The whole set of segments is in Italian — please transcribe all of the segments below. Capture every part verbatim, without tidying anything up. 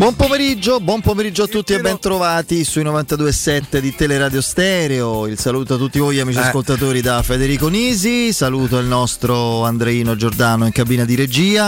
Buon pomeriggio, buon pomeriggio a tutti e ben trovati sui novantadue virgola sette di Teleradio Stereo. Il saluto a tutti voi amici eh. ascoltatori da Federico Nisi, saluto il nostro Andreino Giordano in cabina di regia.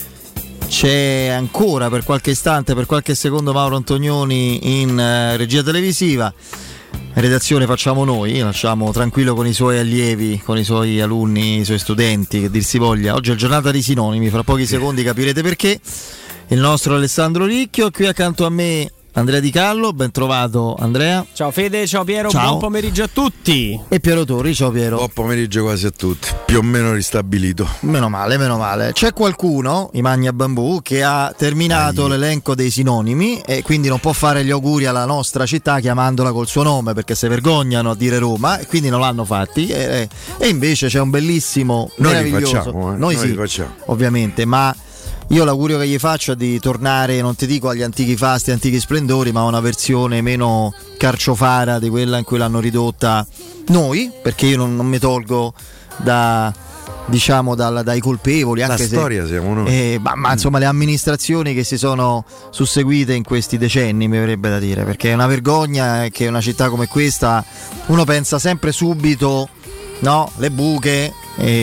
C'è ancora per qualche istante, per qualche secondo Mauro Antonioni in uh, regia televisiva. Redazione facciamo noi, lasciamo tranquillo con i suoi allievi, con i suoi alunni, i suoi studenti, che dir si voglia. Oggi è giornata di sinonimi, fra pochi secondi capirete perché. Il nostro Alessandro Ricchio, qui accanto a me Andrea Di Callo, ben trovato Andrea. Ciao Fede, ciao Piero, ciao. Buon pomeriggio a tutti. E Piero Torri, ciao Piero. Buon pomeriggio quasi a tutti, più o meno ristabilito. Meno male, meno male. C'è qualcuno, i Magna Bambù, che ha terminato Ai. l'elenco dei sinonimi e quindi non può fare gli auguri alla nostra città chiamandola col suo nome perché si vergognano a dire Roma e quindi non l'hanno fatti. E, e invece c'è un bellissimo, Noi meraviglioso. Li facciamo, eh? Noi, Noi sì, li facciamo. ovviamente, ma io l'augurio che gli faccio è di tornare, non ti dico agli antichi fasti, antichi splendori, ma a una versione meno carciofara di quella in cui l'hanno ridotta noi, perché io non, non mi tolgo da, diciamo dal, dai colpevoli, anche la se, storia siamo noi. Eh, ma, ma insomma le amministrazioni che si sono susseguite in questi decenni, mi verrebbe da dire, perché è una vergogna che una città come questa uno pensa sempre subito, no, le buche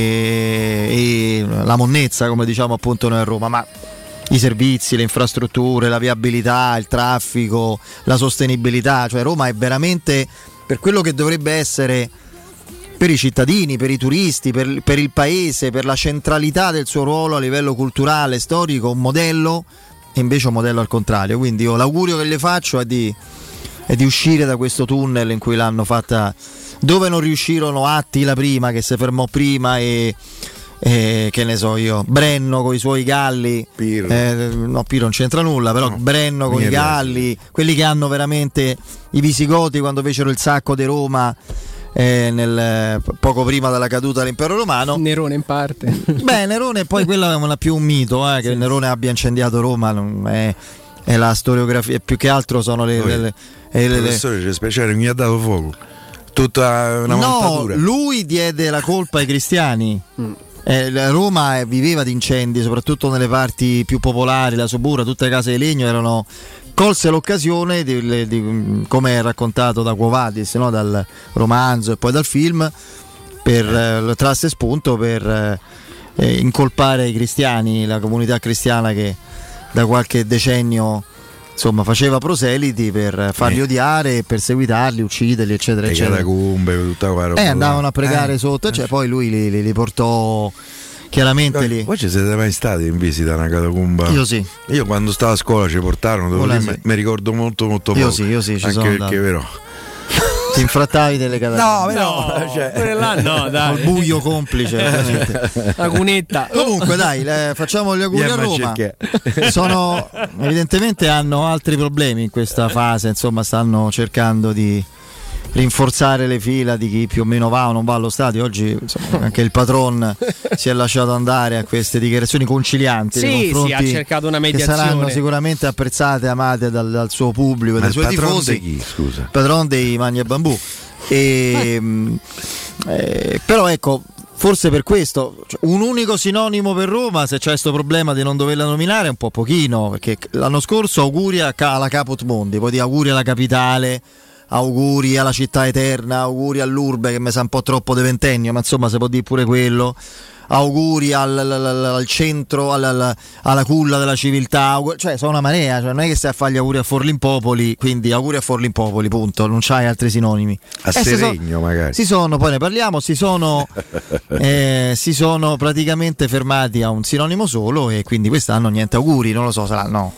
e, e la monnezza, come diciamo appunto noi a Roma, ma i servizi, le infrastrutture, la viabilità, il traffico, la sostenibilità, cioè Roma è veramente, per quello che dovrebbe essere per i cittadini, per i turisti, per, per il paese, per la centralità del suo ruolo a livello culturale, storico, un modello, e invece un modello al contrario. Quindi io l'augurio che le faccio è di, è di uscire da questo tunnel in cui l'hanno fatta, dove non riuscirono Attila prima, che si fermò prima, e, e che ne so io, Brenno con i suoi galli, Pirro. Eh, no, Pirro non c'entra nulla, però no, Brenno con i galli, quelli che hanno veramente i visigoti quando fecero il sacco di Roma, eh, nel, poco prima della caduta dell'impero romano. Nerone in parte. Beh, Nerone poi quella non è più un mito, eh, che sì. Nerone abbia incendiato Roma, non è, è la storiografia, più che altro sono le, le, le, le, il professore le... speciale mi ha dato fuoco. Tutta una no, montatura. Lui diede la colpa ai cristiani. Mm. Eh, Roma viveva di incendi, soprattutto nelle parti più popolari, la Subura, tutte le case di legno erano. Colse l'occasione, di, di, come è raccontato da Quo Vadis, no? Dal romanzo e poi dal film, per eh, trasse spunto per eh, incolpare i cristiani, la comunità cristiana che da qualche decennio insomma faceva proseliti per farli eh. odiare, perseguitarli, ucciderli, eccetera, le eccetera. Catacombe, tutta quella roba. Eh, andavano a pregare eh. sotto, cioè poi lui li, li, li portò chiaramente lì. Voi ci siete mai stati in visita a una catacomba? Io sì. Io quando stavo a scuola ci portarono, devo dire, sì. mi ricordo molto molto poco. Io sì, io sì, ci anche sono perché andato. Però ti infrattavi delle catacombe. No, però no, cioè, là no, dai. Col buio complice. La cunetta. Comunque dai, le, facciamo gli auguri a Roma. Sono, evidentemente hanno altri problemi in questa fase, insomma stanno cercando di rinforzare le fila di chi più o meno va o non va allo stadio. Oggi insomma, anche il patron si è lasciato andare a queste dichiarazioni concilianti, sì, nei confronti, sì, ha cercato una mediazione, che saranno sicuramente apprezzate e amate dal, dal suo pubblico e dai suoi tifosi. Di chi, scusa? Patron dei Magna Bambù. E, eh, però ecco, forse per questo cioè, un unico sinonimo per Roma, se c'è questo problema di non doverla nominare, è un po' pochino, perché l'anno scorso auguri alla Caput Mondi, poi di auguri alla capitale, auguri alla città eterna, auguri all'urbe, che mi sa un po' troppo de ventennio, ma insomma si può dire pure quello, auguri al, al, al, al centro, al, al, alla culla della civiltà, auguri, cioè sono una marea, cioè non è che stai a fare gli auguri a Forlimpopoli, quindi auguri a Forlimpopoli, punto, non c'hai altri sinonimi. A eh, Seregno si magari. Si sono, poi ne parliamo, si sono, eh, si sono praticamente fermati a un sinonimo solo e quindi quest'anno niente auguri, non lo so, saranno...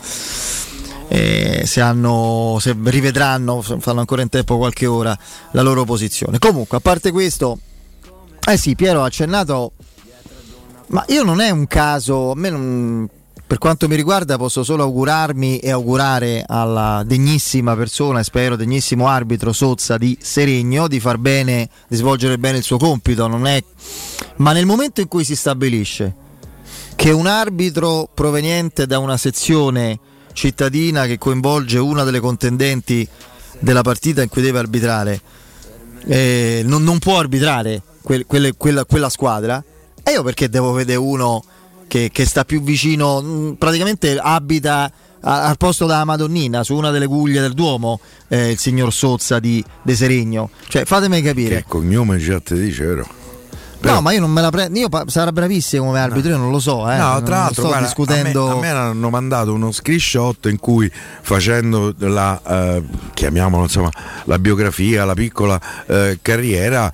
Eh, se, hanno, se rivedranno, fanno ancora in tempo qualche ora la loro posizione. Comunque, a parte questo, eh sì, Piero ha accennato, ma io non è un caso, a me non, per quanto mi riguarda posso solo augurarmi e augurare alla degnissima persona, e spero degnissimo arbitro Sozza di Seregno, di far bene, di svolgere bene il suo compito, non è, ma nel momento in cui si stabilisce che un arbitro proveniente da una sezione cittadina che coinvolge una delle contendenti della partita in cui deve arbitrare eh, non, non può arbitrare que- quelle, quella, quella squadra, e io perché devo vedere uno che, che sta più vicino, praticamente abita a, al posto della Madonnina su una delle guglie del Duomo eh, il signor Sozza di De Seregno, cioè fatemi capire che cognome già ti dice, vero? No, ma io non me la prendo. Io pa- sarà bravissimo come arbitro, no. Io non lo so. Eh. No, non, tra l'altro, sto guarda, discutendo. A me, a me hanno mandato uno screenshot in cui, facendo la eh, chiamiamolo insomma la biografia, la piccola eh, carriera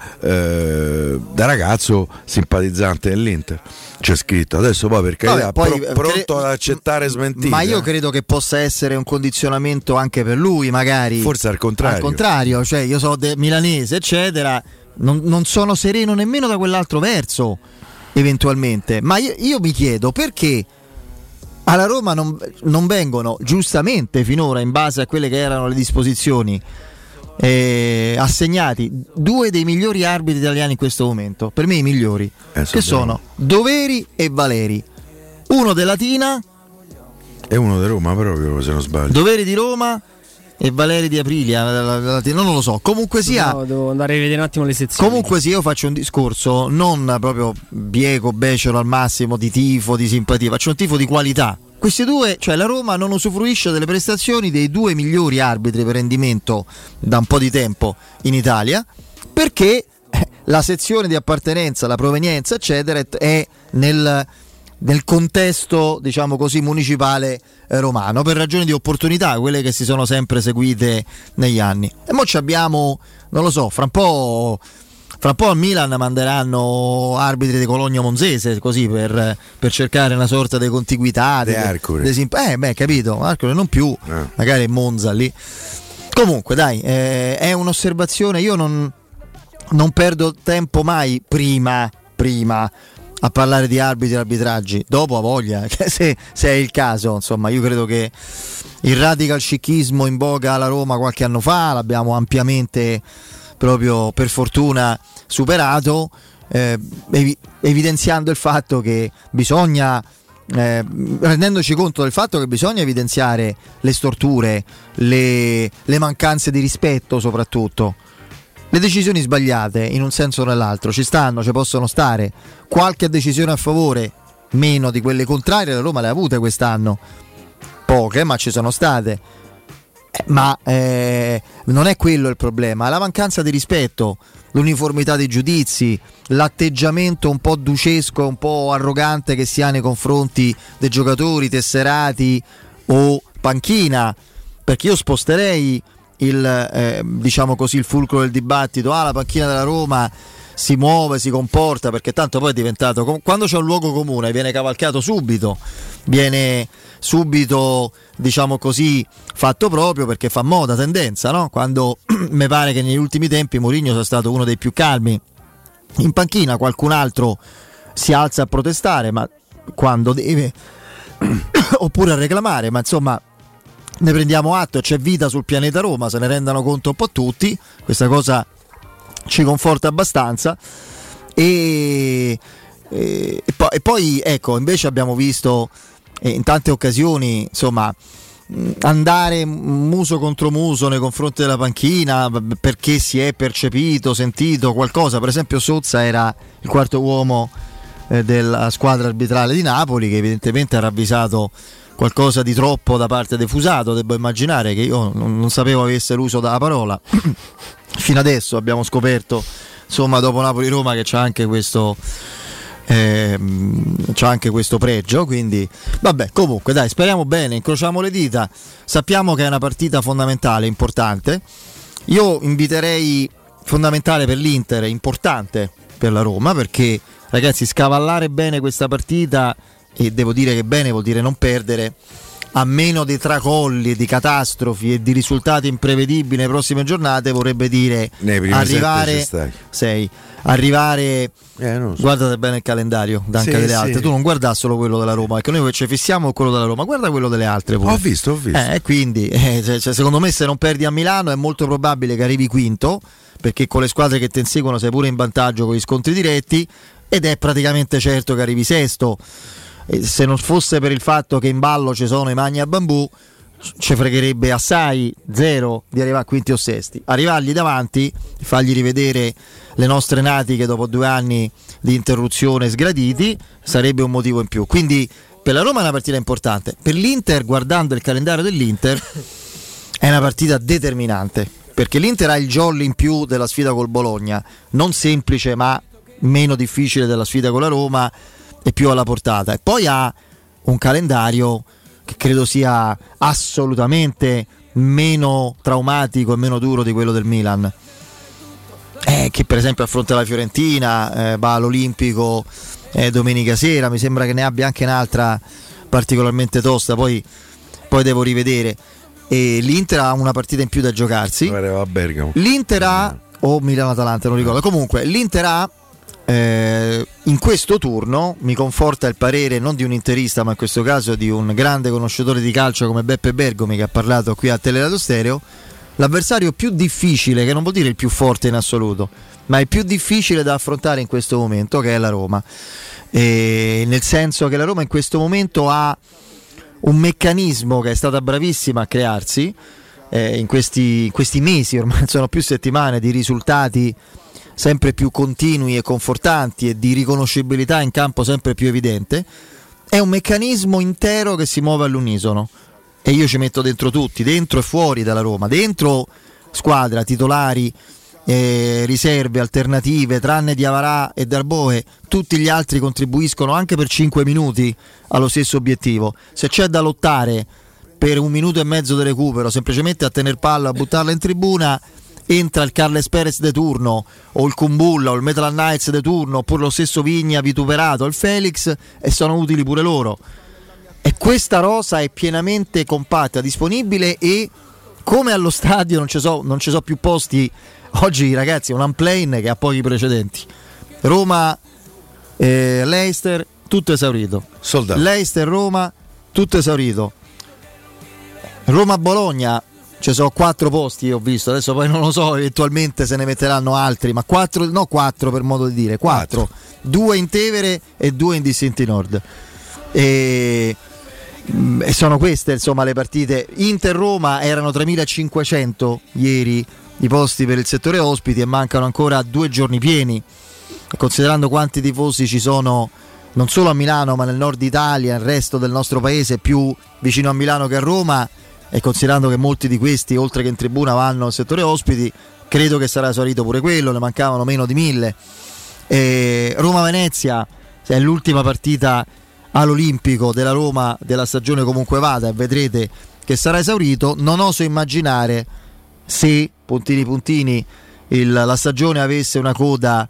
eh, da ragazzo simpatizzante dell'Inter. C'è scritto adesso poi perché Vabbè, poi, pro- pronto cre- ad accettare smentite. Ma io credo che possa essere un condizionamento anche per lui, magari. Forse al contrario. Al contrario, cioè io so de- milanese, eccetera. Non, non sono sereno nemmeno da quell'altro verso, eventualmente. Ma io, io mi chiedo perché alla Roma non, non vengono, giustamente finora, in base a quelle che erano le disposizioni, eh, assegnati due dei migliori arbitri italiani in questo momento. Per me i migliori, eh, che sono Doveri e Valeri. Uno della Latina e uno di Roma, proprio, se non sbaglio. Doveri di Roma e Valeri di Aprilia, non lo so. Comunque sia, no, devo andare a rivedere un attimo le sezioni. Comunque sia, io faccio un discorso non proprio bieco, becero al massimo di tifo, di simpatia, faccio un tifo di qualità. Questi due, cioè la Roma non usufruisce delle prestazioni dei due migliori arbitri per rendimento da un po' di tempo in Italia, perché la sezione di appartenenza, la provenienza, eccetera, è nel nel contesto, diciamo così, municipale eh, romano, per ragioni di opportunità, quelle che si sono sempre seguite negli anni. E mo ci abbiamo, non lo so, fra un po' fra un po' al Milan manderanno arbitri di Cologno Monzese, così per, per cercare una sorta di contiguità, De Arcore. De, de simp- eh beh, capito, Arcore non più, eh. magari Monza lì. Comunque dai, eh, è un'osservazione, io non, non perdo tempo mai prima prima a parlare di arbitri e arbitraggi, dopo a voglia, se, se è il caso. Insomma, io credo che il radical scichismo in voga alla Roma qualche anno fa l'abbiamo ampiamente, proprio per fortuna, superato, eh, evi- evidenziando il fatto che bisogna, eh, rendendoci conto del fatto che bisogna evidenziare le storture, le, le mancanze di rispetto, soprattutto. Le decisioni sbagliate in un senso o nell'altro ci stanno, ci possono stare. Qualche decisione a favore, meno di quelle contrarie, la Roma le ha avute quest'anno. Poche, ma ci sono state. Eh, ma eh, non è quello il problema, è la mancanza di rispetto, l'uniformità dei giudizi, l'atteggiamento un po' ducesco, un po' arrogante che si ha nei confronti dei giocatori, tesserati o panchina. Perché io sposterei il eh, diciamo così il fulcro del dibattito. Ah, la panchina della Roma si muove, si comporta, perché tanto poi è diventato com- quando c'è un luogo comune viene cavalcato subito, viene subito, diciamo così, fatto proprio, perché fa moda, tendenza, no? Quando mi pare che negli ultimi tempi Mourinho sia stato uno dei più calmi in panchina, qualcun altro si alza a protestare, ma quando deve oppure a reclamare, ma insomma ne prendiamo atto, c'è vita sul pianeta Roma, se ne rendano conto un po' tutti, questa cosa ci conforta abbastanza. E, e, e, poi, e poi ecco, invece abbiamo visto eh, in tante occasioni, insomma, andare muso contro muso nei confronti della panchina, perché si è percepito, sentito qualcosa. Per esempio Sozza era il quarto uomo eh, della squadra arbitrale di Napoli, che evidentemente ha ravvisato qualcosa di troppo da parte del Fusato. Devo immaginare che io non, non sapevo avesse l'uso della parola fino adesso. Abbiamo scoperto, insomma, dopo Napoli-Roma, che c'ha anche questo eh, c'ha anche questo pregio, quindi vabbè, comunque dai, speriamo bene, incrociamo le dita, sappiamo che è una partita fondamentale, importante. Io inviterei, fondamentale per l'Inter, importante per la Roma, perché ragazzi, scavallare bene questa partita, e devo dire che bene vuol dire non perdere, a meno di tracolli, di catastrofi e di risultati imprevedibili nelle prossime giornate, vorrebbe dire arrivare sei, arrivare eh, so. Guardate bene il calendario d'anche sì, delle altre, sì. Tu non guarda solo quello della Roma, perché noi ci fissiamo quello della Roma, guarda quello delle altre pure. Ho visto, ho visto. Eh, quindi eh, cioè, secondo me, se non perdi a Milano è molto probabile che arrivi quinto, perché con le squadre che ti inseguono sei pure in vantaggio con gli scontri diretti, ed è praticamente certo che arrivi sesto. Se non fosse per il fatto che in ballo ci sono i magni a bambù, ci fregherebbe assai zero di arrivare a quinti o sesti. Arrivargli davanti, fargli rivedere le nostre natiche dopo due anni di interruzione sgraditi, sarebbe un motivo in più. Quindi per la Roma è una partita importante, per l'Inter, guardando il calendario dell'Inter, è una partita determinante, perché l'Inter ha il jolly in più della sfida col Bologna, non semplice ma meno difficile della sfida con la Roma e più alla portata, e poi ha un calendario che credo sia assolutamente meno traumatico e meno duro di quello del Milan, eh, che per esempio affronta la Fiorentina, eh, va all'Olimpico eh, domenica sera, mi sembra che ne abbia anche un'altra particolarmente tosta, poi, poi devo rivedere, e l'Inter ha una partita in più da giocarsi, a Bergamo. l'Inter ha o Milano-Atalanta, non ricordo, comunque l'Inter ha Eh, in questo turno, mi conforta il parere non di un interista ma in questo caso di un grande conoscitore di calcio come Beppe Bergomi, che ha parlato qui a Teleradio Stereo, l'avversario più difficile, che non vuol dire il più forte in assoluto, ma il più difficile da affrontare in questo momento, che è la Roma, e nel senso che la Roma in questo momento ha un meccanismo che è stata bravissima a crearsi eh, in, questi, in questi mesi, ormai sono più settimane, di risultati sempre più continui e confortanti e di riconoscibilità in campo sempre più evidente. È un meccanismo intero che si muove all'unisono, e io ci metto dentro tutti, dentro e fuori dalla Roma, dentro squadra, titolari, eh, riserve, alternative, tranne Diavarà e Darboe, tutti gli altri contribuiscono anche per cinque minuti allo stesso obiettivo. Se c'è da lottare per un minuto e mezzo di recupero, semplicemente a tener palla, a buttarla in tribuna, entra il Carles Perez de turno, o il Kumbulla, o il Maitland Niles de turno, oppure lo stesso Vigna vituperato, il Felix, e sono utili pure loro. E questa rosa è pienamente compatta, disponibile, e come allo stadio non ci so, non ci so più posti oggi, ragazzi, un unplane che ha pochi precedenti. Roma, eh, Leicester, tutto esaurito. Soldato. Leicester, Roma, tutto esaurito. Roma-Bologna, ci sono quattro posti, ho visto, adesso poi non lo so, eventualmente se ne metteranno altri, ma quattro, no quattro per modo di dire, quattro, quattro. Due in Tevere e due in Distinti Nord, e, e sono queste insomma le partite. Inter-Roma erano tremilacinquecento ieri i posti per il settore ospiti, e mancano ancora due giorni pieni, considerando quanti tifosi ci sono non solo a Milano ma nel nord Italia, il resto del nostro paese più vicino a Milano che a Roma, e considerando che molti di questi, oltre che in tribuna, vanno al settore ospiti, credo che sarà esaurito pure quello, ne mancavano meno di mille. E Roma-Venezia è l'ultima partita all'Olimpico della Roma della stagione comunque vada, e vedrete che sarà esaurito. Non oso immaginare se, puntini puntini, il, la stagione avesse una coda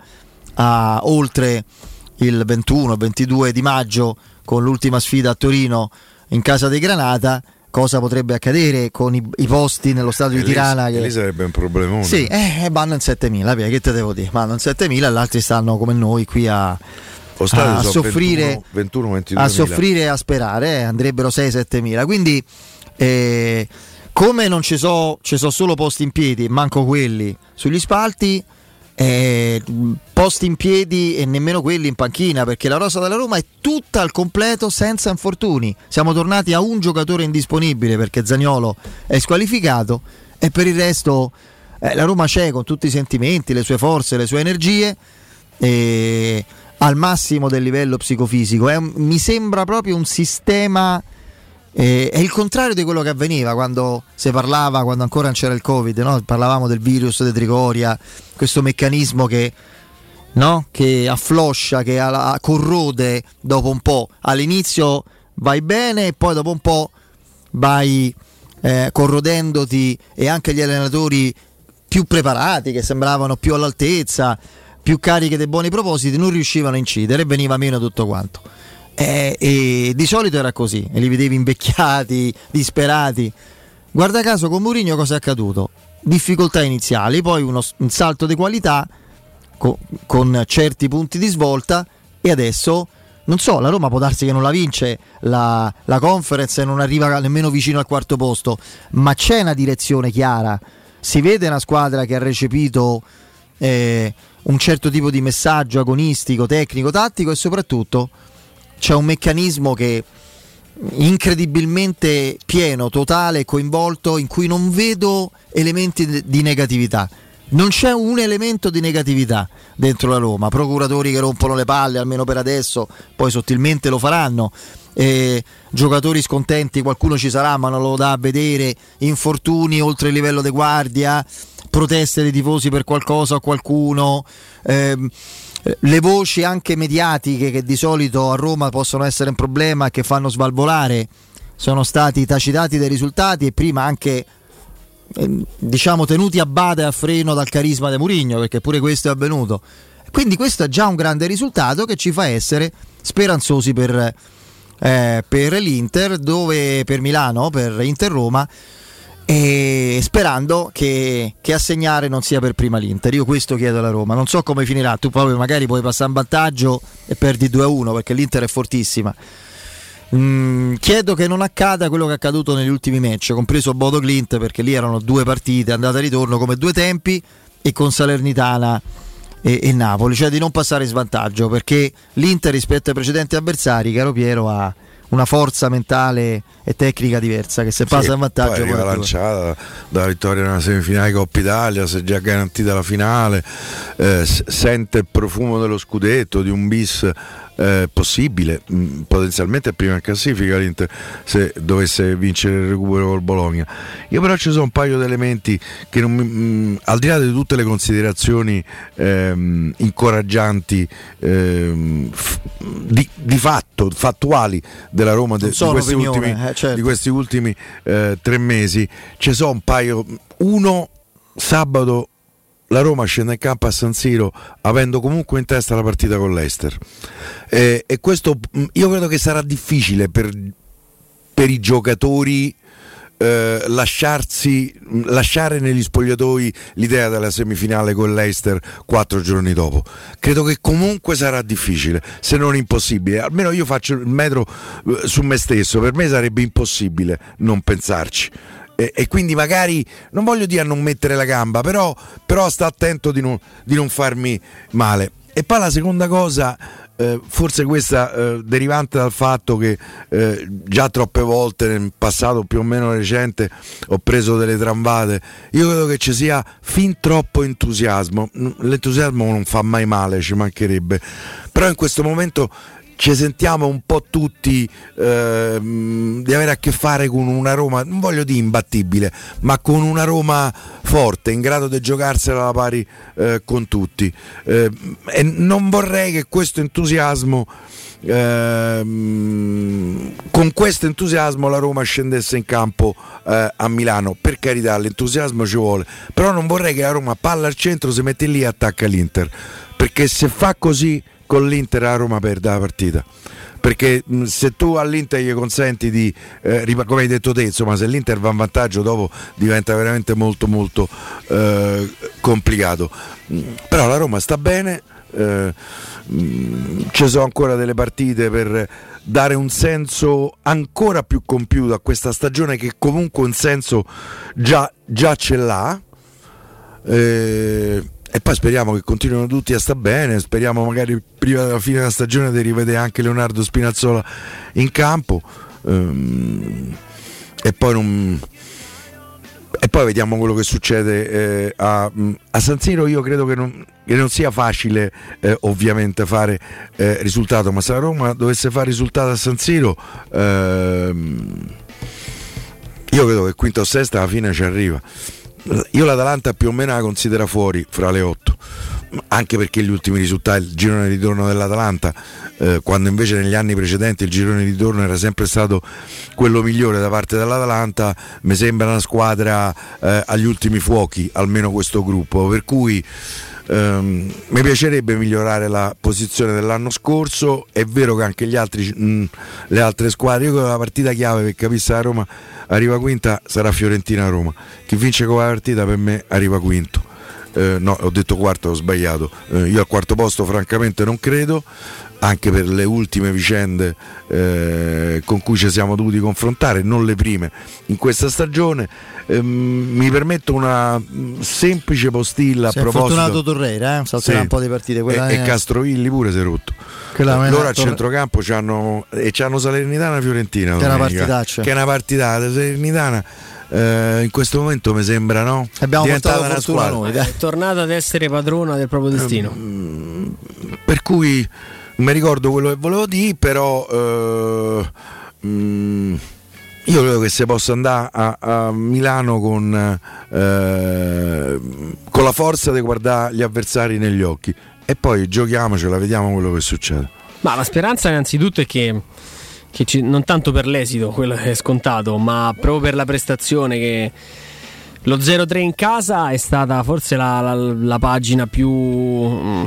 a oltre il ventuno ventidue di maggio, con l'ultima sfida a Torino in casa dei Granata, cosa potrebbe accadere con i, i posti nello stadio e di Tirana, lì, che lì sarebbe un problemone. Sì, eh, vanno in settemila, via, che te devo dire, vanno in settemila, e gli altri stanno come noi qui a, a soffrire, ventuno, ventidue a soffrire e a sperare, eh, andrebbero sei settemila, quindi eh, come non ci so, ci so solo posti in piedi, manco quelli sugli spalti, eh, posti in piedi e nemmeno quelli in panchina, perché la rosa della Roma è tutta al completo senza infortuni. Siamo tornati a un giocatore indisponibile perché Zaniolo è squalificato, e per il resto eh, la Roma c'è con tutti i sentimenti, le sue forze, le sue energie, eh, al massimo del livello psicofisico. È un, mi sembra proprio un sistema, eh, è il contrario di quello che avveniva quando si parlava, quando ancora non c'era il Covid, no? Parlavamo del virus di Trigoria, questo meccanismo che, no? che affloscia, che a, a corrode dopo un po'. All'inizio vai bene e poi dopo un po' vai eh, corrodendoti, e anche gli allenatori più preparati, che sembravano più all'altezza, più cariche dei buoni propositi, non riuscivano a incidere e veniva meno tutto quanto. Eh, e di solito era così, e li vedevi invecchiati, disperati. Guarda caso con Mourinho cosa è accaduto? Difficoltà iniziali, poi uno, un salto di qualità co- con certi punti di svolta, e adesso non so, la Roma può darsi che non la vince la, la Conference e non arriva nemmeno vicino al quarto posto, ma c'è una direzione chiara, si vede una squadra che ha recepito eh, un certo tipo di messaggio agonistico, tecnico, tattico, e soprattutto c'è un meccanismo che incredibilmente pieno, totale, coinvolto, in cui non vedo elementi di negatività. Non c'è un elemento di negatività dentro la Roma, procuratori che rompono le palle almeno per adesso, poi sottilmente lo faranno, eh, giocatori scontenti, qualcuno ci sarà ma non lo dà a vedere, infortuni oltre il livello di guardia, proteste dei tifosi per qualcosa o qualcuno, ehm, le voci anche mediatiche che di solito a Roma possono essere un problema e che fanno svalvolare sono stati tacitati dai risultati e prima anche eh, diciamo tenuti a bada e a freno dal carisma di Mourinho, perché pure questo è avvenuto. Quindi questo è già un grande risultato che ci fa essere speranzosi per, eh, per l'Inter, dove per Milano, per Inter Roma, e sperando che, che a segnare non sia per prima l'Inter. Io questo chiedo alla Roma, non so come finirà, tu proprio magari puoi passare in vantaggio e perdi due a uno perché l'Inter è fortissima. Mm, chiedo che non accada quello che è accaduto negli ultimi match, compreso Bodo Clint, perché lì erano due partite andata e ritorno come due tempi, e con Salernitana e, e Napoli, cioè di non passare in svantaggio, perché l'Inter rispetto ai precedenti avversari, caro Piero, ha una forza mentale e tecnica diversa, che se passa sì, in vantaggio poi arriva lanciata dalla vittoria nella semifinale Coppa Italia, si è già garantita la finale, eh, sente il profumo dello scudetto, di un bis eh, possibile, mh, potenzialmente prima in classifica l'Inter se dovesse vincere il recupero col Bologna. Io però ci sono un paio di elementi che non mi, mh, al di là di tutte le considerazioni ehm, incoraggianti ehm, f- di, di fatto, fattuali della Roma de, di, questi ultimi, eh, certo. di questi ultimi eh, tre mesi, ci sono un paio. Uno, sabato la Roma scende in campo a San Siro avendo comunque in testa la partita con l'Leicester, eh, e questo io credo che sarà difficile per, per i giocatori eh, lasciarsi lasciare negli spogliatoi l'idea della semifinale con l'Leicester quattro giorni dopo. Credo che comunque sarà difficile, se non impossibile. Almeno io faccio il metro eh, su me stesso, per me sarebbe impossibile non pensarci. E quindi magari non voglio dire a non mettere la gamba, però, però sta attento di non, di non farmi male. E poi la seconda cosa, eh, forse questa eh, derivante dal fatto che eh, già troppe volte nel passato più o meno recente ho preso delle tramvate, io credo che ci sia fin troppo entusiasmo. L'entusiasmo non fa mai male, ci mancherebbe, però in questo momento ci sentiamo un po' tutti eh, di avere a che fare con una Roma, non voglio dire imbattibile, ma con una Roma forte, in grado di giocarsela alla pari eh, con tutti, eh, e non vorrei che questo entusiasmo eh, con questo entusiasmo la Roma scendesse in campo eh, a Milano. Per carità, l'entusiasmo ci vuole, però non vorrei che la Roma palla al centro, si mette lì e attacca l'Inter, perché se fa così con l'Inter la Roma perde la partita, perché mh, se tu all'Inter gli consenti di eh, come hai detto te, insomma, se l'Inter va in vantaggio dopo diventa veramente molto molto eh, complicato. Mh, però la Roma sta bene, eh, mh, ci sono ancora delle partite per dare un senso ancora più compiuto a questa stagione, che comunque un senso già, già ce l'ha, eh, e poi speriamo che continuino tutti a sta bene, speriamo magari prima della fine della stagione di rivedere anche Leonardo Spinazzola in campo, ehm, e poi non, e poi vediamo quello che succede eh, a, a San Siro. Io credo che non, che non sia facile eh, ovviamente fare eh, risultato, ma se la Roma dovesse fare risultato a San Siro, ehm, io credo che quinta o sesta alla fine ci arriva. Io l'Atalanta più o meno la considera fuori fra le otto, anche perché gli ultimi risultati, il girone di ritorno dell'Atalanta, eh, quando invece negli anni precedenti il girone di ritorno era sempre stato quello migliore da parte dell'Atalanta, mi sembra una squadra eh, agli ultimi fuochi, almeno questo gruppo, per cui ehm, mi piacerebbe migliorare la posizione dell'anno scorso. È vero che anche gli altri mh, le altre squadre, io credo che la partita chiave per capire se la Roma arriva quinta sarà Fiorentina-Roma. Chi vince con la partita per me arriva quinto. Eh, no, ho detto quarto, ho sbagliato. Eh, io al quarto posto francamente non credo, anche per le ultime vicende eh, con cui ci siamo dovuti confrontare, non le prime in questa stagione. Eh, mi permetto una semplice postilla. Si a proposito. Fortunato Torreira, eh? salterà sì. un po' di partite. E, è... e Castrovilli pure si è rotto. Loro a centrocampo c'hanno, e c'hanno Salernitana Fiorentina, che è una partitaccia, che è una partitata. Salernitana eh, in questo momento mi sembra, no? Abbiamo diventata una squadra noi, dai. È tornata ad essere padrona del proprio destino, eh, per cui mi ricordo quello che volevo dire, però eh, mh, io credo che si possa andare a, a Milano con, eh, con la forza di guardare gli avversari negli occhi e poi giochiamocela, vediamo quello che succede. Ma la speranza innanzitutto è che, che ci, non tanto per l'esito, quello che è scontato, ma proprio per la prestazione, che lo zero tre in casa è stata forse la, la, la pagina più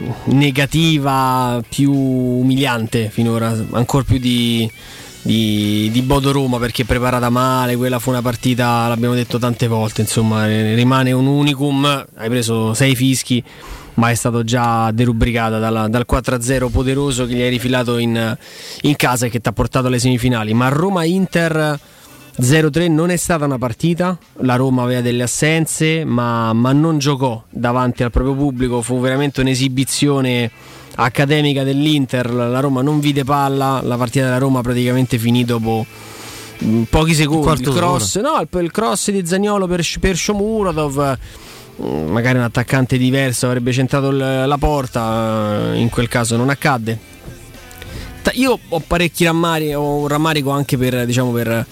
negativa, più umiliante finora, ancora più di, di, di Bodo Roma, perché è preparata male. Quella fu una partita, l'abbiamo detto tante volte, insomma rimane un unicum. Hai preso sei fischi, ma è stato già derubricata dalla, dal quattro a zero poderoso che gli hai rifilato in, in casa e che ti ha portato alle semifinali. Ma Roma-Inter zero tre non è stata una partita, la Roma aveva delle assenze, ma, ma non giocò davanti al proprio pubblico, fu veramente un'esibizione accademica dell'Inter. La Roma non vide palla, la partita della Roma praticamente finì dopo mh, pochi secondi. Il cross, no, il, il cross di Zaniolo per, per Shomurodov, mh, magari un attaccante diverso avrebbe centrato il, la porta, in quel caso non accadde. Io ho parecchi rammarico, ho un rammarico anche per, diciamo, per,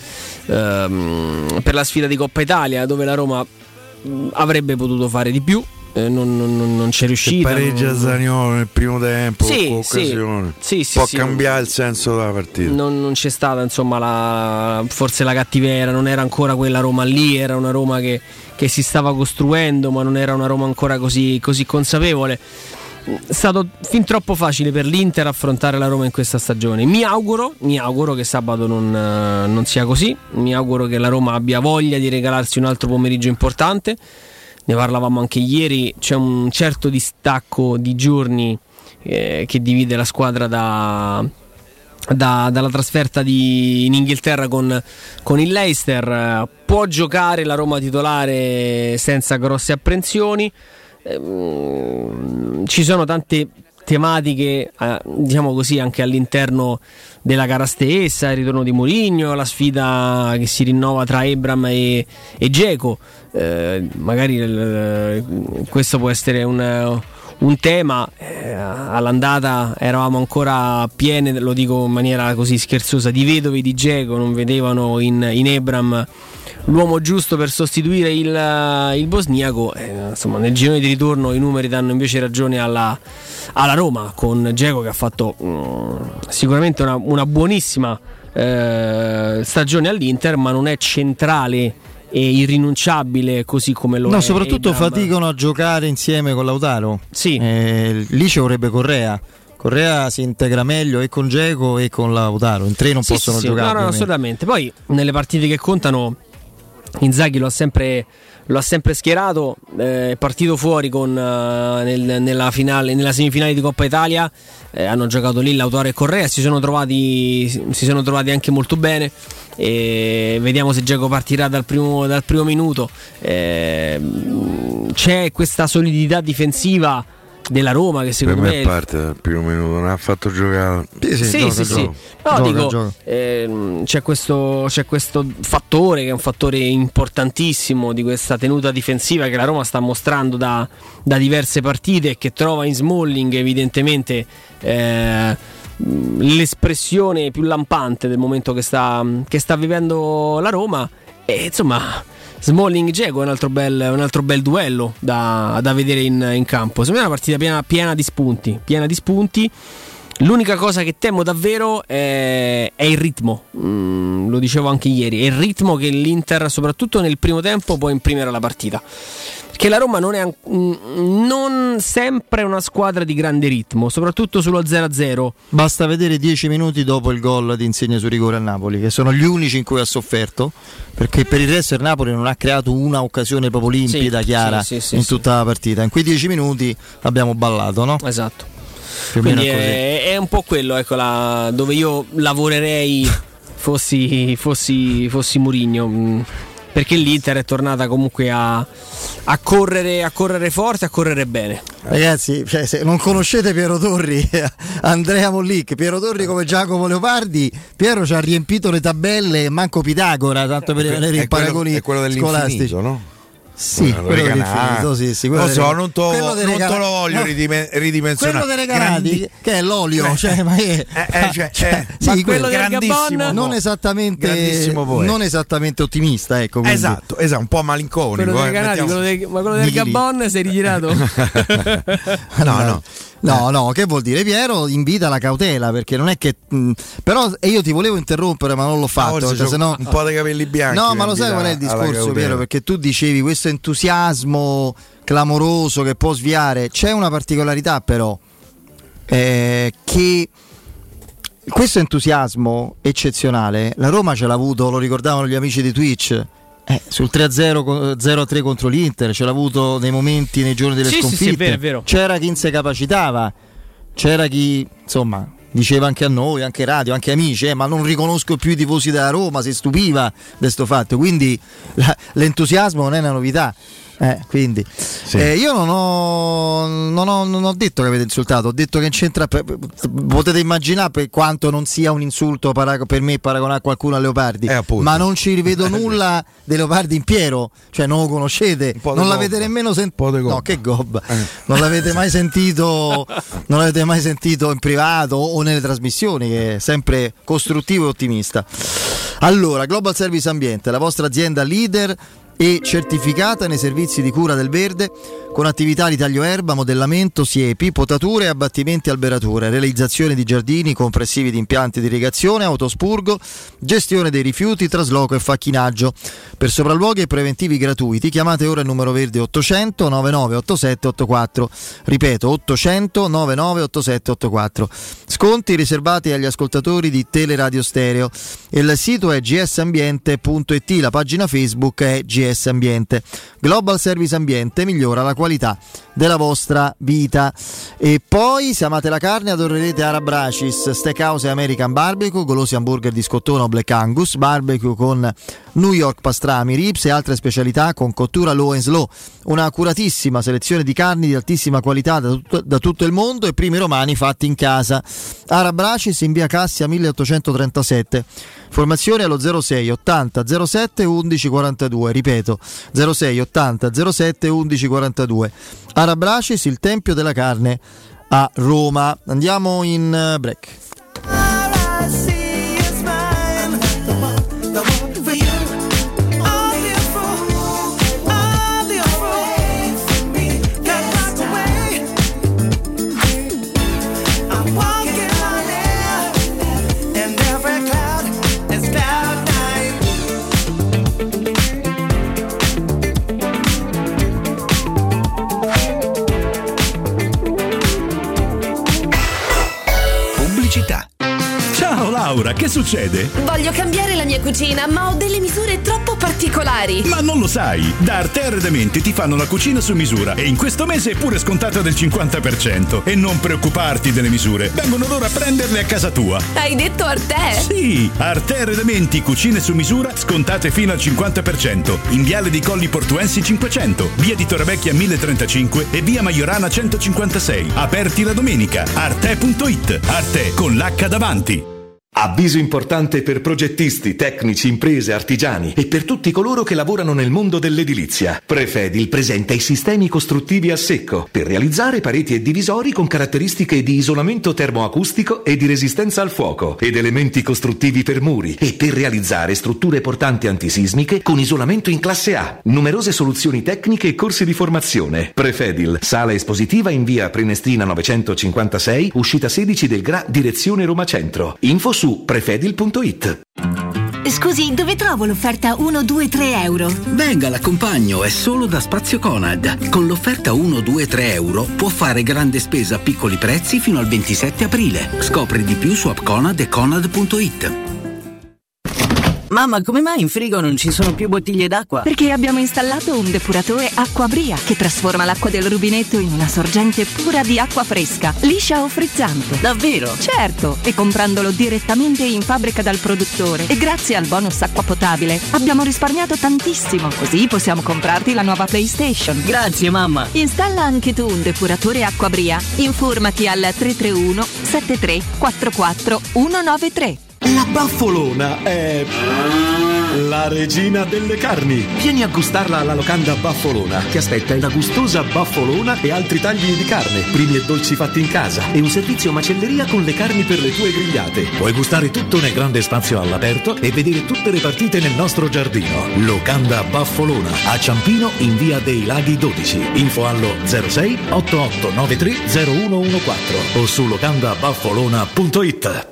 ehm, per la sfida di Coppa Italia, dove la Roma avrebbe potuto fare di più, eh, non, non, non c'è riuscita. Se pareggia non... Zaniolo nel primo tempo, sì, con occasione, sì, sì, può sì, cambiare non, il senso della partita. Non, non c'è stata, insomma, la, forse la cattiveria, non era ancora quella Roma lì, era una Roma che, che si stava costruendo, ma non era una Roma ancora così, così consapevole. È stato fin troppo facile per l'Inter affrontare la Roma in questa stagione. Mi auguro, mi auguro che sabato non, non sia così. Mi auguro che la Roma abbia voglia di regalarsi un altro pomeriggio importante. Ne parlavamo anche ieri. C'è un certo distacco di giorni eh, che divide la squadra da, da, dalla trasferta di, in Inghilterra con, con il Leicester. Può giocare la Roma titolare senza grosse apprensioni. Ci sono tante tematiche, eh, diciamo così, anche all'interno della gara stessa, il ritorno di Mourinho, la sfida che si rinnova tra Ebram e, e Dzeko, eh, magari il, questo può essere un, un tema. Eh, all'andata eravamo ancora piene, lo dico in maniera così scherzosa, di vedovi di Dzeko, non vedevano in, in Ebram l'uomo giusto per sostituire il, il bosniaco. Eh, insomma, nel girone di ritorno i numeri danno invece ragione alla, alla Roma, con Dzeko che ha fatto mh, sicuramente una, una buonissima eh, stagione all'Inter, ma non è centrale e irrinunciabile così come lo no, è. No, soprattutto Ebram. Faticano a giocare insieme con Lautaro. Sì. Eh, lì ci vorrebbe Correa. Correa si integra meglio e con Dzeko e con Lautaro. In tre non sì, possono sì, giocare. No, no, assolutamente. Poi nelle partite che contano Inzaghi lo ha sempre, lo ha sempre schierato, è eh, partito fuori con, uh, nel, nella, finale, nella semifinale di Coppa Italia, eh, hanno giocato lì Lautaro e Correa, si sono trovati, si sono trovati anche molto bene, e vediamo se Dzeko partirà dal primo, dal primo minuto. Eh, c'è questa solidità difensiva della Roma che secondo per me, me parte dal primo minuto, non ha fatto giocare. Sì, sì, sì, gioca, sì, gioca. sì. No, Gioca, dico, gioca. Ehm, c'è, questo, c'è questo fattore che è un fattore importantissimo di questa tenuta difensiva che la Roma sta mostrando da, da diverse partite e che trova in Smalling evidentemente eh, l'espressione più lampante del momento che sta, che sta vivendo la Roma. E insomma, Smalling Dzeko è un altro bel, un altro bel duello da, da vedere in, in campo. Secondo me è una partita piena, piena di spunti, piena di spunti. L'unica cosa che temo davvero è, è il ritmo, mm, lo dicevo anche ieri, è il ritmo che l'Inter, soprattutto nel primo tempo, può imprimere alla partita. Che la Roma non è non sempre una squadra di grande ritmo, soprattutto sullo zero a zero. Basta vedere dieci minuti dopo il gol di Insigne su rigore a Napoli, che sono gli unici in cui ha sofferto, perché per il resto il Napoli non ha creato una occasione proprio limpida, sì, chiara, sì, sì, in sì, tutta sì. la partita. In quei dieci minuti abbiamo ballato, no? Esatto. Più Quindi è, è, è un po' quello, ecco, la, dove io lavorerei fossi, fossi, fossi Mourinho, perché l'Inter è tornata comunque a, a correre a correre forte, a correre bene. Ragazzi, cioè, se non conoscete Piero Torri, Andrea Mollic, Piero Torri come Giacomo Leopardi, Piero ci ha riempito le tabelle, manco Pitagora, tanto per vedere i paragoni è quello scolastici, no? Sì, quello definito, sì, sì, lo so, delle, non, to, non regala, te lo voglio no, ridime, ridimensionare. Quello dei regalati, Grandi... che è l'olio, cioè, ma è, eh, eh, cioè, cioè, eh, sì, ma quello del Gabon non esattamente, non esattamente ottimista, ecco. Quindi. Esatto, esatto, un po' malinconico. Quello eh, regalati, quello dei, ma quello del Gabon si è ritirato? no, no. No, no, che vuol dire? Piero invita alla cautela, perché non è che mh, però e io ti volevo interrompere ma non l'ho fatto, no, perché sennò... un po' dei capelli bianchi. No, ma lo sai qual è il discorso, Piero? Perché tu dicevi questo entusiasmo clamoroso che può sviare. C'è una particolarità però, eh, che questo entusiasmo eccezionale la Roma ce l'ha avuto, lo ricordavano gli amici di Twitch. Eh, sul tre a zero, zero a tre contro l'Inter ce l'ha avuto nei momenti, nei giorni delle sì, sconfitte. Sì, sì, è vero, è vero. C'era chi si capacitava, c'era chi insomma diceva anche a noi, anche radio, anche amici, eh, ma non riconosco più i tifosi della Roma, si stupiva di questo fatto. Quindi la, l'entusiasmo non è una novità. Eh, quindi sì. eh, io non ho, non, ho, non ho detto che avete insultato, ho detto che c'entra. Potete immaginare per quanto non sia un insulto parago, per me paragonare qualcuno a Leopardi, eh, ma non ci rivedo nulla dei Leopardi in Piero, cioè non lo conoscete, non l'avete gobba. nemmeno sentito. No, che gobba, eh. non l'avete mai sentito, non l'avete mai sentito in privato o nelle trasmissioni, che è sempre costruttivo e ottimista. Allora, Global Service Ambiente, la vostra azienda leader e certificata nei servizi di cura del verde, con attività di taglio erba, modellamento, siepi, potature e abbattimenti alberature, realizzazione di giardini compressivi di impianti di irrigazione, autospurgo, gestione dei rifiuti, trasloco e facchinaggio. Per sopralluoghi e preventivi gratuiti chiamate ora il numero verde ottocento novantanove ottantasette ottantaquattro, ripeto ottocento novantanove ottantasette ottantaquattro. Sconti riservati agli ascoltatori di Teleradio Stereo. Il sito è g s ambiente punto i t, la pagina Facebook è G S Ambiente. Global Service Ambiente migliora la qualità della vostra vita. E poi, se amate la carne, adorerete Arabracis, Steakhouse e American Barbecue, golosi hamburger di scottone o Black Angus, barbecue con New York pastrami, ribs e altre specialità con cottura low and slow. Una accuratissima selezione di carni di altissima qualità da tutto, da tutto il mondo e primi romani fatti in casa. Arabracis in via Cassia milleottocentotrentasette. Formazione allo zero sei ottanta zero sette undici quarantadue, ripeto zero sei ottanta zero sette undici quarantadue. Arabracis, il tempio della carne a Roma. Andiamo in break. Ciao Laura, che succede? Voglio cambiare la mia cucina, ma ho delle misure troppo particolari. Ma non lo sai, da Arte Arredamenti ti fanno la cucina su misura e in questo mese è pure scontata del cinquanta per cento. E non preoccuparti delle misure, vengono loro a prenderle a casa tua. Hai detto Arte? Sì, Arte Arredamenti, cucine su misura, scontate fino al cinquanta per cento. In Viale dei Colli Portuensi cinquecento, via di Torrevecchia mille trentacinque e via Maiorana centocinquantasei. Aperti la domenica. arte punto it. Arte con l'H davanti. Avviso importante per progettisti, tecnici, imprese, artigiani e per tutti coloro che lavorano nel mondo dell'edilizia. Prefedil presenta i sistemi costruttivi a secco per realizzare pareti e divisori con caratteristiche di isolamento termoacustico e di resistenza al fuoco ed elementi costruttivi per muri e per realizzare strutture portanti antisismiche con isolamento in classe A. Numerose soluzioni tecniche e corsi di formazione. Prefedil, sala espositiva in via Prenestina novecentocinquantasei, uscita sedici del Gra, direzione Roma Centro. Info su prefedil punto it. Scusi, dove trovo l'offerta uno, due, tre euro? Venga, l'accompagno, è solo da Spazio Conad. Con l'offerta uno, due, tre euro può fare grande spesa a piccoli prezzi fino al ventisette aprile. Scopri di più su app Conad e conad punto it. Mamma, come mai in frigo non ci sono più bottiglie d'acqua? Perché abbiamo installato un depuratore Acquabria che trasforma l'acqua del rubinetto in una sorgente pura di acqua fresca, liscia o frizzante. Davvero? Certo, e comprandolo direttamente in fabbrica dal produttore e grazie al bonus acqua potabile abbiamo risparmiato tantissimo, così possiamo comprarti la nuova PlayStation. Grazie mamma. Installa anche tu un depuratore Acquabria. Informati al tre tre uno sette tre quattro quattro uno nove tre. La baffolona è La regina delle carni. Vieni a gustarla alla locanda Baffolona. Ti aspetta una gustosa baffolona e altri tagli di carne, primi e dolci fatti in casa e un servizio macelleria con le carni per le tue grigliate. Puoi gustare tutto nel grande spazio all'aperto e vedere tutte le partite nel nostro giardino. Locanda Baffolona a Ciampino in via dei Laghi dodici. Info allo zero sei otto otto nove tre zero uno uno quattro o su locanda baffolona punto it.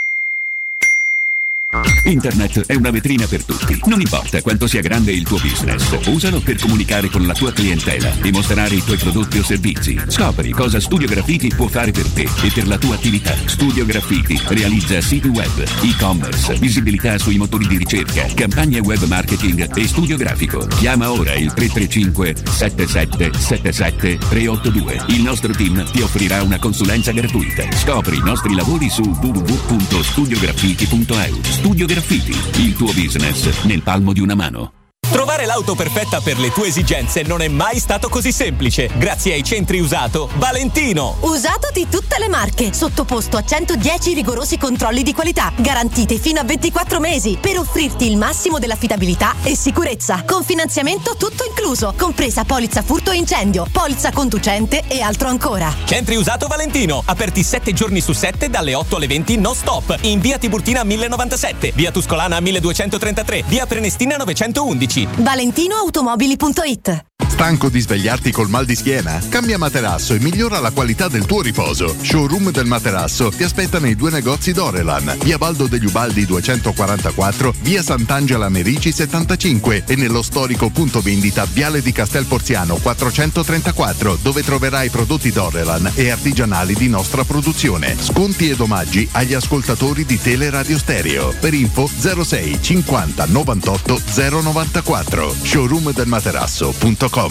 Internet è una vetrina per tutti. Non importa quanto sia grande il tuo business, usalo per comunicare con la tua clientela e mostrare i tuoi prodotti o servizi. Scopri cosa Studio Graffiti può fare per te e per la tua attività. Studio Graffiti realizza siti web, e-commerce, visibilità sui motori di ricerca, campagne web marketing e studio grafico. Chiama ora il tre tre cinque sette sette sette sette tre otto due. Il nostro team ti offrirà una consulenza gratuita. Scopri i nostri lavori su w w w punto studio graffiti punto e u. Studio Graffiti, il tuo business nel palmo di una mano. Trovare l'auto perfetta per le tue esigenze non è mai stato così semplice. Grazie ai centri usato Valentino. Usato di tutte le marche, sottoposto a centodieci rigorosi controlli di qualità, garantiti fino a ventiquattro mesi, per offrirti il massimo dell'affidabilità e sicurezza. Con finanziamento tutto incluso, compresa polizza furto e incendio, polizza conducente e altro ancora. Centri usato Valentino, aperti sette giorni su sette dalle otto alle venti non stop. In via Tiburtina mille novantasette, via Tuscolana milleduecentotrentatré, via Prenestina novecentoundici. valentino automobili punto it. Stanco di svegliarti col mal di schiena? Cambia materasso e migliora la qualità del tuo riposo. Showroom del materasso ti aspetta nei due negozi Dorelan, via Baldo degli Ubaldi duecentoquarantaquattro, via Sant'Angela Merici settantacinque e nello storico punto vendita Viale di Castel Porziano quattrocentotrentaquattro, dove troverai prodotti Dorelan e artigianali di nostra produzione. Sconti ed omaggi agli ascoltatori di Teleradio Stereo. Per info zero sei cinquanta novantotto zero novantaquattro. showroom del materasso punto com.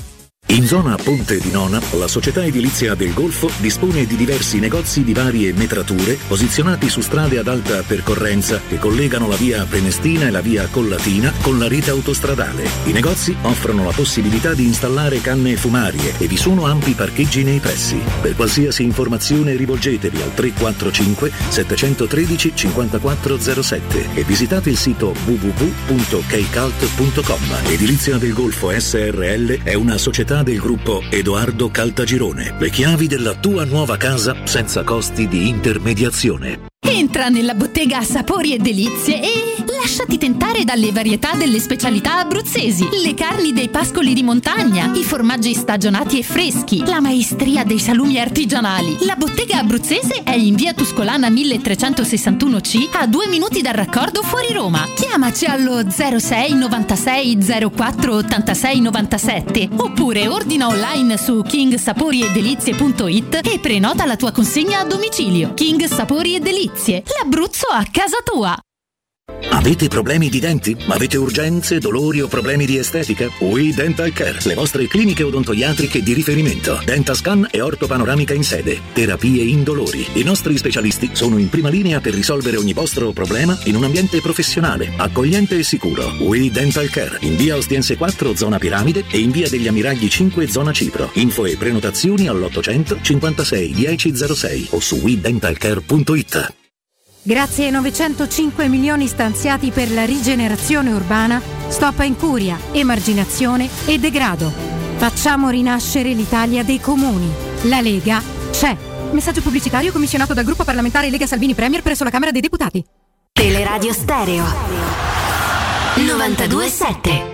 In zona Ponte di Nona, la società edilizia del Golfo dispone di diversi negozi di varie metrature posizionati su strade ad alta percorrenza che collegano la via Prenestina e la via Collatina con la rete autostradale. I negozi offrono la possibilità di installare canne fumarie e vi sono ampi parcheggi nei pressi. Per qualsiasi informazione rivolgetevi al tre quattro cinque sette uno tre cinque zero sette e visitate il sito w w w punto keicalt punto com. Edilizia del Golfo S R L è una società del gruppo Edoardo Caltagirone. Le chiavi della tua nuova casa senza costi di intermediazione. Entra nella bottega Sapori e Delizie e lasciati tentare dalle varietà delle specialità abruzzesi, le carni dei pascoli di montagna, i formaggi stagionati e freschi, la maestria dei salumi artigianali. La bottega abruzzese è in via Tuscolana milletrecentosessantuno C, a due minuti dal raccordo fuori Roma. Chiamaci allo zero sei novantasei zero quattro ottantasei novantasette oppure ordina online su king sapori e delizie punto it e prenota la tua consegna a domicilio. King Sapori e Delizie, l'Abruzzo a casa tua. Avete problemi di denti? Avete urgenze, dolori o problemi di estetica? We Dental Care, le vostre cliniche odontoiatriche di riferimento. Dentascan e ortopanoramica in sede. Terapie indolori. I nostri specialisti sono in prima linea per risolvere ogni vostro problema in un ambiente professionale, accogliente e sicuro. We Dental Care, in via Ostiense quattro, zona Piramide e in via degli Ammiragli cinque, zona Cipro. Info e prenotazioni all'ottocento cinquantasei dieci zero sei o su we dental care punto it. Grazie ai novecentocinque milioni stanziati per la rigenerazione urbana, stop a incuria, emarginazione e degrado. Facciamo rinascere l'Italia dei comuni. La Lega c'è. Messaggio pubblicitario commissionato dal gruppo parlamentare Lega Salvini Premier presso la Camera dei Deputati. Teleradio Stereo novantadue sette.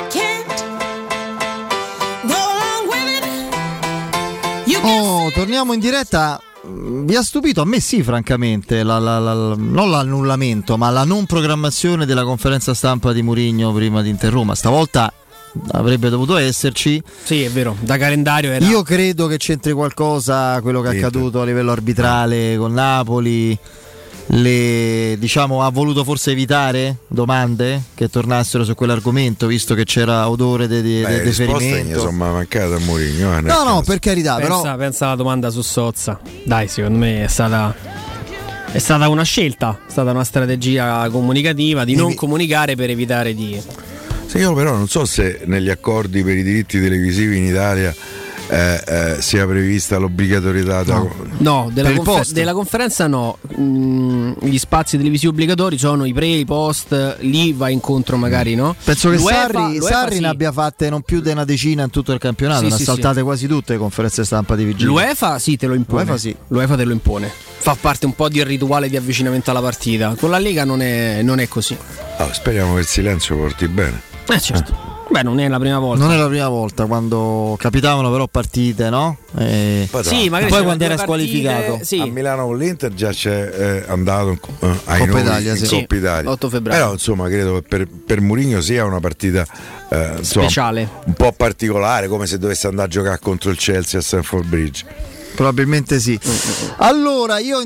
Oh, torniamo in diretta. Vi ha stupito? A me sì, francamente, la, la, la, non l'annullamento, ma la non programmazione della conferenza stampa di Mourinho prima di Inter-Roma. Stavolta avrebbe dovuto esserci. Sì, è vero, da calendario era... Io credo che c'entri qualcosa quello che è accaduto a livello arbitrale con Napoli. Le, diciamo, ha voluto forse evitare domande che tornassero su quell'argomento, visto che c'era odore di de, de, deferimento. Insomma, mancata a Mourinho. Eh, no, no, caso. Per carità, pensa, però pensa alla domanda su Sozza. Dai, secondo me è stata è stata una scelta, è stata una strategia comunicativa di non comunicare per evitare di... Sì, io però non so se negli accordi per i diritti televisivi in Italia eh, eh, sia prevista l'obbligatorietà da... no, no della, confer- della conferenza no. Mm, gli spazi televisivi obbligatori sono i pre, i post, lì va incontro magari, no? Penso che L'UEFA, Sarri, l'UEFA Sarri sì. ne abbia fatte non più di una decina in tutto il campionato, Sì, ne ha sì, saltate sì. quasi tutte le conferenze stampa di vigilia. L'UEFA sì te lo impone. L'UEFA sì. L'UEFA te lo impone. Fa parte un po' del rituale di avvicinamento alla partita. Con la Lega non è, non è così. Oh, speriamo che il silenzio porti bene. Eh certo. Eh. Beh, non è la prima volta. Non è la prima volta, quando capitavano però partite, no? E Poi, sì, magari poi quando era partite, squalificato. Sì. A Milano con l'Inter già c'è eh, andato eh, ai Coppa noi, Italia, in sì. Coppa Italia. otto febbraio. Però insomma credo che per, per Mourinho sia una partita eh, insomma, speciale, un po' particolare, come se dovesse andare a giocare contro il Chelsea a Stamford Bridge. Probabilmente sì. Allora io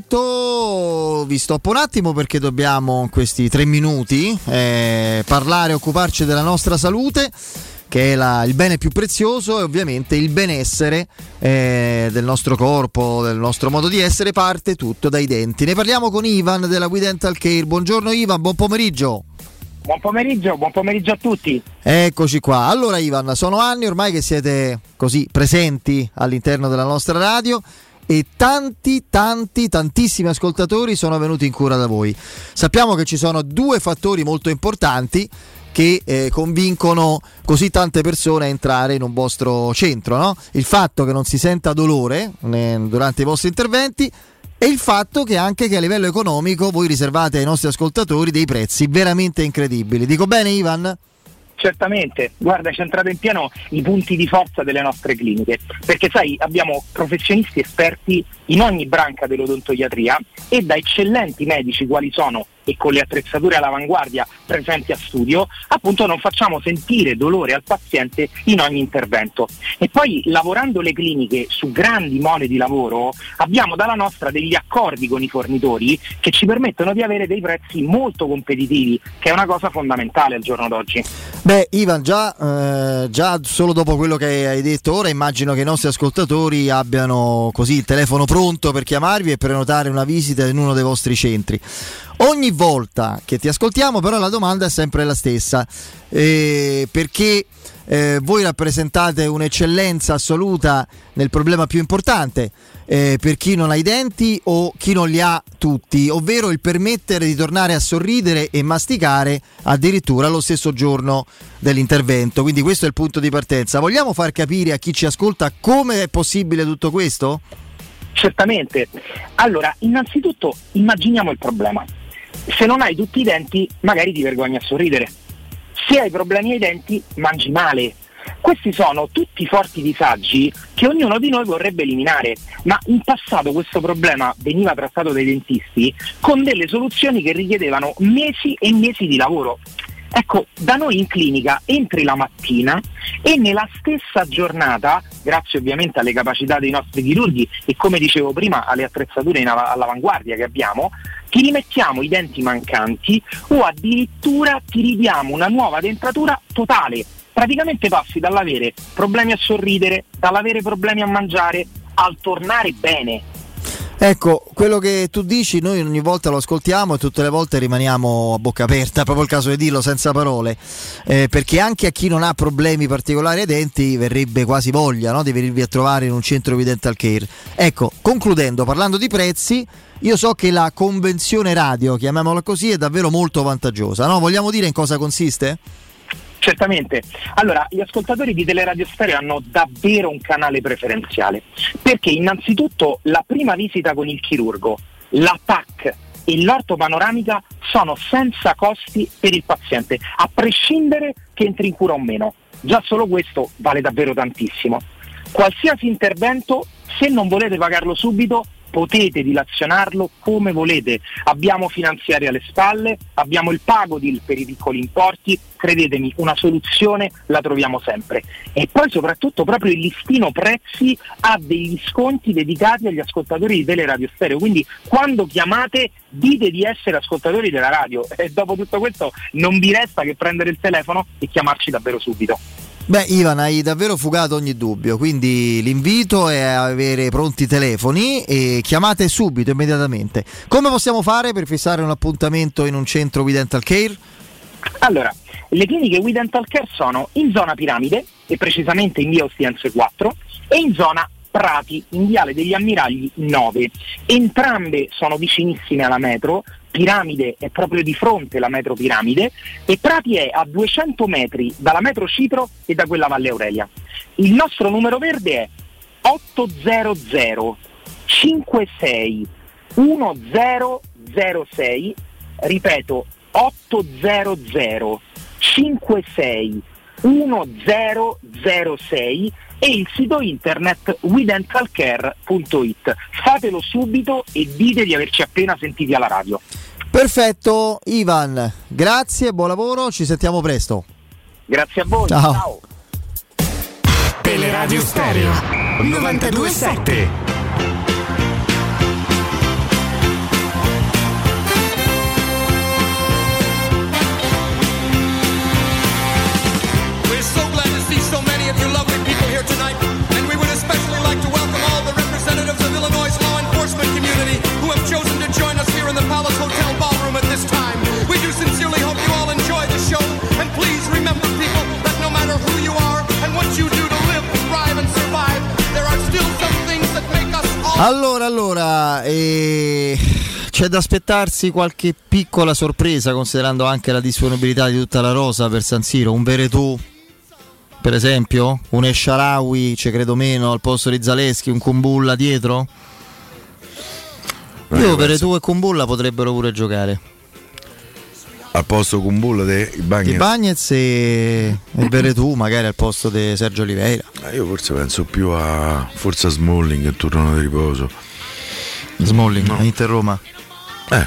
intanto vi stoppo un attimo perché dobbiamo in questi tre minuti eh, parlare, occuparci della nostra salute, che è la, il bene più prezioso, e ovviamente il benessere eh, del nostro corpo, del nostro modo di essere, parte tutto dai denti. Ne parliamo con Ivan della We Dental Care. Buongiorno Ivan, buon pomeriggio. Buon pomeriggio, buon pomeriggio a tutti. Eccoci qua. Allora Ivan, sono anni ormai che siete così presenti all'interno della nostra radio e tanti, tanti, tantissimi ascoltatori sono venuti in cura da voi. Sappiamo che ci sono due fattori molto importanti che eh, convincono così tante persone a entrare in un vostro centro, no? Il fatto che non si senta dolore né, durante i vostri interventi, e il fatto che anche che a livello economico voi riservate ai nostri ascoltatori dei prezzi veramente incredibili. Dico bene Ivan? Certamente, guarda, hai centrato in pieno i punti di forza delle nostre cliniche, perché sai, abbiamo professionisti esperti in ogni branca dell'odontoiatria e da eccellenti medici quali sono, e con le attrezzature all'avanguardia presenti a studio, appunto non facciamo sentire dolore al paziente in ogni intervento. E poi, lavorando le cliniche su grandi mole di lavoro, abbiamo dalla nostra degli accordi con i fornitori che ci permettono di avere dei prezzi molto competitivi, che è una cosa fondamentale al giorno d'oggi. Beh Ivan, già, eh, già solo dopo quello che hai detto ora immagino che i nostri ascoltatori abbiano così il telefono pronto per chiamarvi e prenotare una visita in uno dei vostri centri. Ogni volta che ti ascoltiamo però la domanda è sempre la stessa, eh, perché eh, voi rappresentate un'eccellenza assoluta nel problema più importante eh, per chi non ha i denti o chi non li ha tutti, ovvero il permettere di tornare a sorridere e masticare addirittura lo stesso giorno dell'intervento. Quindi questo è il punto di partenza. Vogliamo far capire a chi ci ascolta come è possibile tutto questo? Certamente. Allora, innanzitutto immaginiamo il problema. Se non hai tutti i denti, magari ti vergogni a sorridere. Se hai problemi ai denti, mangi male. Questi sono tutti forti disagi che ognuno di noi vorrebbe eliminare, ma in passato questo problema veniva trattato dai dentisti con delle soluzioni che richiedevano mesi e mesi di lavoro. Ecco, da noi in clinica entri la mattina e nella stessa giornata, grazie ovviamente alle capacità dei nostri chirurghi e, come dicevo prima, alle attrezzature in av- all'avanguardia che abbiamo, ti rimettiamo i denti mancanti o addirittura ti ridiamo una nuova dentatura totale. Praticamente passi dall'avere problemi a sorridere, dall'avere problemi a mangiare, al tornare bene. Ecco, quello che tu dici noi ogni volta lo ascoltiamo e tutte le volte rimaniamo a bocca aperta, proprio il caso di dirlo senza parole, eh, perché anche a chi non ha problemi particolari ai denti verrebbe quasi voglia, no, di venirvi a trovare in un centro di dental care. Ecco, concludendo, parlando di prezzi, io so che la convenzione radio, chiamiamola così, è davvero molto vantaggiosa, no? Vogliamo dire in cosa consiste? Certamente. Allora, gli ascoltatori di Teleradio Stereo hanno davvero un canale preferenziale, perché innanzitutto la prima visita con il chirurgo, la T A C e l'ortopanoramica sono senza costi per il paziente, a prescindere che entri in cura o meno. Già solo questo vale davvero tantissimo. Qualsiasi intervento, se non volete pagarlo subito, potete dilazionarlo come volete. Abbiamo finanziari alle spalle, abbiamo il pago deal per i piccoli importi, credetemi, una soluzione la troviamo sempre. E poi soprattutto proprio il listino prezzi ha degli sconti dedicati agli ascoltatori di Teleradio Stereo, quindi quando chiamate dite di essere ascoltatori della radio e dopo tutto questo non vi resta che prendere il telefono e chiamarci davvero subito. Beh Ivan, hai davvero fugato ogni dubbio, quindi l'invito è a avere pronti i telefoni e chiamate subito, immediatamente. Come possiamo fare per fissare un appuntamento in un centro We Dental Care? Allora, Le cliniche We Dental Care sono in zona Piramide, e precisamente in via Ostiense quattro, e in zona Prati, in viale degli Ammiragli nove. Entrambe sono vicinissime alla metro. Piramide è proprio di fronte alla metro Piramide e Prati è a duecento metri dalla metro Cipro e da quella Valle Aurelia. Il nostro numero verde è otto zero zero cinque sei uno zero zero sei, ripeto otto zero zero cinque sei uno zero zero sei, e il sito internet we dental care punto it. Fatelo subito e dite di averci appena sentiti alla radio. Perfetto, Ivan, grazie, buon lavoro, ci sentiamo presto. Grazie a voi. Ciao. Ciao. Teleradio Stereo novantadue sette. Allora, allora, eh, c'è da aspettarsi qualche piccola sorpresa, considerando anche la disponibilità di tutta la rosa per San Siro. Un Veretù, per esempio, un Esharawi, ci credo meno, al posto di Zaleschi, un Kumbulla dietro. Io Veretù e Kumbulla potrebbero pure giocare. Al posto Kumbulla dei Bagnez. Di Bagnez e, e Veretù magari al posto di Sergio Oliveira. Eh, io forse penso più a forse a Smalling in turno di riposo. Smalling, no. Inter Roma. Eh.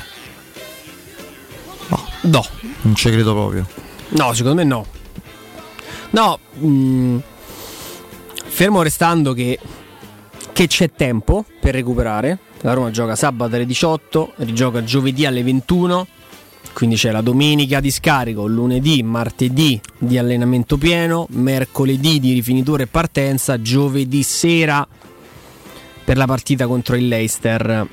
No. No. Non ci credo proprio. No, secondo me no. No, mh, fermo restando che, che c'è tempo per recuperare. La Roma gioca sabato alle diciotto, rigioca giovedì alle ventuno. Quindi c'è la domenica di scarico, lunedì, martedì di allenamento pieno, mercoledì di rifinitura e partenza, giovedì sera per la partita contro il Leicester.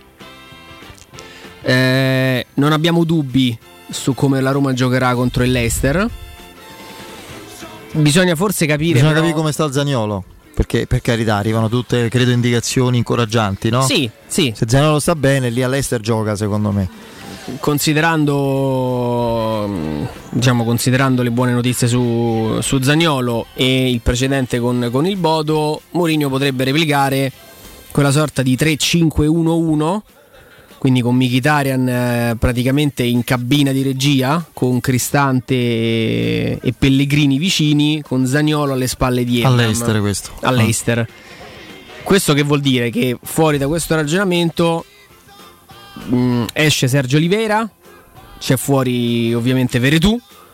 Eh, non abbiamo dubbi su come la Roma giocherà contro il Leicester. Bisogna forse capire. Bisogna però... capire come sta il Zaniolo. Perché per carità arrivano tutte, credo, indicazioni incoraggianti, no? Sì, sì. Se Zaniolo sta bene, lì a Leicester gioca, secondo me. Considerando, diciamo, considerando le buone notizie su, su Zaniolo e il precedente con, con il Bodo, Mourinho potrebbe replicare quella sorta di tre cinque uno uno, quindi con Mkhitaryan eh, praticamente in cabina di regia, con Cristante e, e Pellegrini vicini, con Zaniolo alle spalle di Ebram. All'Eister questo. All'Eister. Ah. Questo che vuol dire? Che fuori da questo ragionamento mh, esce Sergio Oliveira, c'è fuori ovviamente Veretù,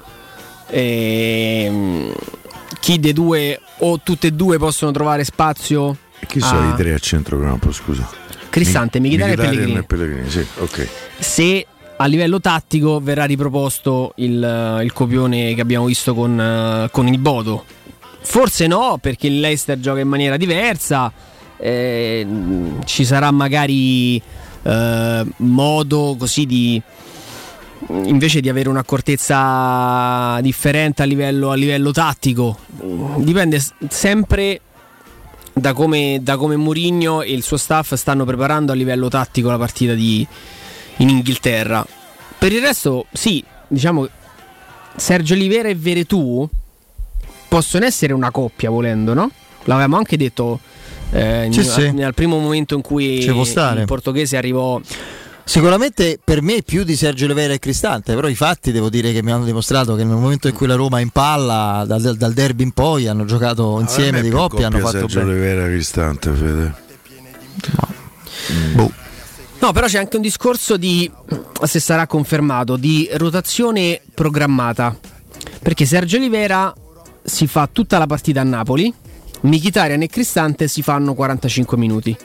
e, mh, chi dei due o tutte e due possono trovare spazio. Chi a... sono i tre a centrocampo, scusa? Cristante, Mkhitaryan e Pellegrini. e Pellegrini, sì, ok. Se a livello tattico verrà riproposto il, il copione che abbiamo visto con, con il Bodo, forse no, perché il Leicester gioca in maniera diversa, eh, ci sarà magari eh, modo così di, invece di avere un'accortezza differente a livello, a livello tattico. Dipende sempre da come, da come Mourinho e il suo staff stanno preparando a livello tattico la partita di, in Inghilterra. Per il resto sì, diciamo Sergio Oliveira e Veretù possono essere una coppia, volendo, no? L'avevamo anche detto eh, sì, nel, sì. nel primo momento in cui il portoghese arrivò. Sicuramente per me più di Sergio Oliveira e Cristante, però i fatti devo dire che mi hanno dimostrato che nel momento in cui la Roma è in palla, dal, dal derby in poi hanno giocato insieme di coppia, hanno fatto Sergio bene. Oliveira e Cristante, Fede. No. Mm. Boh. No, però c'è anche un discorso di, se sarà confermato, di rotazione programmata, perché Sergio Oliveira si fa tutta la partita a Napoli, Mkhitaryan e Cristante si fanno quarantacinque minuti.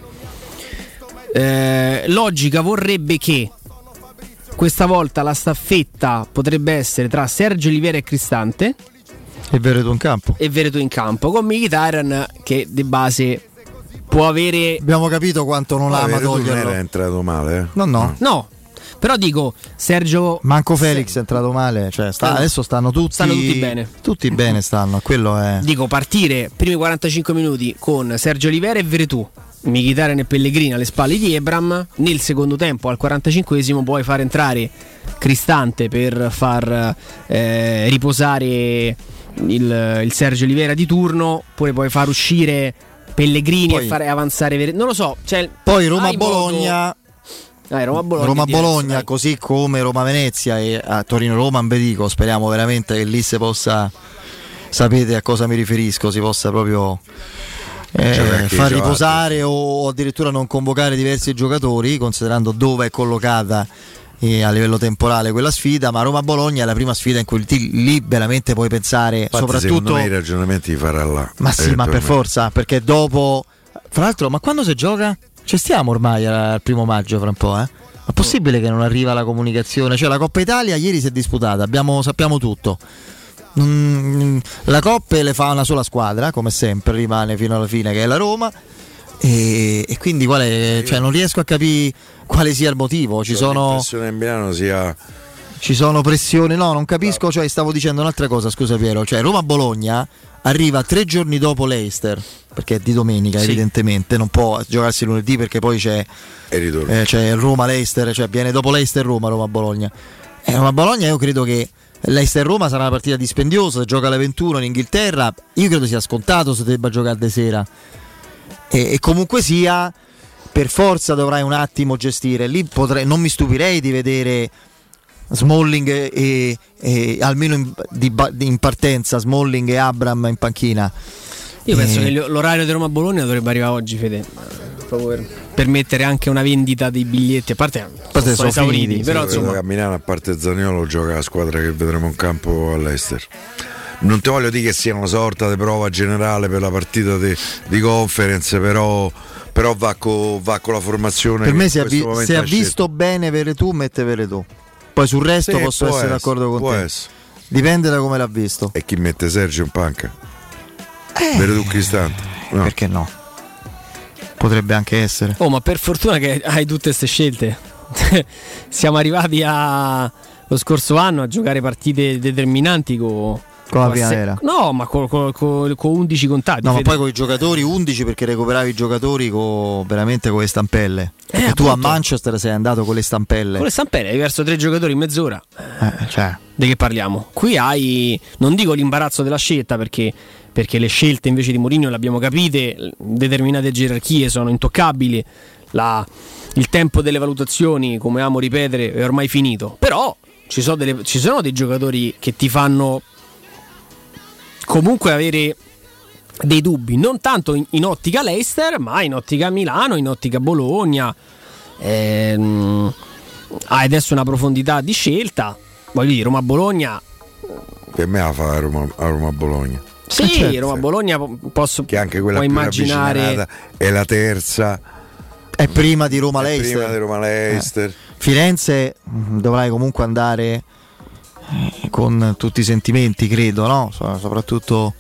Eh, logica vorrebbe che questa volta la staffetta potrebbe essere tra Sergio Oliveira e Cristante e Veretù in campo e Veretù in campo con Mkhitaryan che di base può avere. Abbiamo capito quanto non ama toglierlo. Non era entrato male, eh? No, no. No, Però dico, Sergio manco Felix è entrato male, cioè sta, adesso stanno tutti stanno tutti bene. Tutti bene stanno, quello è. Dico, partire primi quarantacinque minuti con Sergio Olivera e Veretù, Mkhitaryan e Pellegrini alle spalle di Ebram. Nel secondo tempo, al quarantacinquesimo, puoi far entrare Cristante per far eh, riposare il, il Sergio Olivera di turno, oppure puoi far uscire Pellegrini poi, e fare avanzare Veretù. Non lo so, cioè, poi Roma-Bologna. Ah, Roma-Bologna, Roma-Bologna così come Roma-Venezia e a Torino-Roma, non dico, speriamo veramente che lì si possa, sapete a cosa mi riferisco, si possa proprio eh, cioè, far riposare o addirittura non convocare diversi giocatori, considerando dove è collocata eh, a livello temporale quella sfida. Ma Roma-Bologna è la prima sfida in cui lì veramente puoi pensare. Infatti, soprattutto secondo me i ragionamenti li farà là, ma sì, ma per forza, perché dopo, fra l'altro, ma quando si gioca? Ci stiamo ormai al primo maggio, fra un po', eh? Ma possibile che non arriva la comunicazione? Cioè la Coppa Italia ieri si è disputata, abbiamo, sappiamo tutto. Mm, la Coppa le fa una sola squadra, come sempre, rimane fino alla fine, che è la Roma. E, e quindi qual è, cioè, non riesco a capire quale sia il motivo. Ci sono l'impressione in Milano sia ci sono pressioni, no, non capisco, cioè stavo dicendo un'altra cosa, scusa Piero, cioè Roma-Bologna arriva tre giorni dopo l'Eister, perché è di domenica, sì, evidentemente non può giocarsi lunedì perché poi c'è eh, c'è Roma-Leicester, cioè viene dopo l'Eister-Roma, Roma-Bologna. Eh, Roma-Bologna io credo che l'Eister-Roma sarà una partita dispendiosa, gioca alle ventuno in Inghilterra, io credo sia scontato se debba giocare di sera. E, e comunque sia, per forza dovrai un attimo gestire, lì potrei, non mi stupirei di vedere Smalling e, e, e almeno in, di, in partenza Smalling e Abram in panchina. Io penso e... che l'orario di Roma-Bologna dovrebbe arrivare oggi, Fede, per permettere anche una vendita dei biglietti, a parte, a parte sono, sono esauriti, finiti, però insomma... a Milano, a parte Zaniolo, gioca la squadra che vedremo in campo all'Ester. Non ti voglio dire che sia una sorta di prova generale per la partita di, di conference, però, però va con va co la formazione. Per me se ha vi, visto bene Veretù, mette Veretù. Poi sul resto sì, posso essere, essere d'accordo con te. Essere. Dipende da come l'ha visto. E chi mette Sergio in panca? Eh, Veretù Cristante. No. Perché no? Potrebbe anche essere. Oh, ma per fortuna che hai tutte queste scelte. Siamo arrivati a, lo scorso anno a giocare partite determinanti con con la primavera. Se... No, ma con, con, con, con undici contati. No, Fede. Ma poi con i giocatori undici, perché recuperavi i giocatori con, veramente con le stampelle. Perché eh, tu a Manchester sei andato con le stampelle. Con le stampelle hai perso tre giocatori in mezz'ora. Eh, cioè. Di che parliamo? Qui hai, non dico l'imbarazzo della scelta, perché, perché le scelte invece di Mourinho le abbiamo capite, determinate gerarchie sono intoccabili, la, il tempo delle valutazioni, come amo ripetere, è ormai finito. Però ci sono, delle, ci sono dei giocatori che ti fanno comunque avere dei dubbi, non tanto in, in ottica Leicester, ma in ottica Milano, in ottica Bologna. Ehm, hai adesso una profondità di scelta. Voglio dire, Roma-Bologna per me la fa a Roma, a Roma-Bologna. Sì, certo. Roma-Bologna posso che anche quella più immaginare è la terza, è prima di Roma-Leicester. Prima di Roma-Leicester. Eh. Firenze dovrai comunque andare con tutti i sentimenti, credo, no? Soprattutto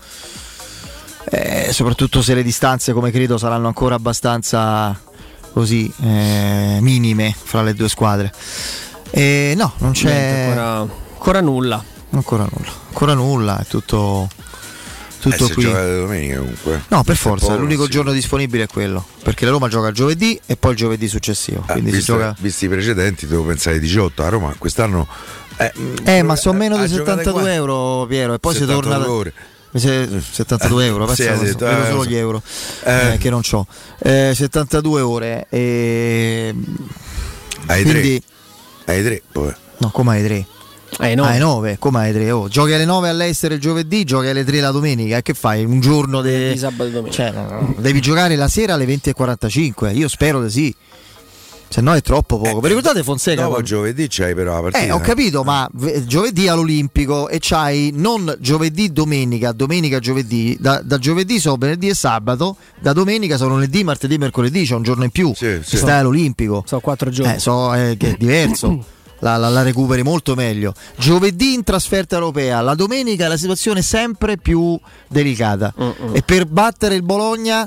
eh, soprattutto se le distanze, come credo, saranno ancora abbastanza così eh, minime fra le due squadre. E no, non c'è Niente, ancora, ancora nulla. Ancora nulla. Ancora nulla, è tutto tutto eh, qui. Se gioca le domenica comunque. No, per forza, l'unico sì. giorno disponibile è quello, perché la Roma gioca il giovedì e poi il giovedì successivo. Ah, quindi visto, si gioca... visti i precedenti, devo pensare dicotto. A Roma quest'anno Eh, eh ma sono meno di settantadue euro, Piero, e poi si torna ore. Se, settantadue euro, sì, vedo sì, eh, solo gli euro eh. Eh, che non c'ho. Eh, settantadue ore e hai quindi... tre. Hai tre poi. No, come hai tre? Hai nove. Hai nove, come hai tre? Oh, giochi alle nove all'Ester il giovedì, giochi alle tre la domenica, e che fai? Un giorno de... di sabato e domenica. Cioè, no, no. Devi giocare la sera alle venti e quarantacinque. Io spero di sì. Se no è troppo poco. Eh, Vi ricordate Fonseca? No, giovedì c'hai però la partita. Eh, ho capito, ma giovedì all'Olimpico e c'hai non giovedì domenica, domenica giovedì, da, da giovedì sono venerdì e sabato, da domenica sono lunedì, martedì, mercoledì, c'è un giorno in più. Sì, sì. Stai all'Olimpico. Sono quattro giorni. Eh, so, eh, che è diverso. La, la, la recuperi molto meglio. Giovedì in trasferta europea, la domenica è la situazione sempre più delicata. Uh-uh. E per battere il Bologna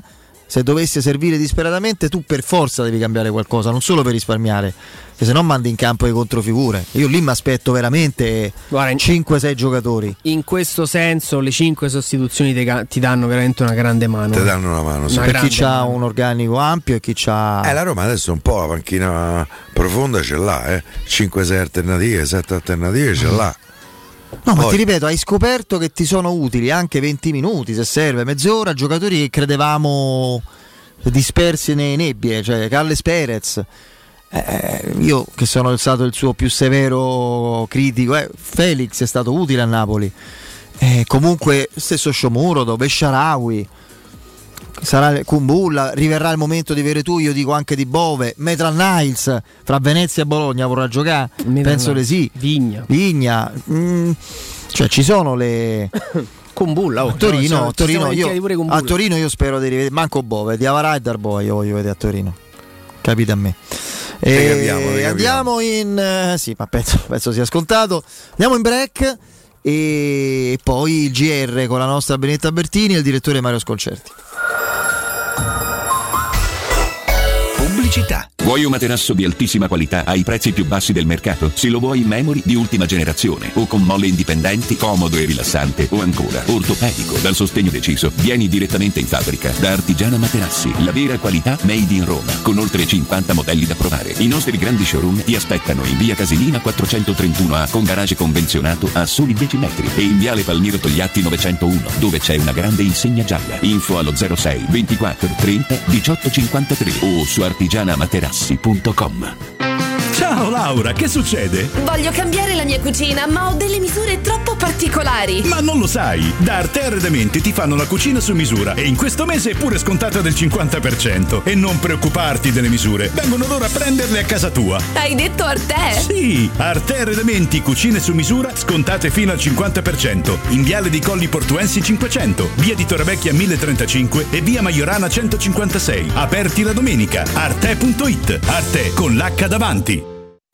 se dovesse servire disperatamente, tu per forza devi cambiare qualcosa, non solo per risparmiare, che se no mandi in campo le controfigure. Io lì mi aspetto veramente cinque sei giocatori. In questo senso le cinque sostituzioni te, ti danno veramente una grande mano. Ti danno una mano, sì. Una per chi ha un organico ampio e chi c'ha... Eh, la Roma adesso un po' la panchina profonda ce l'ha, eh. cinque sei alternative, sette alternative ce l'ha. No, Poi... ma ti ripeto, hai scoperto che ti sono utili anche venti minuti, se serve, mezz'ora, giocatori che credevamo dispersi nei nebbie, cioè Carles Perez. Eh, io che sono stato il suo più severo critico, eh, Felix è stato utile a Napoli. Eh, comunque, stesso Shomurodov, Besharawi, sarà Kumbulla, riverrà il momento di Veretù, io dico anche di Bove, Maitland Niles fra Venezia e Bologna vorrà giocare, penso di sì. Vigna, Vigna. Mm, cioè ci sono le Kumbulla, oh, a Torino, no, a, Torino io, a Torino io spero di rivedere manco Bove, di Avarà e Darboy io voglio vedere a Torino, capite a me. E capiamo, andiamo in uh, sì, ma penso, penso sia scontato. Andiamo in break e poi il G R con la nostra Benetta Bertini e il direttore Mario Sconcerti. Pubblicità. Vuoi un materasso di altissima qualità ai prezzi più bassi del mercato? Se lo vuoi in memory di ultima generazione o con molle indipendenti, comodo e rilassante, o ancora ortopedico dal sostegno deciso, vieni direttamente in fabbrica da Artigiana Materassi, la vera qualità made in Roma, con oltre cinquanta modelli da provare. I nostri grandi showroom ti aspettano in via Casilina quattrocentotrentuno A con garage convenzionato a soli dieci metri e in viale Palmiro Togliatti novecentouno dove c'è una grande insegna gialla. Info allo zero sei ventiquattro trenta diciotto cinquantatré o su artigiana materassi punto com. Ciao Laura, che succede? Voglio cambiare la mia cucina, ma ho delle misure troppo particolari. Ma non lo sai, da Arte Arredamenti ti fanno la cucina su misura e in questo mese è pure scontata del cinquanta per cento. E non preoccuparti delle misure, vengono loro a prenderle a casa tua. Hai detto Arte? Sì, Arte Arredamenti, cucine su misura, scontate fino al cinquanta per cento. In viale di Colli Portuensi cinquecento, via di Torrevecchia mille trentacinque e via Maiorana centocinquantasei. Aperti la domenica. arte punto it. Arte con l'H davanti.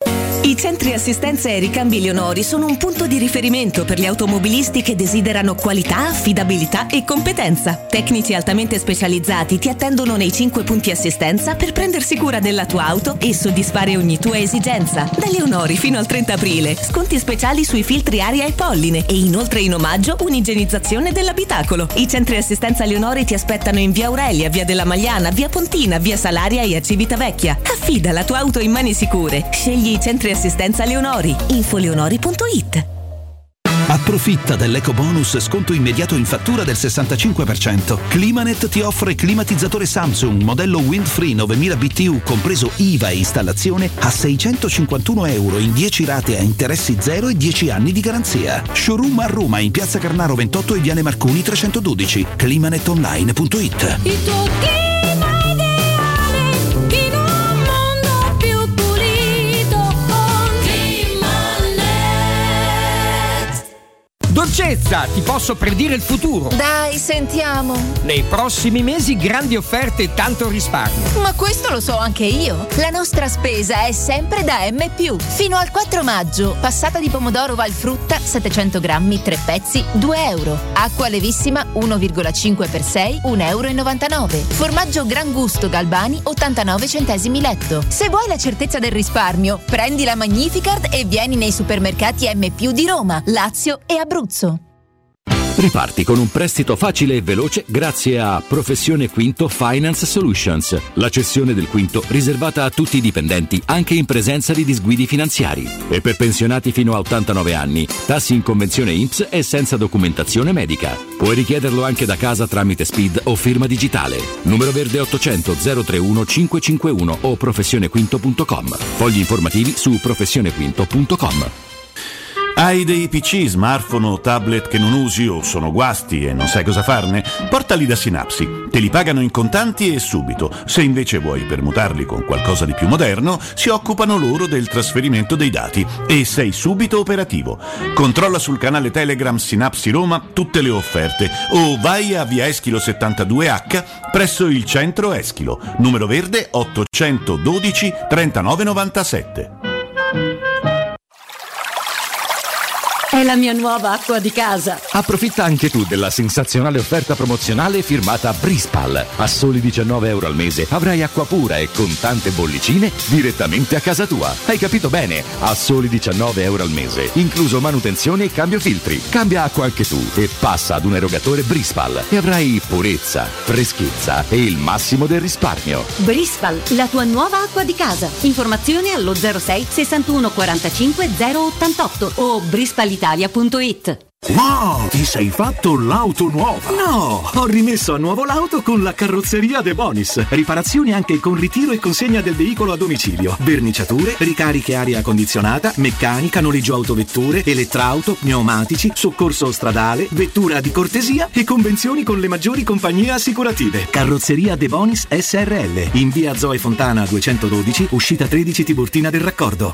I centri assistenza e ricambi Leonori sono un punto di riferimento per gli automobilisti che desiderano qualità, affidabilità e competenza. Tecnici altamente specializzati ti attendono nei cinque punti assistenza per prendersi cura della tua auto e soddisfare ogni tua esigenza. Da Leonori fino al trenta aprile, sconti speciali sui filtri aria e polline e inoltre in omaggio un'igienizzazione dell'abitacolo. I centri assistenza Leonori ti aspettano in via Aurelia, via della Magliana, via Pontina, via Salaria e a Civitavecchia. Affida la tua auto in mani sicure. Scegli i centri assistenza Leonori. info leonori punto it. Approfitta dell'eco bonus sconto immediato in fattura del sessantacinque per cento. Climanet ti offre climatizzatore Samsung modello Windfree novemila B T U compreso I V A e installazione a seicentocinquantuno euro in dieci rate a interessi zero e dieci anni di garanzia. Showroom a Roma in Piazza Carnaro ventotto e Viale Marconi trecentododici. climanet online punto it. Il tuo clima ideale in un mondo più pulito con Climanet. Dolcezza, ti posso predire il futuro. Dai, sentiamo. Nei prossimi mesi grandi offerte e tanto risparmio. Ma questo lo so anche io. La nostra spesa è sempre da M più. Fino al quattro maggio, passata di pomodoro Valfrutta settecento grammi, tre pezzi, due euro. Acqua levissima uno virgola cinque per sei, un euro e novantanove. Formaggio Gran Gusto Galbani ottantanove centesimi letto. Se vuoi la certezza del risparmio, prendi la Magnificard e vieni nei supermercati M più di Roma, Lazio e Abruzzo. Riparti con un prestito facile e veloce grazie a Professione Quinto Finance Solutions, la cessione del quinto riservata a tutti i dipendenti anche in presenza di disguidi finanziari e per pensionati fino a ottantanove anni, tassi in convenzione I N P S e senza documentazione medica. Puoi richiederlo anche da casa tramite S P I D o firma digitale. Numero verde ottocento zero trentuno cinquecentocinquantuno o professionequinto punto com. Fogli informativi su professionequinto punto com. Hai dei P C, smartphone o tablet che non usi o sono guasti e non sai cosa farne? Portali da Synapsi, te li pagano in contanti e subito. Se invece vuoi permutarli con qualcosa di più moderno, si occupano loro del trasferimento dei dati e sei subito operativo. Controlla sul canale Telegram Synapsi Roma tutte le offerte o vai a via Eschilo settantadue H presso il centro Eschilo, numero verde ottocentododici trentanove novantasette. È la mia nuova acqua di casa. Approfitta anche tu della sensazionale offerta promozionale firmata Brispal. A soli diciannove euro al mese avrai acqua pura e con tante bollicine direttamente a casa tua. Hai capito bene? A soli diciannove euro al mese, incluso manutenzione e cambio filtri. Cambia acqua anche tu e passa ad un erogatore Brispal e avrai purezza, freschezza e il massimo del risparmio. Brispal, la tua nuova acqua di casa. Informazioni allo zero sei sessantuno quarantacinque zero ottantotto o brispal italia punto it. Wow, ti sei fatto l'auto nuova? No, ho rimesso a nuovo l'auto con la carrozzeria De Bonis. Riparazioni anche con ritiro e consegna del veicolo a domicilio, verniciature, ricariche aria condizionata, meccanica, noleggio autovetture, elettrauto, pneumatici, soccorso stradale, vettura di cortesia e convenzioni con le maggiori compagnie assicurative. Carrozzeria De Bonis S R L in via Zoe Fontana duecentododici, uscita tredici Tiburtina del Raccordo.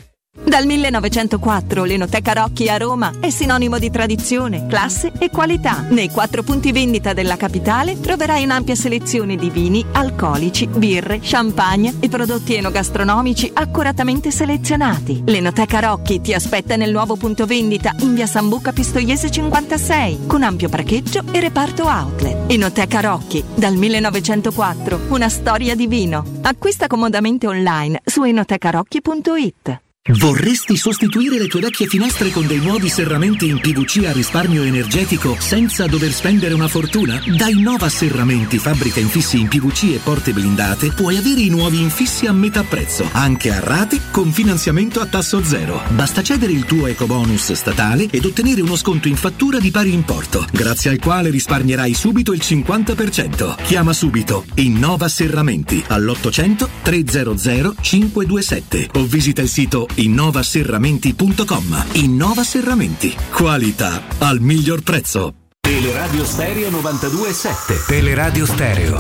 Dal millenovecentoquattro l'Enoteca Rocchi a Roma è sinonimo di tradizione, classe e qualità. Nei quattro punti vendita della capitale troverai un'ampia selezione di vini, alcolici, birre, champagne e prodotti enogastronomici accuratamente selezionati. L'Enoteca Rocchi ti aspetta nel nuovo punto vendita in via Sambuca Pistoiese cinquantasei con ampio parcheggio e reparto outlet. Enoteca Rocchi, dal millenovecentoquattro, una storia di vino. Acquista comodamente online su enotecarocchi punto it. Vorresti sostituire le tue vecchie finestre con dei nuovi serramenti in P V C a risparmio energetico senza dover spendere una fortuna? Da Innova Serramenti, fabbrica infissi in P V C e porte blindate, puoi avere i nuovi infissi a metà prezzo, anche a rate con finanziamento a tasso zero. Basta cedere il tuo ecobonus statale ed ottenere uno sconto in fattura di pari importo, grazie al quale risparmierai subito il cinquanta per cento. Chiama subito Innova Serramenti all'ottocento trecento cinquecentoventisette o visita il sito innova serramenti punto com. Innova Serramenti, qualità al miglior prezzo. Teleradio Stereo novantadue sette. Teleradio Stereo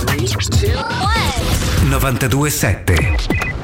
novantadue sette.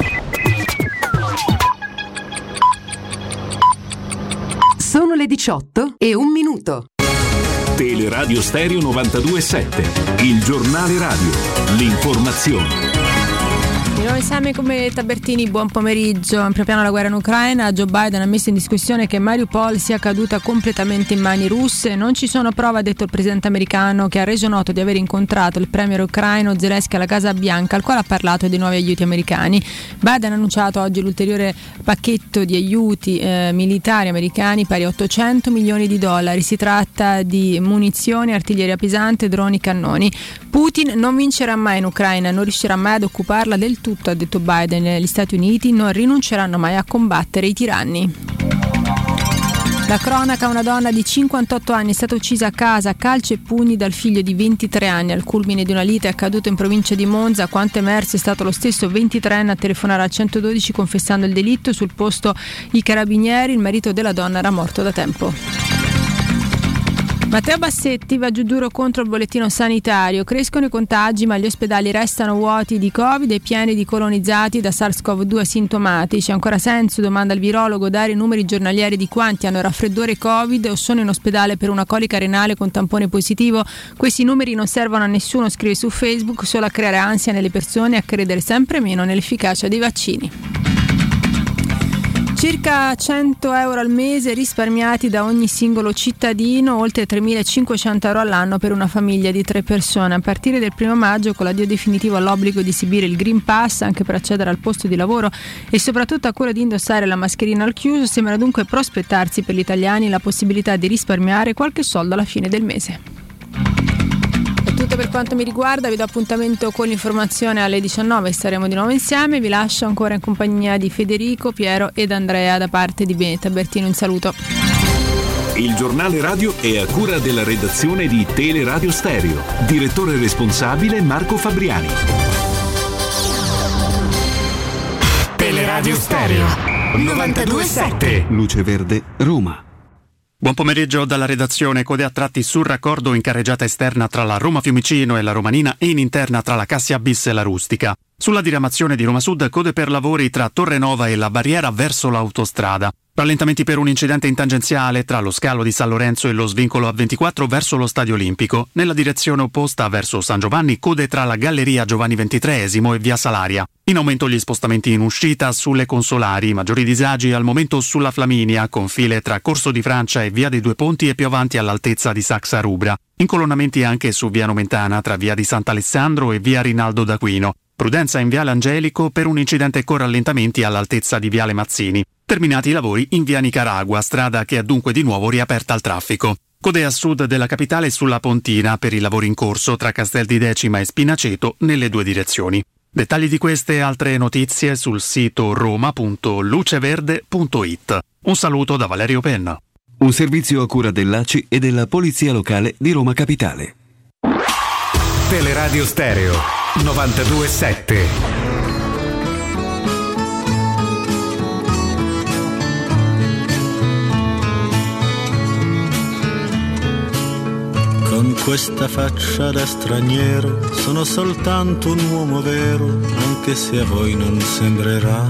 Sono le diciotto e un minuto. Teleradio Stereo novantadue sette, il giornale radio, l'informazione. Di nuovo insieme come Tabertini, buon pomeriggio. In primo piano la guerra in Ucraina, Joe Biden ha messo in discussione che Mariupol sia caduta completamente in mani russe. Non ci sono prove, ha detto il presidente americano, che ha reso noto di aver incontrato il premier ucraino Zelensky alla Casa Bianca, al quale ha parlato dei nuovi aiuti americani. Biden ha annunciato oggi l'ulteriore pacchetto di aiuti eh, militari americani pari a ottocento milioni di dollari. Si tratta di munizioni, artiglieria pesante, droni, cannoni. Putin non vincerà mai in Ucraina, non riuscirà mai ad occuparla del tutto, ha detto Biden. Gli Stati Uniti non rinunceranno mai a combattere i tiranni. La cronaca: una donna di cinquantotto anni è stata uccisa a casa a calci e pugni dal figlio di ventitré anni al culmine di una lite accaduta in provincia di Monza. Quanto emerso, è stato lo stesso ventitreenne a telefonare al centododici confessando il delitto. Sul posto i carabinieri, il marito della donna era morto da tempo. Matteo Bassetti va giù duro contro il bollettino sanitario. Crescono i contagi, ma gli ospedali restano vuoti di Covid e pieni di colonizzati da SARS-CoV due asintomatici. Ancora senso, domanda il virologo, dare i numeri giornalieri di quanti hanno raffreddore Covid o sono in ospedale per una colica renale con tampone positivo? Questi numeri non servono a nessuno, scrive su Facebook, solo a creare ansia nelle persone e a credere sempre meno nell'efficacia dei vaccini. Circa cento euro al mese risparmiati da ogni singolo cittadino, oltre tremilacinquecento euro all'anno per una famiglia di tre persone. A partire del primo maggio, con l'addio definitivo all'obbligo di esibire il Green Pass anche per accedere al posto di lavoro e soprattutto a quello di indossare la mascherina al chiuso, sembra dunque prospettarsi per gli italiani la possibilità di risparmiare qualche soldo alla fine del mese. Tutto per quanto mi riguarda, vi do appuntamento con l'informazione alle diciannove, staremo di nuovo insieme. Vi lascio ancora in compagnia di Federico, Piero ed Andrea da parte di Benetta Bertino. Un saluto. Il giornale radio è a cura della redazione di Teleradio Stereo. Direttore responsabile Marco Fabriani. Teleradio Stereo novantadue sette. Luce Verde, Roma. Buon pomeriggio dalla redazione. Code a tratti sul raccordo in carreggiata esterna tra la Roma Fiumicino e la Romanina e in interna tra la Cassia Bis e la Rustica. Sulla diramazione di Roma Sud, code per lavori tra Torrenova e la barriera verso l'autostrada. Rallentamenti per un incidente in tangenziale tra lo scalo di San Lorenzo e lo svincolo A ventiquattro verso lo Stadio Olimpico. Nella direzione opposta verso San Giovanni, code tra la Galleria Giovanni ventitreesimo e via Salaria. In aumento gli spostamenti in uscita sulle Consolari, maggiori disagi al momento sulla Flaminia, con file tra Corso di Francia e via dei Due Ponti e più avanti all'altezza di Saxa Rubra. Incolonnamenti anche su via Nomentana tra via di Sant'Alessandro e via Rinaldo d'Aquino. Prudenza in viale Angelico per un incidente con rallentamenti all'altezza di viale Mazzini. Terminati i lavori in via Nicaragua, strada che è dunque di nuovo riaperta al traffico. Code a sud della capitale sulla Pontina per i lavori in corso tra Castel di Decima e Spinaceto nelle due direzioni. Dettagli di queste e altre notizie sul sito roma punto luceverde punto it. Un saluto da Valerio Penna. Un servizio a cura dell'A C I e della Polizia Locale di Roma Capitale. Teleradio Stereo novantadue sette. Con questa faccia da straniero sono soltanto un uomo vero, anche se a voi non sembrerà.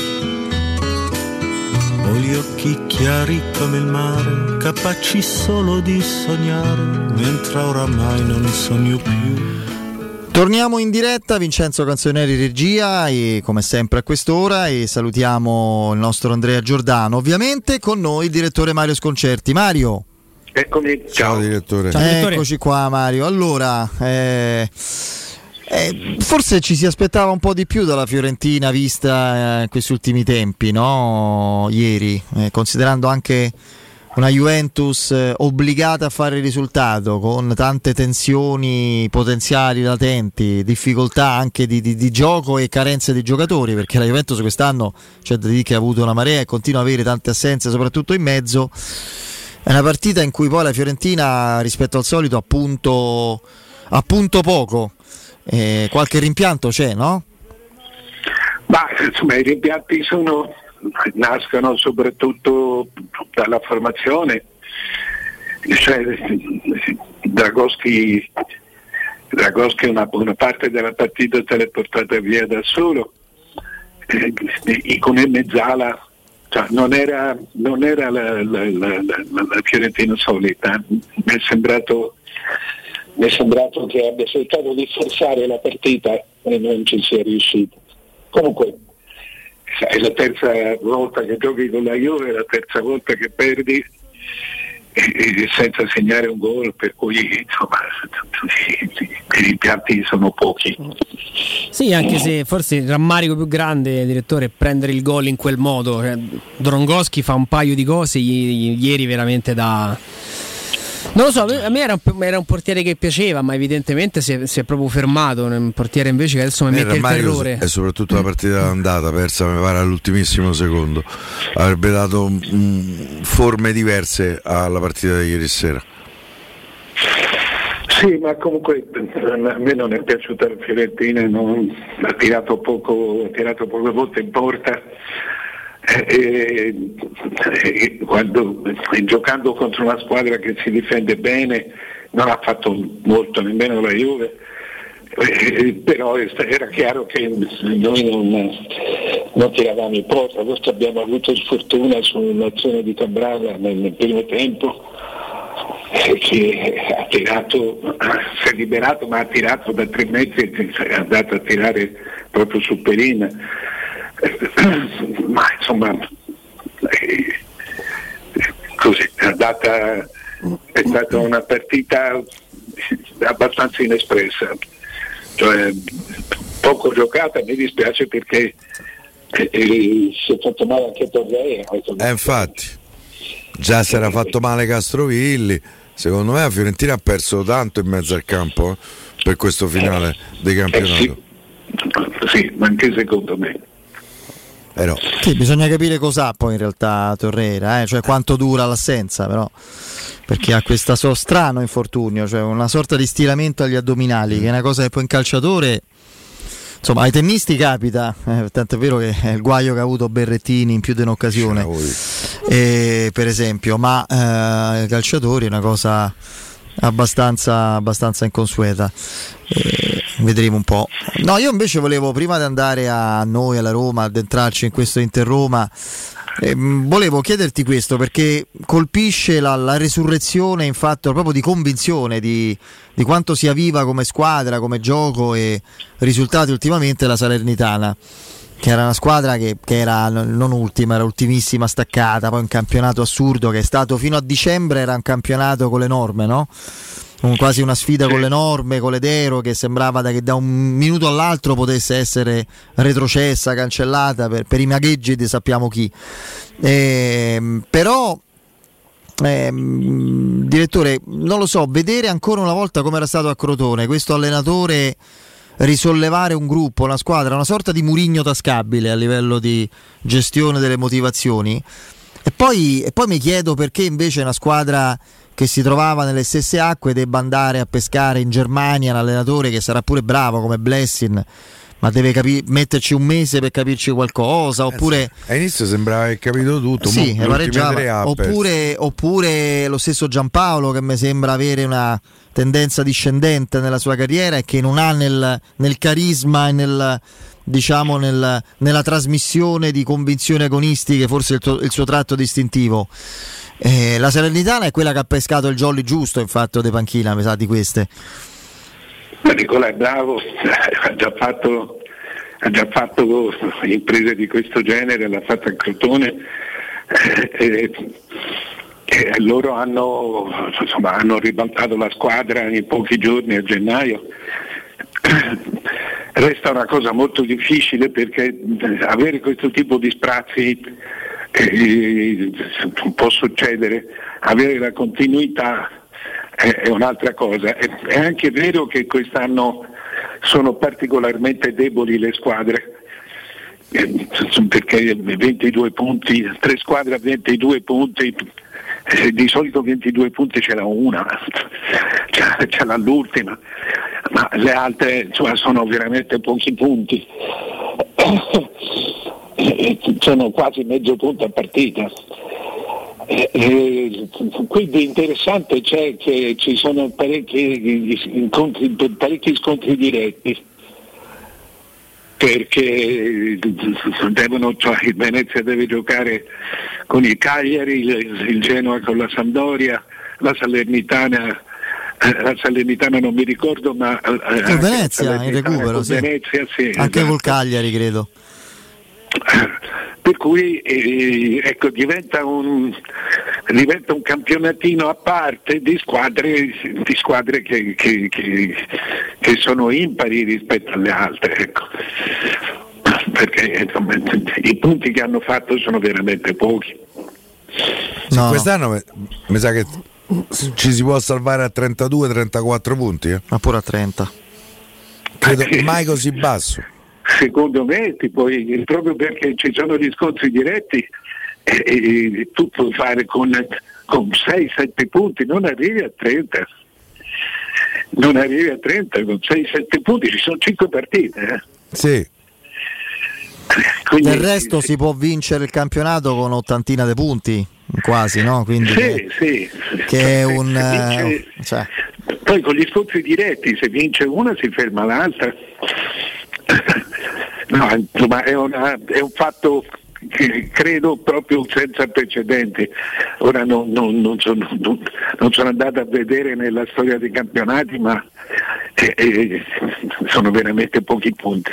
Ho gli occhi chiari come il mare, capaci solo di sognare, mentre oramai non sogno più. Torniamo in diretta, Vincenzo Canzoneri regia e come sempre a quest'ora, e salutiamo il nostro Andrea Giordano, ovviamente con noi il direttore Mario Sconcerti. Mario. Eccomi, ciao, ciao direttore. Ciao, direttore. Eccoci qua Mario. Allora, eh, eh, forse ci si aspettava un po' di più dalla Fiorentina vista in eh, questi ultimi tempi, no? Ieri, eh, considerando anche una Juventus eh, obbligata a fare il risultato, con tante tensioni potenziali latenti, difficoltà anche di, di, di gioco e carenze di giocatori, perché la Juventus quest'anno c'è da dire che ha avuto una marea e continua a avere tante assenze, soprattutto in mezzo. È una partita in cui poi la Fiorentina rispetto al solito ha punto, ha punto poco, eh, qualche rimpianto c'è, no? Ma insomma i rimpianti sono, nascono soprattutto dalla formazione, cioè Dragoschi, Dragoschi una, una parte della partita se l'è portata via da solo, eh, Icone e Mezzala. Cioè, non era, non era la, la, la, la, la Fiorentina solita, mi è sembrato mi è sembrato che abbia cercato di forzare la partita e non ci sia riuscito. Comunque è la terza volta che giochi con la Juve, è la terza volta che perdi e, e senza segnare un gol, per cui insomma i rimpianti sono pochi. Sì, anche se forse il rammarico più grande, direttore, è prendere il gol in quel modo. Cioè, Drongoschi fa un paio di cose i- ieri veramente da... Non lo so, a me era un, era un portiere che piaceva, ma evidentemente si è, si è proprio fermato. Un portiere invece che adesso mi mette il terrore. E soprattutto la partita andata persa, mi pare, all'ultimissimo secondo. Avrebbe dato mm, forme diverse alla partita di ieri sera. Sì, ma comunque a me non è piaciuta la Fiorentina, non, ha tirato poco, ha tirato poche volte in porta. E, e, quando, e giocando contro una squadra che si difende bene non ha fatto molto nemmeno la Juve, e, però era chiaro che noi non, non tiravamo in porta. Forse abbiamo avuto sfortuna sull'azione di Cambrava nel, nel primo tempo, che ha tirato, si è liberato, ma ha tirato da tre metri, è andato a tirare proprio su Perin. Ma insomma eh, così è andata, è stata una partita abbastanza inespressa, cioè poco giocata. Mi dispiace perché eh, eh, si è fatto male anche Torreira. Eh, infatti già si era fatto male Castrovilli. Secondo me la Fiorentina ha perso tanto in mezzo al campo, eh, per questo finale di campionato. Eh, sì, sì, ma anche secondo me. Però. Sì, bisogna capire cos'ha poi in realtà Torreira, eh? Cioè quanto dura l'assenza, però, perché ha questo so strano infortunio, cioè una sorta di stiramento agli addominali, che è una cosa che poi in calciatore, insomma, ai tennisti capita, eh, tanto è vero che è il guaio che ha avuto Berrettini in più di un'occasione, eh, per esempio, ma eh, ai calciatori è una cosa abbastanza, abbastanza inconsueta. Eh, vedremo un po'. No, io invece volevo, prima di andare a noi alla Roma, addentrarci in questo Inter Roma, Eh, volevo chiederti questo perché colpisce la, la resurrezione in fatto proprio di convinzione di, di quanto sia viva come squadra, come gioco e risultati ultimamente la Salernitana, che era una squadra che, che era non ultima, era ultimissima, staccata, poi un campionato assurdo che è stato fino a dicembre, era un campionato con le norme, no? Un, quasi una sfida con le norme, con le deroghe, sembrava da, che da un minuto all'altro potesse essere retrocessa, cancellata per, per i magheggi di sappiamo chi. Eh, però eh, direttore, non lo so, vedere ancora una volta come era stato a Crotone questo allenatore risollevare un gruppo, una squadra, una sorta di Mourinho tascabile a livello di gestione delle motivazioni, e poi, e poi mi chiedo perché invece una squadra che si trovava nelle stesse acque debba andare a pescare in Germania un allenatore che sarà pure bravo come Blessing, ma deve capi- metterci un mese per capirci qualcosa, oppure eh sì. All'inizio sembrava aver capito tutto, sì, mo, pareggiava, oppure, oppure lo stesso Giampaolo che mi sembra avere una tendenza discendente nella sua carriera e che non ha nel, nel carisma e nel, diciamo nel, nella trasmissione di convinzioni agonistiche forse il, to- il suo tratto distintivo. Eh, la Salernitana è quella che ha pescato il jolly giusto in fatto di panchina, mi sa, di queste. Nicola è bravo, ha già fatto ha già fatto imprese di questo genere, l'ha fatta a Crotone e, e loro hanno, insomma, hanno ribaltato la squadra in pochi giorni a gennaio. Resta una cosa molto difficile perché avere questo tipo di sprazzi eh, può succedere, avere la continuità è un'altra cosa. È anche vero che quest'anno sono particolarmente deboli le squadre, perché ventidue punti, tre squadre a ventidue punti, di solito ventidue punti ce l'ha una, ce l'ha l'ultima, ma le altre, insomma, sono veramente pochi punti, sono quasi mezzo punto a partita. Eh, quindi interessante c'è che ci sono parecchi incontri, parecchi scontri diretti, perché devono, cioè il Venezia deve giocare con il Cagliari, il, il Genoa con la Sampdoria, la Salernitana eh, la Salernitana non mi ricordo, ma il Venezia in recupero, sì. Venezia, sì, anche esatto. Col Cagliari credo. Per cui eh, ecco, diventa un diventa un campionatino a parte di squadre di squadre che, che, che, che sono impari rispetto alle altre, ecco. Perché insomma, i punti che hanno fatto sono veramente pochi. No. Quest'anno mi sa che ci si può salvare a trentadue trentaquattro punti, eh? Ma pure a trenta. Credo mai così basso. Secondo me ti puoi, proprio perché ci sono gli scontri diretti, e, e, tu puoi fare con, con sei sette punti, non arrivi a trenta, non arrivi a trenta con sei sette punti, ci sono cinque partite. Eh? Sì. Quindi, del resto sì, si può vincere il campionato con ottantina di punti, quasi, no? Quindi sì, che, sì, che è un vince, uh, cioè. Poi con gli scontri diretti, se vince una si ferma l'altra. No, insomma è, una, è un fatto che credo proprio senza precedenti. Ora non, non, non, sono, non, non sono andato a vedere nella storia dei campionati, ma eh, eh, sono veramente pochi punti.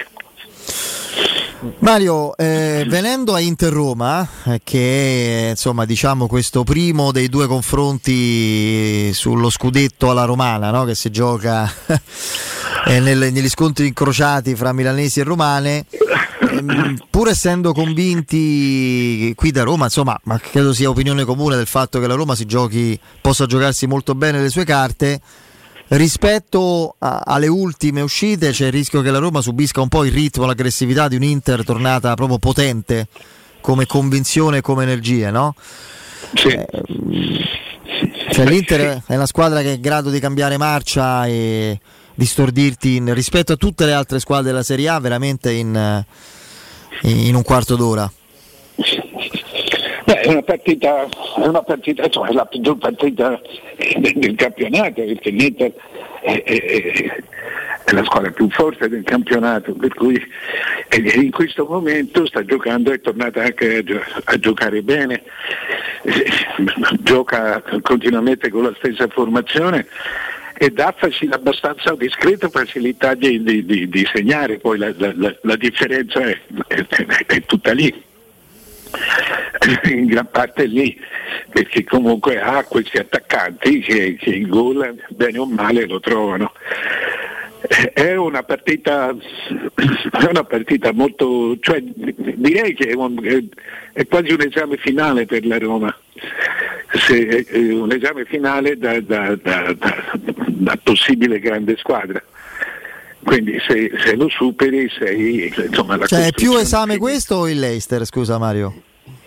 Mario, eh, venendo a Inter Roma, eh, che è insomma diciamo questo primo dei due confronti sullo scudetto alla romana, no? Che si gioca eh, nelle, negli scontri incrociati fra milanesi e romane, ehm, pur essendo convinti qui da Roma, insomma, ma credo sia opinione comune del fatto che la Roma si giochi, possa giocarsi molto bene le sue carte. Rispetto a, alle ultime uscite c'è il rischio che la Roma subisca un po' il ritmo, l'aggressività di un Inter tornata proprio potente come convinzione e come energie, no? Sì. Eh, cioè l'Inter è una squadra che è in grado di cambiare marcia e di stordirti in, rispetto a tutte le altre squadre della Serie A veramente in, in un quarto d'ora. Beh, è una partita, è una partita, insomma, è la peggior partita del campionato, perché l'Inter è, è, è la squadra più forte del campionato, per cui e in questo momento sta giocando, è tornata anche a, gio- a giocare bene, gioca continuamente con la stessa formazione e dà facil- abbastanza discreta facilità di, di, di, di segnare, poi la, la, la differenza è, è, è tutta lì, in gran parte lì, perché comunque ha questi attaccanti che, che il gol bene o male lo trovano. È una partita è una partita molto, cioè direi che è, un, è quasi un esame finale per la Roma, se, è un esame finale da, da, da, da, da possibile grande squadra, quindi se, se lo superi sei, insomma, la cioè è più esame questo o il Leicester, scusa Mario?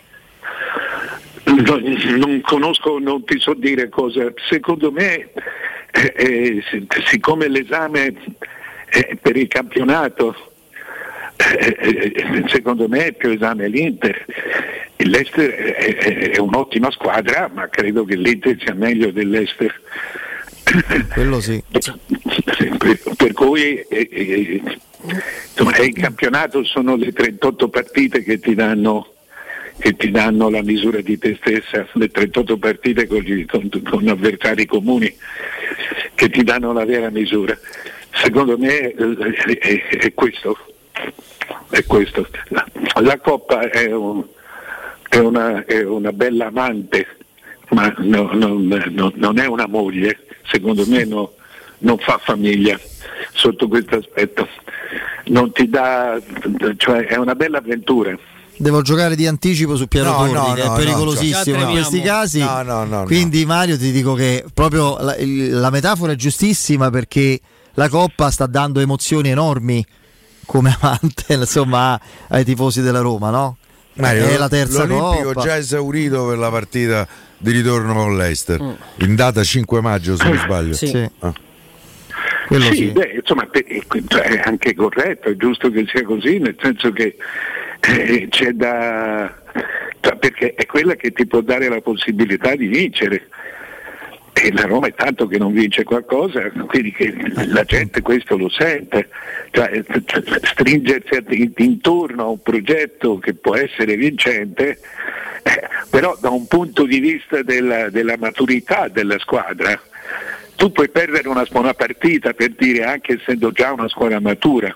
Non, non conosco, non ti so dire cosa, secondo me eh, eh, siccome l'esame eh, per il campionato eh, eh, secondo me è più esame l'Inter. Il Leicester è, è, è un'ottima squadra, ma credo che l'Inter sia meglio dell'Leicester. Quello sì. Per, per cui eh, eh, insomma, il campionato sono le trentotto partite che ti danno che ti danno la misura di te stessa, le trentotto partite con, gli, con, con avversari comuni che ti danno la vera misura. Secondo me è, è, è questo, è questo. La, la Coppa è, un, è, una, è una bella amante, ma no, no, no, non è una moglie, secondo me no, non fa famiglia sotto questo aspetto, non ti dà, cioè è una bella avventura. Devo giocare di anticipo su Piero No, Torri, no, che no, è pericolosissimo no, in questi casi. No, no, no, Quindi Mario ti dico che proprio la, il, la metafora è giustissima, perché la Coppa sta dando emozioni enormi come amante, insomma, ai tifosi della Roma, no? Mario, è la terza l'Olimpico Coppa. già esaurito per la partita di ritorno con l'Leicester, mm. in data cinque maggio se non sbaglio. Sì. Sì. Ah. Sì, sì. Beh, insomma, è anche corretto, è giusto che sia così, nel senso che eh, c'è da, perché è quella che ti può dare la possibilità di vincere, e la Roma è tanto che non vince qualcosa, quindi che la gente questo lo sente, cioè, stringersi intorno a un progetto che può essere vincente, eh, però da un punto di vista della, della maturità della squadra tu puoi perdere una buona partita, per dire, anche essendo già una squadra matura.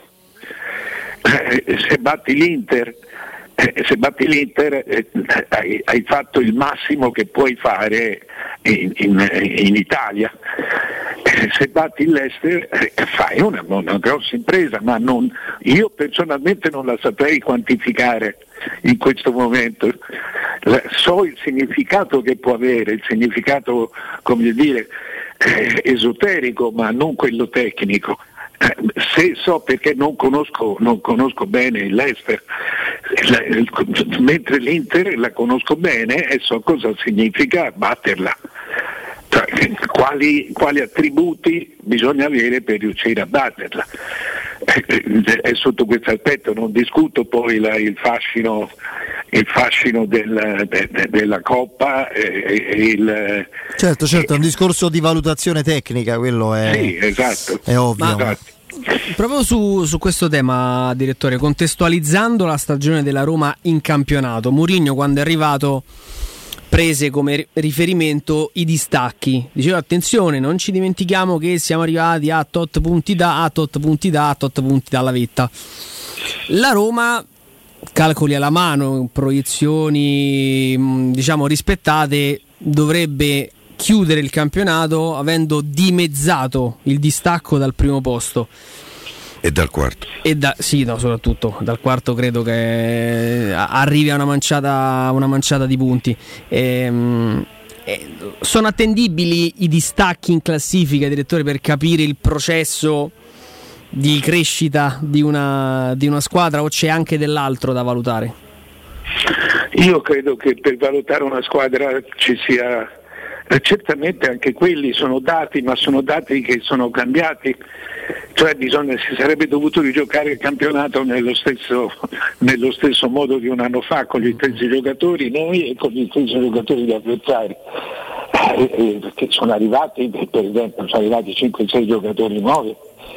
Eh, se batti l'Inter, eh, se batti l'Inter eh, hai, hai fatto il massimo che puoi fare in, in, in Italia. Eh, se batti il Leicester eh, fai una, una grossa impresa, ma non, io personalmente non la saprei quantificare in questo momento. La, so il significato che può avere, il significato, come dire, eh, esoterico, ma non quello tecnico. Eh, se so, perché non conosco, non conosco bene il Leicester, la, il, mentre l'Inter la conosco bene e so cosa significa batterla, cioè, quali, quali attributi bisogna avere per riuscire a batterla. Eh, e sotto questo aspetto non discuto poi la, il fascino il fascino del, de, de, della Coppa e, e il certo certo è un discorso di valutazione tecnica, quello è, sì, esatto, è ovvio. Ma, proprio su, su questo tema, direttore, contestualizzando la stagione della Roma in campionato, Mourinho quando è arrivato prese come riferimento i distacchi, diceva attenzione, non ci dimentichiamo che siamo arrivati a tot punti da, a tot punti da, a tot punti dalla vetta. La Roma, calcoli alla mano, proiezioni diciamo rispettate, dovrebbe chiudere il campionato avendo dimezzato il distacco dal primo posto e dal quarto, e da, sì, no, soprattutto dal quarto credo che arrivi a una manciata, una manciata di punti. E, e, sono attendibili i distacchi in classifica, direttore, per capire il processo di crescita di una, di una squadra, o c'è anche dell'altro da valutare? Io credo che per valutare una squadra ci sia, eh, certamente anche quelli sono dati, ma sono dati che sono cambiati, cioè bisogna, si sarebbe dovuto rigiocare il campionato nello stesso, nello stesso modo di un anno fa, con gli stessi giocatori noi e con gli stessi giocatori di avversari, eh, eh, perché sono arrivati, per esempio sono arrivati cinque sei giocatori nuovi.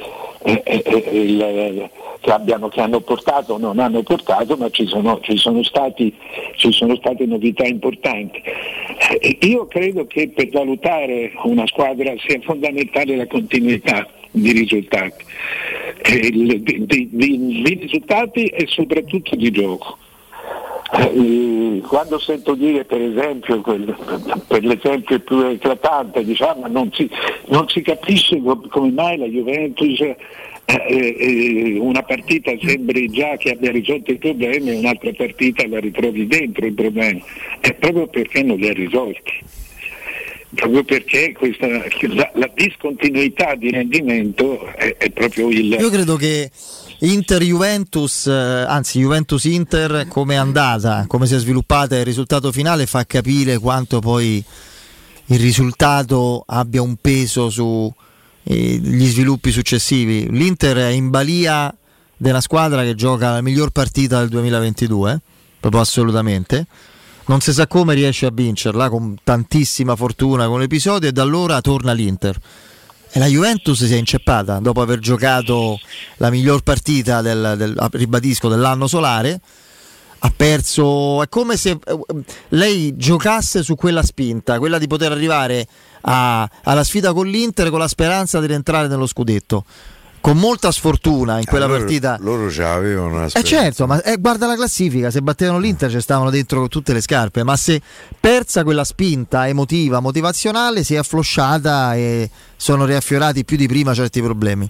eh, eh, il, che, abbiano, che hanno portato o non hanno portato, ma ci sono, ci sono, stati, ci sono state novità importanti. Eh, io credo che per valutare una squadra sia fondamentale la continuità di risultati, eh, di, di, di, di risultati e soprattutto di gioco. Eh, quando sento dire, per esempio, quel, per l'esempio più eclatante, diciamo, non si, non si capisce come mai la Juventus eh, eh, una partita sembri già che abbia risolto i problemi e un'altra partita la ritrovi dentro i problemi, è proprio perché non li ha risolti, proprio perché questa, la, la discontinuità di rendimento è, è proprio il... Io credo che Inter-Juventus, eh, anzi Juventus-Inter, come è andata, come si è sviluppata il risultato finale fa capire quanto poi il risultato abbia un peso su eh, gli sviluppi successivi. L'Inter è in balia della squadra che gioca la miglior partita del duemilaventidue, eh? proprio assolutamente. Non si sa come riesce a vincerla, con tantissima fortuna con l'episodio, e da allora torna l'Inter. E la Juventus si è inceppata dopo aver giocato la miglior partita del, del, ribadisco, dell'anno solare. Ha perso, è come se lei giocasse su quella spinta, quella di poter arrivare a, alla sfida con l'Inter con la speranza di rientrare nello scudetto. Con molta sfortuna in quella eh, loro, partita. Loro ce l'avevano una Eh certo, ma eh, guarda la classifica, se battevano l'Inter ci stavano dentro con tutte le scarpe, ma se persa quella spinta emotiva, motivazionale, si è afflosciata e sono riaffiorati più di prima certi problemi.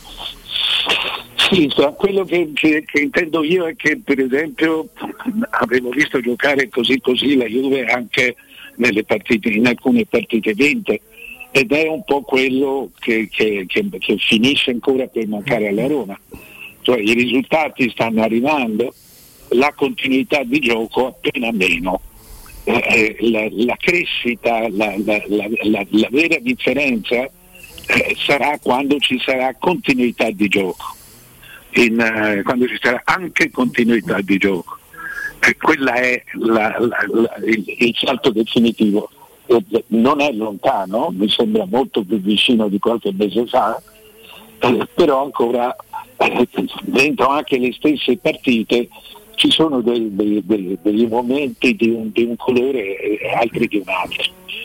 Sì, quello che, che, che intendo io è che, per esempio, avevo visto giocare così così la Juve anche nelle partite, in alcune partite vinte, ed è un po' quello che, che, che, che finisce ancora per mancare alla Roma. Cioè, i risultati stanno arrivando, la continuità di gioco appena meno. Eh, la, la crescita, la, la, la, la, la vera differenza eh, sarà quando ci sarà continuità di gioco, in, eh, quando ci sarà anche continuità di gioco. Eh, quella è la, la, la, il, il salto definitivo. Non è lontano, mi sembra molto più vicino di qualche mese fa, eh, però ancora eh, dentro anche le stesse partite ci sono dei, dei, dei, dei momenti di un, di un colore e altri di un altro.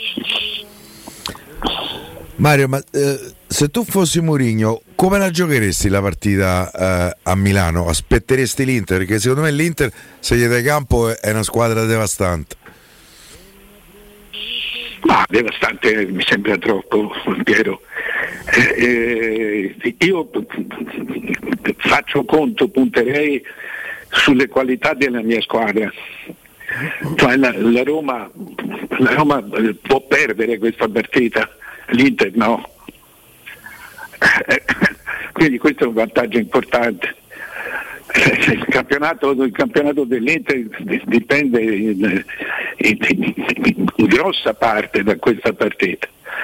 Mario, ma eh, se tu fossi Mourinho, come la giocheresti la partita eh, a Milano? Aspetteresti l'Inter? Perché secondo me l'Inter, se gli dai campo, è una squadra devastante. Ma devastante mi sembra troppo, Piero. Eh, eh, io faccio conto, punterei sulle qualità della mia squadra. Cioè la, la, Roma, la Roma può perdere questa partita, l'Inter no. Eh, quindi questo è un vantaggio importante. Il campionato, il campionato dell'Inter dipende in, in, in, in grossa parte da questa partita.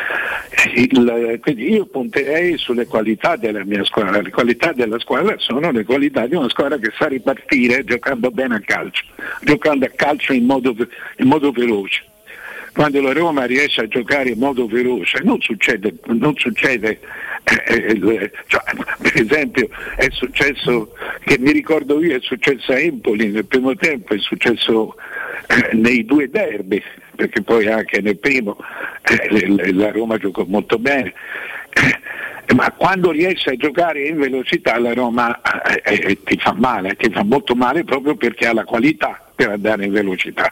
Il, quindi io punterei sulle qualità della mia squadra. Le qualità della squadra sono le qualità di una squadra che sa ripartire giocando bene a calcio, giocando a calcio in modo, in modo veloce. Quando la Roma riesce a giocare in modo veloce non succede, non succede eh, eh, cioè, per esempio è successo, che mi ricordo io, è successo a Empoli nel primo tempo, è successo eh, nei due derby, perché poi anche nel primo eh, la Roma giocò molto bene, eh, ma quando riesce a giocare in velocità la Roma eh, eh, ti fa male, ti fa molto male proprio perché ha la qualità per andare in velocità.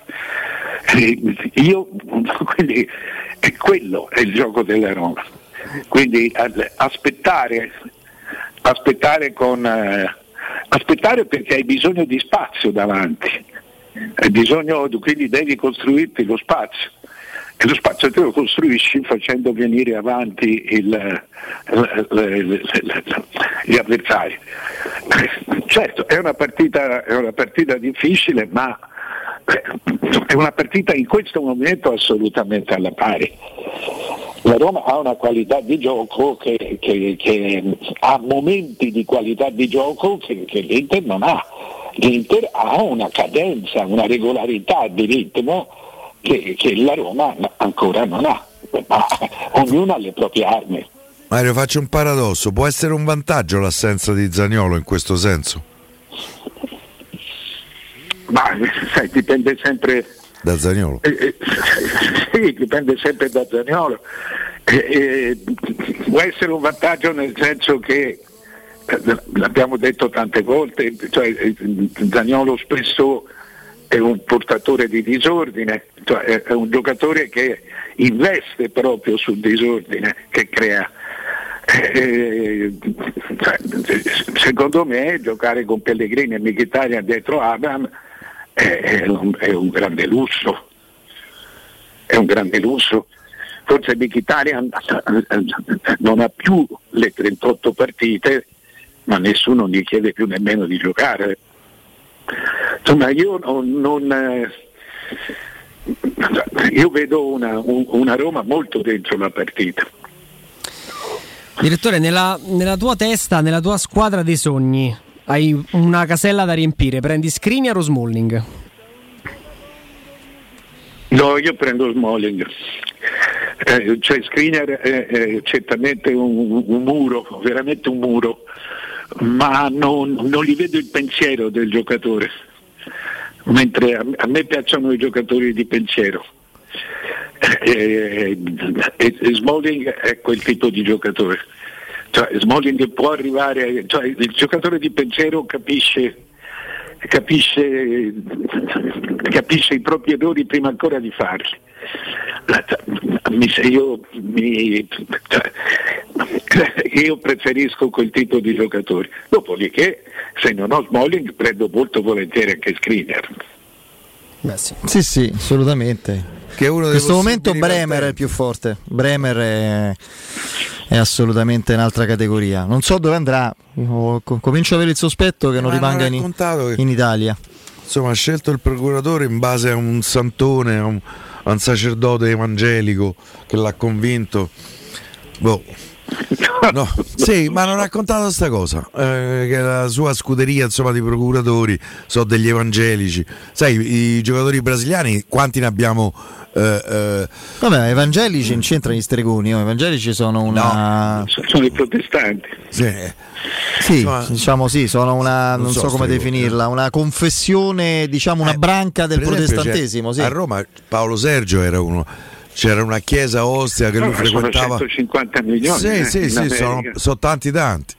Io quindi è quello è il gioco della Roma, quindi aspettare aspettare con eh, aspettare perché hai bisogno di spazio davanti, hai bisogno, quindi devi costruirti lo spazio e lo spazio te lo costruisci facendo venire avanti il, le, le, le, le, gli avversari. Certo è una partita è una partita difficile, ma è una partita in questo momento assolutamente alla pari. La Roma ha una qualità di gioco che, che, che ha momenti di qualità di gioco che, che l'Inter non ha. L'Inter ha una cadenza, una regolarità di ritmo che, che la Roma ancora non ha, ma ognuno ha le proprie armi. Mario, faccio un paradosso, può essere un vantaggio l'assenza di Zaniolo in questo senso? Ma sai, dipende sempre da Zaniolo. Eh, eh, sì, dipende sempre da Zaniolo. Eh, eh, può essere un vantaggio nel senso che eh, l'abbiamo detto tante volte, cioè eh, Zaniolo spesso è un portatore di disordine, cioè è un giocatore che investe proprio sul disordine che crea. Eh, cioè, secondo me giocare con Pellegrini e Mkhitaryan dietro Abraham è, è, un, è un grande lusso, è un grande lusso. Forse Mkhitaryan non ha più le trentotto partite, ma nessuno gli chiede più nemmeno di giocare. Insomma, io non, non io vedo una, una Roma molto dentro la partita. Direttore, nella, nella tua testa, nella tua squadra dei sogni, hai una casella da riempire, prendi Skriniar o Smalling? No, io prendo Smalling. Eh, cioè Skriniar è, è certamente un, un muro, veramente un muro, ma non, non gli vedo il pensiero del giocatore, mentre a, a me piacciono i giocatori di pensiero. E, e, e Smalling è quel tipo di giocatore, cioè Smalling può arrivare, cioè il giocatore di pensiero capisce capisce capisce i propri errori prima ancora di farli. Io, mi, io preferisco quel tipo di giocatori. Dopodiché, se non ho Smalling, prendo molto volentieri anche Skriniar. Beh, sì. sì, sì, assolutamente. Che uno in questo momento Bremer è il più forte. Bremer è, è assolutamente un'altra categoria. Non so dove andrà. Io comincio ad avere il sospetto che non Ma rimanga in, che, in Italia. Insomma, ha scelto il procuratore in base a un santone, a un, a un sacerdote evangelico che l'ha convinto. Boh. No, sì, ma non ha raccontato sta cosa, eh, che la sua scuderia, insomma, di procuratori sono degli evangelici. Sai, i giocatori brasiliani quanti ne abbiamo? Eh, eh... Vabbè, evangelici non c'entrano gli stregoni, no? Evangelici sono una no, sono i protestanti. Sì, sì, insomma, diciamo sì, sono una non, non so, so come definirla, una confessione, diciamo una eh, branca del protestantesimo, sì. A Roma Paolo Sergio era uno. C'era una chiesa a Ostia che no, lui frequentava. centocinquanta milioni. Sì, eh, sì, sì, sono, sono tanti tanti.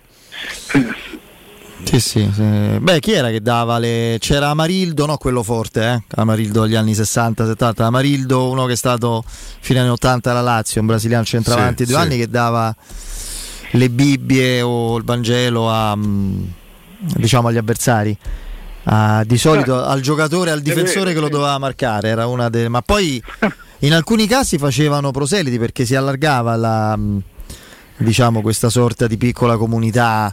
Sì, sì, sì. Beh, chi era che dava le. C'era Amarildo, no, quello forte, eh? Amarildo degli anni sessanta settanta. Amarildo, uno che è stato fino agli anni ottanta alla Lazio, un brasiliano centravanti, sì, due sì. anni che dava le Bibbie o il Vangelo a, diciamo, agli avversari. Ah, di solito al giocatore, al difensore che lo doveva marcare, era una delle. Ma poi in alcuni casi facevano proseliti perché si allargava la, diciamo, questa sorta di piccola comunità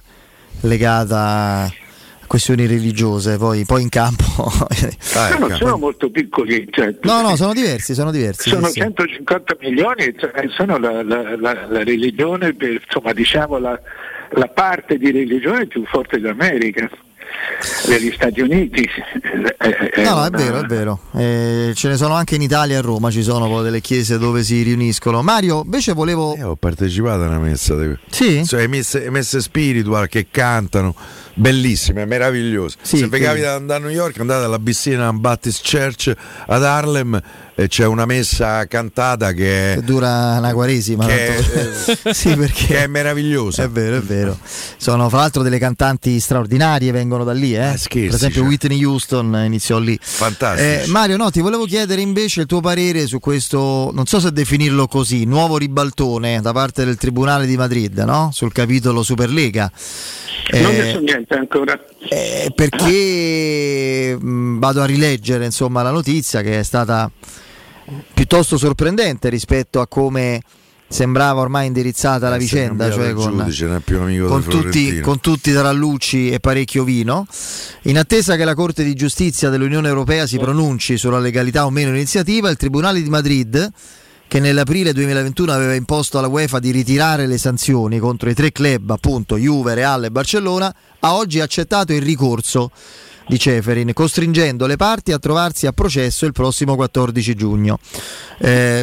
legata a questioni religiose, poi, poi in campo ah, no, non sono molto piccoli, cioè, no no sono diversi sono diversi sono sì, centocinquanta sì. milioni, cioè, sono la, la, la, la religione, insomma, diciamo la, la parte di religione più forte d'America, degli Stati Uniti. È, è no, no, è vero, è vero. Eh, ce ne sono anche in Italia e a Roma, ci sono delle chiese dove si riuniscono. Mario, invece volevo. Io ho partecipato a una messa. Sì? Cioè, messe, messe spiritual che cantano, bellissime, meravigliose. Sì, se vi capita di andare a New York, andate alla Bissina Baptist Church ad Harlem e c'è una messa cantata che, è, che dura una quaresima, che è, sì, perché che è meravigliosa. È vero, è vero. Sono fra l'altro delle cantanti straordinarie, vengono da lì, eh? Ah, scherzi, per esempio cioè. Whitney Houston iniziò lì. Fantastico. Eh, Mario, no, ti volevo chiedere invece il tuo parere su questo, non so se definirlo così, nuovo ribaltone da parte del Tribunale di Madrid, no? Sul capitolo Superlega. Eh, non ne so niente ancora. Eh, perché mh, vado a rileggere, insomma, la notizia che è stata piuttosto sorprendente rispetto a come sembrava ormai indirizzata la vicenda, cioè con, giudice, più amico con, tutti, con tutti tarallucci e parecchio vino. In attesa che la Corte di Giustizia dell'Unione Europea si pronunci sulla legalità o meno dell'iniziativa, il Tribunale di Madrid, che nell'aprile duemilaventuno aveva imposto alla UEFA di ritirare le sanzioni contro i tre club, appunto Juve, Real e Barcellona, ha oggi accettato il ricorso di Ceferin, costringendo le parti a trovarsi a processo il prossimo quattordici giugno. Eh,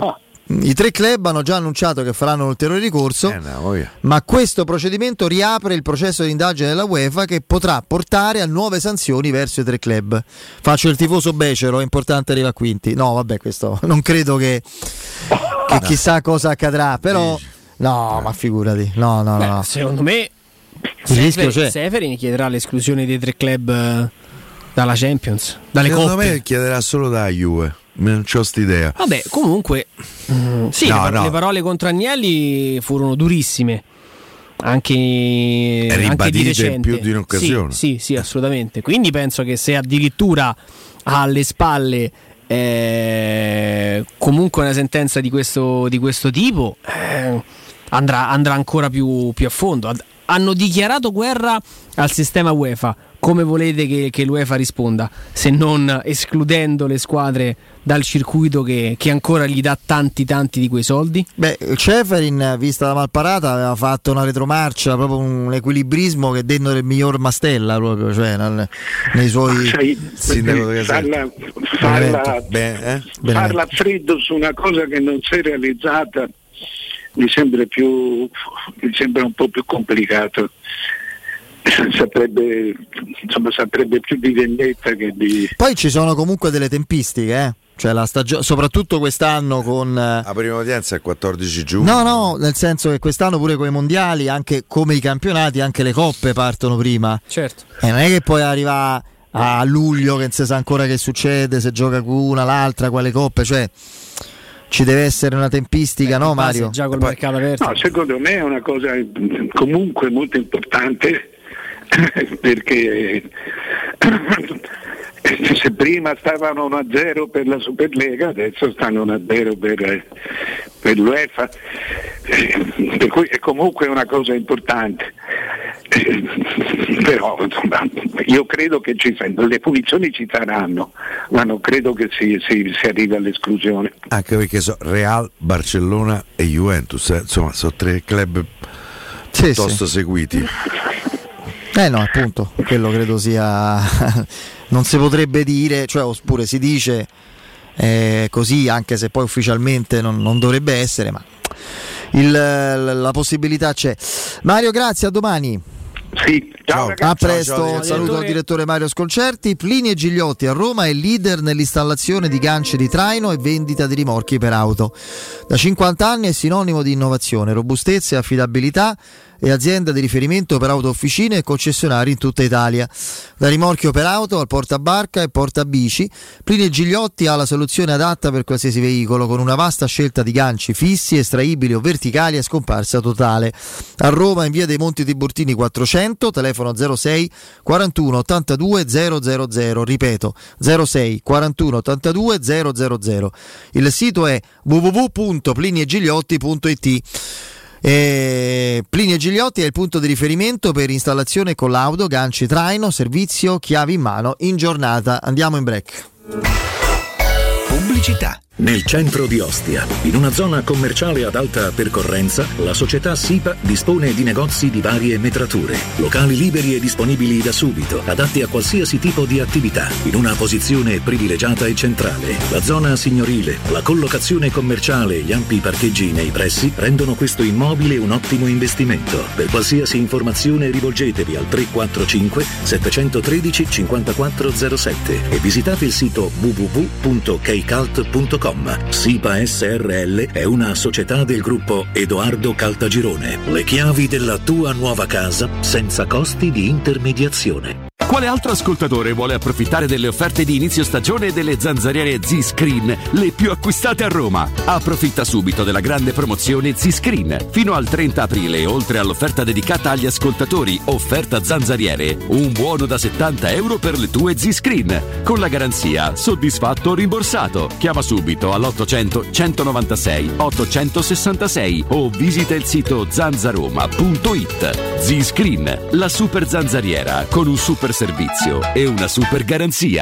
I tre club hanno già annunciato che faranno un ulteriore ricorso, eh no, yeah. ma questo procedimento riapre il processo di indagine della UEFA che potrà portare a nuove sanzioni verso i tre club. Faccio il tifoso becero, è importante arrivare a quinti. No, vabbè, questo non credo che, che chissà cosa accadrà, però no, ma figurati. No, no, Beh, no. Secondo me il rischio c'è. Seferin chiederà l'esclusione dei tre club dalla Champions, dalle Secondo coppe. me chiederà solo da Juve. Non c'ho st'idea. Vabbè, comunque mh, sì, no, le, no. le parole contro Agnelli furono durissime. Anche, ribadite anche di recente. in più di un'occasione. Sì, sì, sì, assolutamente. Quindi penso che se addirittura ha alle spalle eh, comunque una sentenza di questo, di questo tipo, eh, andrà, andrà ancora più, più a fondo. Hanno dichiarato guerra al sistema UEFA. Come volete che, che l'UEFA risponda, se non escludendo le squadre dal circuito che, che ancora gli dà tanti tanti di quei soldi? Beh, Ceferin, vista la malparata, aveva fatto una retromarcia, proprio un equilibrismo che è degno del miglior Mastella, proprio, cioè nel, nei suoi Sai, farla, farla, Beh, eh? farla a freddo su una cosa che non si è realizzata mi sembra più mi sembra un po' più complicato. Saprebbe, insomma, saprebbe più di vendetta che di. Poi ci sono comunque delle tempistiche, eh? Cioè la stagio- soprattutto quest'anno con la prima udienza è il quattordici giugno. No, no, nel senso che quest'anno pure con i mondiali, anche come i campionati, anche le coppe partono prima. Certo. E non è che poi arriva a luglio che non si sa ancora che succede, se gioca una, l'altra, quale coppe, cioè ci deve essere una tempistica, Beh, no Mario? Già col mercato aperto. No, secondo me è una cosa comunque molto importante perché se prima stavano uno a zero per la Superlega, adesso stanno uno a zero per, per l'UEFA, per cui è comunque una cosa importante. Però insomma, io credo che ci saranno, le punizioni ci saranno, ma non credo che si, si, si arrivi all'esclusione. Anche perché so Real, Barcellona e Juventus, eh, insomma sono tre club sì, piuttosto sì. seguiti. Eh no, appunto, quello credo sia non si potrebbe dire, cioè oppure si dice eh, così, anche se poi ufficialmente non, non dovrebbe essere, ma il, la possibilità c'è. Mario, grazie, a domani. Sì, ciao, a presto, ciao, ciao, saluto al direttore Mario Sconcerti. Plini e Gigliotti a Roma è leader nell'installazione di ganci di traino e vendita di rimorchi per auto. Da cinquanta anni è sinonimo di innovazione, robustezza e affidabilità, e azienda di riferimento per auto officine e concessionari in tutta Italia. Da rimorchio per auto al portabarca e portabici, Plini e Gigliotti ha la soluzione adatta per qualsiasi veicolo, con una vasta scelta di ganci fissi, estraibili o verticali a scomparsa totale. A Roma in via dei Monti Tiburtini quattrocento, telefono zero sei quarantuno ottantadue zero zero zero, ripeto zero sei quarantuno ottantadue zero zero zero. Il sito è w w w punto plini e gigliotti punto i t. E Plini e Gigliotti è il punto di riferimento per installazione collaudo, ganci traino, servizio, chiavi in mano in giornata. Andiamo in break. Pubblicità. Nel centro di Ostia, in una zona commerciale ad alta percorrenza, la società SIPA dispone di negozi di varie metrature, locali liberi e disponibili da subito, adatti a qualsiasi tipo di attività, in una posizione privilegiata e centrale. La zona signorile, la collocazione commerciale e gli ampi parcheggi nei pressi rendono questo immobile un ottimo investimento. Per qualsiasi informazione rivolgetevi al tre quattro cinque sette uno tre cinque zero sette e visitate il sito w w w punto keicalt punto com. SIPA S R L è una società del gruppo Edoardo Caltagirone. Le chiavi della tua nuova casa senza costi di intermediazione. Quale altro ascoltatore vuole approfittare delle offerte di inizio stagione delle zanzariere Z-Screen, le più acquistate a Roma? Approfitta subito della grande promozione Z-Screen. Fino al trenta aprile, oltre all'offerta dedicata agli ascoltatori, offerta zanzariere, un buono da settanta euro per le tue Z-Screen. Con la garanzia soddisfatto o rimborsato. Chiama subito all'ottocento centonovantasei ottocentosessantasei o visita il sito zanzaroma punto it. Z-Screen, la super zanzariera con un super servizio e una super garanzia.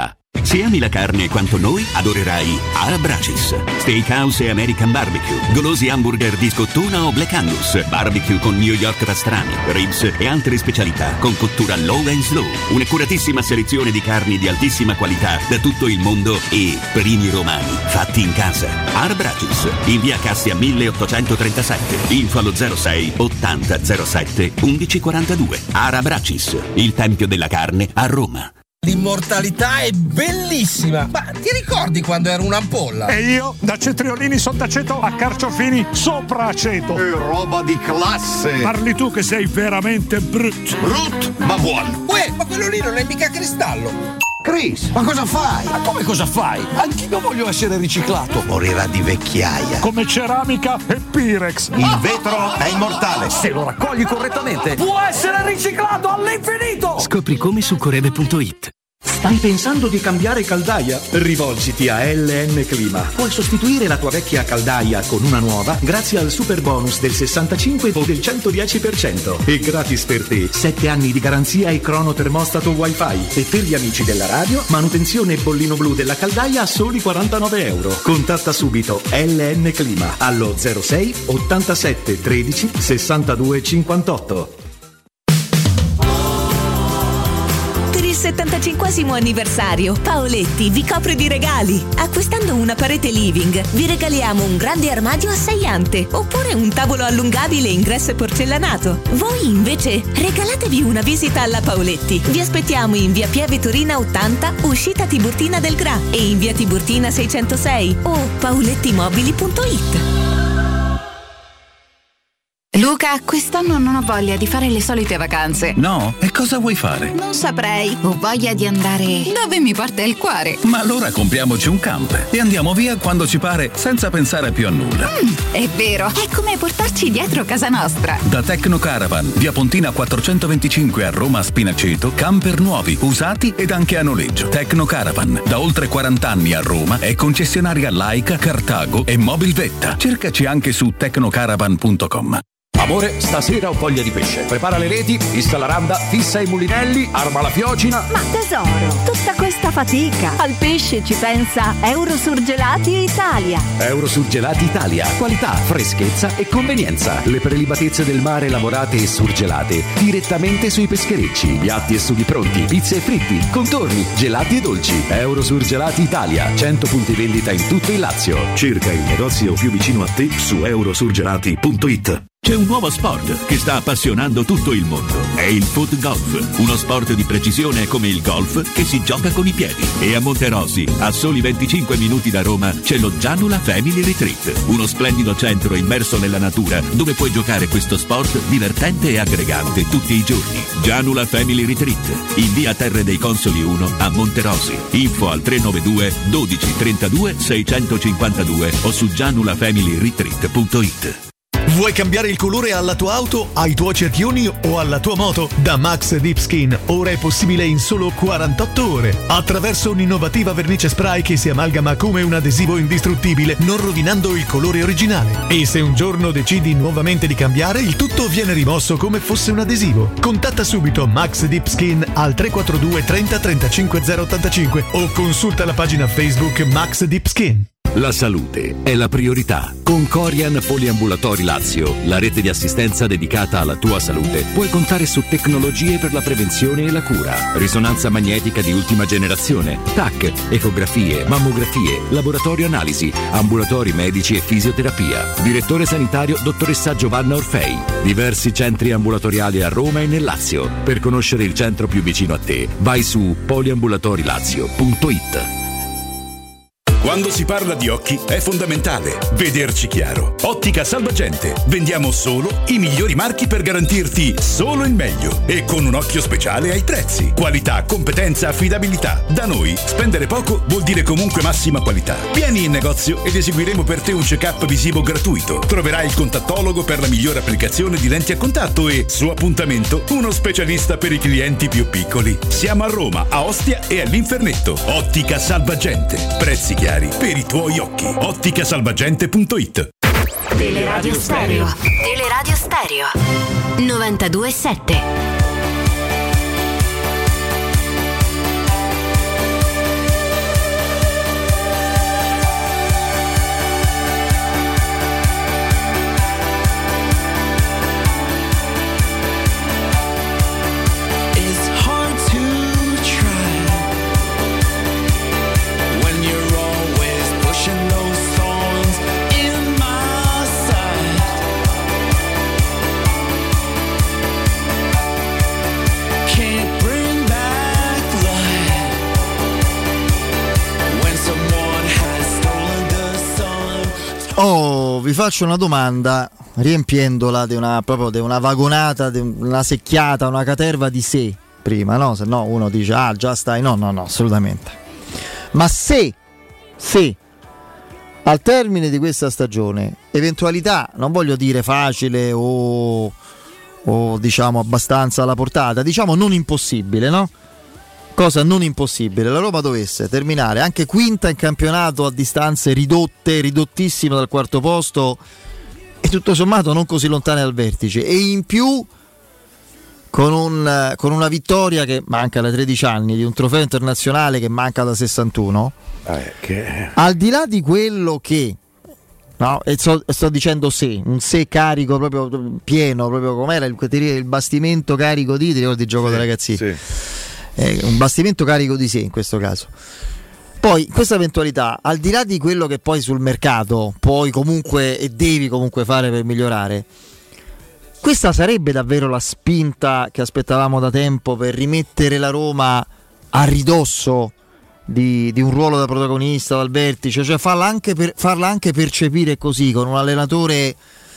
Se ami la carne quanto noi, adorerai Arabracis. Steakhouse e American Barbecue, golosi hamburger di scottuna o Black Angus, barbecue con New York pastrami, ribs e altre specialità con cottura low and slow. Un'accuratissima selezione di carni di altissima qualità da tutto il mondo e primi romani fatti in casa. Arabracis, in via Cassia milleottocentotrentasette, info allo zero sei ottanta zero sette undici quarantadue. Arabracis, il tempio della carne a Roma. L'immortalità è bellissima, ma ti ricordi quando ero un'ampolla? E io da Cetriolini sott'aceto a Carciofini sopra aceto. È roba di classe. Parli tu che sei veramente brut. Brut, ma buono. Uè, ma quello lì non è mica cristallo. Chris, ma cosa fai? Ma come cosa fai? Anch'io voglio essere riciclato. Morirà di vecchiaia. Come ceramica e Pirex. Il vetro è immortale. Se lo raccogli correttamente, può essere riciclato all'infinito. Scopri come su Corebe punto it. Stai pensando di cambiare caldaia? Rivolgiti a L N Clima. Puoi sostituire la tua vecchia caldaia con una nuova grazie al super bonus del sessantacinque o del centodieci per cento. E gratis per te sette anni di garanzia e crono termostato wifi. E per gli amici della radio, manutenzione e bollino blu della caldaia a soli quarantanove euro. Contatta subito L N Clima allo zero sei ottantasette tredici sessantadue cinquantotto. settantacinquesimo anniversario, Paoletti vi copre di regali. Acquistando una parete living vi regaliamo un grande armadio a sei ante oppure un tavolo allungabile ingresso e porcellanato. Voi invece regalatevi una visita alla Paoletti. Vi aspettiamo in via Pieve Torina ottanta, uscita Tiburtina del Gra, e in via Tiburtina seicentosei o paolettimobili punto it. Luca, quest'anno non ho voglia di fare le solite vacanze. No? E cosa vuoi fare? Non saprei. Ho voglia di andare dove mi porta il cuore. Ma allora compriamoci un camper e andiamo via quando ci pare, senza pensare più a nulla. Mm, è vero, è come portarci dietro casa nostra. Da Tecno Caravan, via Pontina quattrocentoventicinque a Roma Spinaceto, camper nuovi, usati ed anche a noleggio. Tecno Caravan, da oltre quaranta anni a Roma, è concessionaria Laika, Cartago e Mobilvetta. Cercaci anche su tecnocaravan punto com. Amore, stasera ho voglia di pesce. Prepara le reti, fissa la randa, fissa i mulinelli, arma la fiocina. Ma tesoro, tutta questa fatica. Al pesce ci pensa Eurosurgelati Italia. Eurosurgelati Italia. Qualità, freschezza e convenienza. Le prelibatezze del mare lavorate e surgelate direttamente sui pescherecci. Piatti e sughi pronti, pizze e fritti, contorni, gelati e dolci. Eurosurgelati Italia. cento punti vendita in tutto il Lazio. Cerca il negozio più vicino a te su eurosurgelati punto it. C'è un nuovo sport che sta appassionando tutto il mondo. È il foot golf, uno sport di precisione come il golf che si gioca con i piedi. E a Monterosi, a soli venticinque minuti da Roma, c'è lo Gianula Family Retreat, uno splendido centro immerso nella natura dove puoi giocare questo sport divertente e aggregante tutti i giorni. Gianula Family Retreat, in via Terre dei Consoli uno a Monterosi. Info al tre nove due dodici trentadue seicentocinquantadue o su gianula family retreat punto it. Vuoi cambiare il colore alla tua auto, ai tuoi cerchioni o alla tua moto? Da Max Deep Skin ora è possibile in solo quarantotto ore attraverso un'innovativa vernice spray che si amalgama come un adesivo indistruttibile, non rovinando il colore originale. E se un giorno decidi nuovamente di cambiare, il tutto viene rimosso come fosse un adesivo. Contatta subito Max Deep Skin al tre quattro due trenta trentacinque zero ottantacinque o consulta la pagina Facebook Max Deep Skin. La salute è la priorità. Con Corian Poliambulatori Lazio, la rete di assistenza dedicata alla tua salute, puoi contare su tecnologie per la prevenzione e la cura. Risonanza magnetica di ultima generazione, T A C, ecografie, mammografie, laboratorio analisi, ambulatori medici e fisioterapia. Direttore sanitario dottoressa Giovanna Orfei. Diversi centri ambulatoriali a Roma e nel Lazio. Per conoscere il centro più vicino a te, vai su poliambulatorilazio punto it. Quando si parla di occhi è fondamentale vederci chiaro. Ottica Salvagente. Vendiamo solo i migliori marchi per garantirti solo il meglio e con un occhio speciale ai prezzi. Qualità, competenza, affidabilità. Da noi spendere poco vuol dire comunque massima qualità. Vieni in negozio ed eseguiremo per te un check-up visivo gratuito. Troverai il contattologo per la migliore applicazione di lenti a contatto e, su appuntamento, uno specialista per i clienti più piccoli. Siamo a Roma, a Ostia e all'Infernetto. Ottica Salvagente. Prezzi chiari per i tuoi occhi. otticasalvagente punto it. Teleradio Stereo. Teleradio Stereo novantadue sette. vi faccio una domanda riempiendola di una, proprio di una vagonata, di una secchiata, una caterva di se prima, no? Se no uno dice ah già stai, no no no assolutamente. Ma se, se al termine di questa stagione, eventualità, non voglio dire facile o, o diciamo abbastanza alla portata, diciamo non impossibile, no? Cosa non impossibile, la Roma dovesse terminare anche quinta in campionato a distanze ridotte, ridottissime dal quarto posto e tutto sommato non così lontane dal vertice, e in più con, un, con una vittoria che manca da tredici anni, di un trofeo internazionale che manca da sessantuno, eh, che... al di là di quello che, no, e sto, sto dicendo se, un se carico proprio pieno, proprio com'era il, il bastimento carico di, ti ricordi il gioco sì, dei ragazzi? Sì. Eh, un bastimento carico di sé in questo caso. Poi questa eventualità, al di là di quello che poi sul mercato puoi comunque e devi comunque fare per migliorare, questa sarebbe davvero la spinta che aspettavamo da tempo per rimettere la Roma a ridosso di, di un ruolo da protagonista, dal vertice, cioè farla anche, per, farla anche percepire così, con un allenatore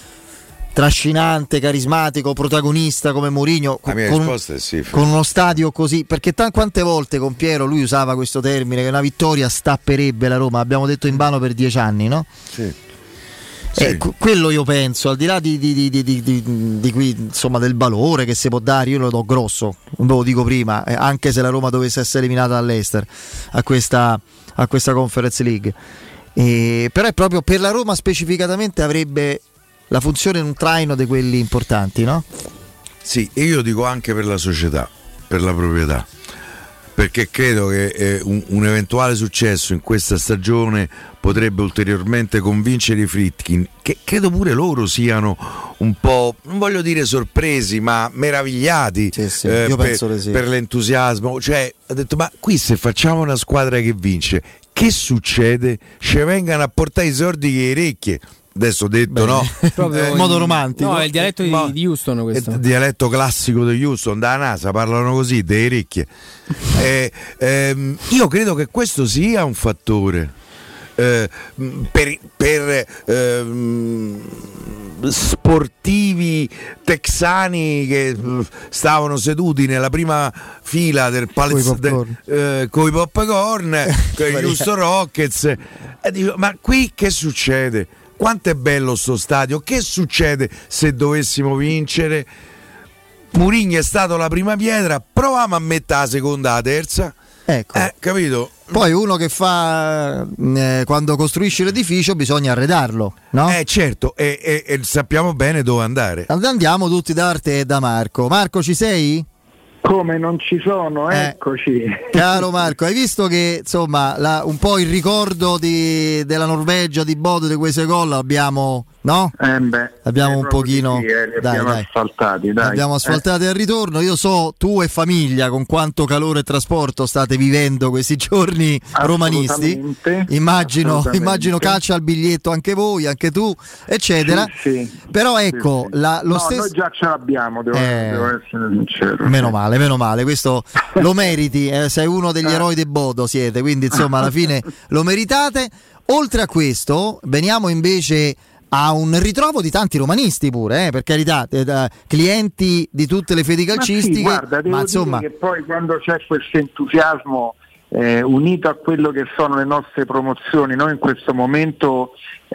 trascinante, carismatico, protagonista come Mourinho, con, con, sì, con uno stadio così, perché t- quante volte con Piero lui usava questo termine che una vittoria stapperebbe la Roma, abbiamo detto in vano per dieci anni, no? Sì. Sì. Eh, quello io penso, al di là di, di, di, di, di, di, di qui, insomma, del valore che si può dare, io lo do grosso, non ve lo dico prima, eh, anche se la Roma dovesse essere eliminata dall'Ester a questa, a questa Conference League, eh, però è proprio per la Roma specificatamente avrebbe la funzione in un traino di quelli importanti, no? Sì, e io dico anche per la società, per la proprietà, perché credo che eh, un, un eventuale successo in questa stagione potrebbe ulteriormente convincere i Friedkin, che credo pure loro siano un po', non voglio dire sorpresi, ma meravigliati, sì, sì, eh, io per, penso sì. per l'entusiasmo. Cioè, ha detto, ma qui se facciamo una squadra che vince, che succede? Ci vengano a portare i soldi che orecchie. Adesso detto, beh, no, proprio in modo romantico. No, è il dialetto di, di Houston questo. È il dialetto classico di Houston, da NASA parlano così, dei ricchi. eh, ehm, io credo che questo sia un fattore eh, per, per ehm, sportivi texani che stavano seduti nella prima fila del palazzo eh, con i popcorn, con gli Houston Rockets, e dico, ma qui che succede? Quanto è bello sto stadio, che succede se dovessimo vincere? Mourinho è stato la prima pietra, proviamo a mettere la seconda, la terza, ecco. Eh, capito? Poi uno che fa eh, quando costruisce l'edificio bisogna arredarlo, no? Eh certo, e, e, e sappiamo bene dove andare. Andiamo tutti da Arte e da Marco. Marco, ci sei? Come non ci sono, eh, eccoci. Caro Marco, hai visto che insomma la, un po' il ricordo di, della Norvegia, di Bodo, di quei sei gol abbiamo, no? Eh beh, abbiamo un pochino sì, eh, li dai, abbiamo dai. asfaltati, dai. Abbiamo asfaltati eh. al ritorno. Io so tu e famiglia con quanto calore e trasporto state vivendo questi giorni romanisti. Immagino, immagino calcia al biglietto anche voi, anche tu, eccetera. Sì, sì. Però ecco, sì, sì. La, lo no, stesso. Noi già ce l'abbiamo, devo, eh. devo essere sincero. Meno male, meno male, questo lo meriti, eh, sei uno degli eroi di Bodo, siete, quindi insomma alla fine lo meritate. Oltre a questo, veniamo invece a un ritrovo di tanti romanisti pure, eh, per carità, eh, clienti di tutte le fedi calcistiche, ma, sì, guarda, devo ma insomma dire che poi quando c'è questo entusiasmo eh, unito a quello che sono le nostre promozioni, noi in questo momento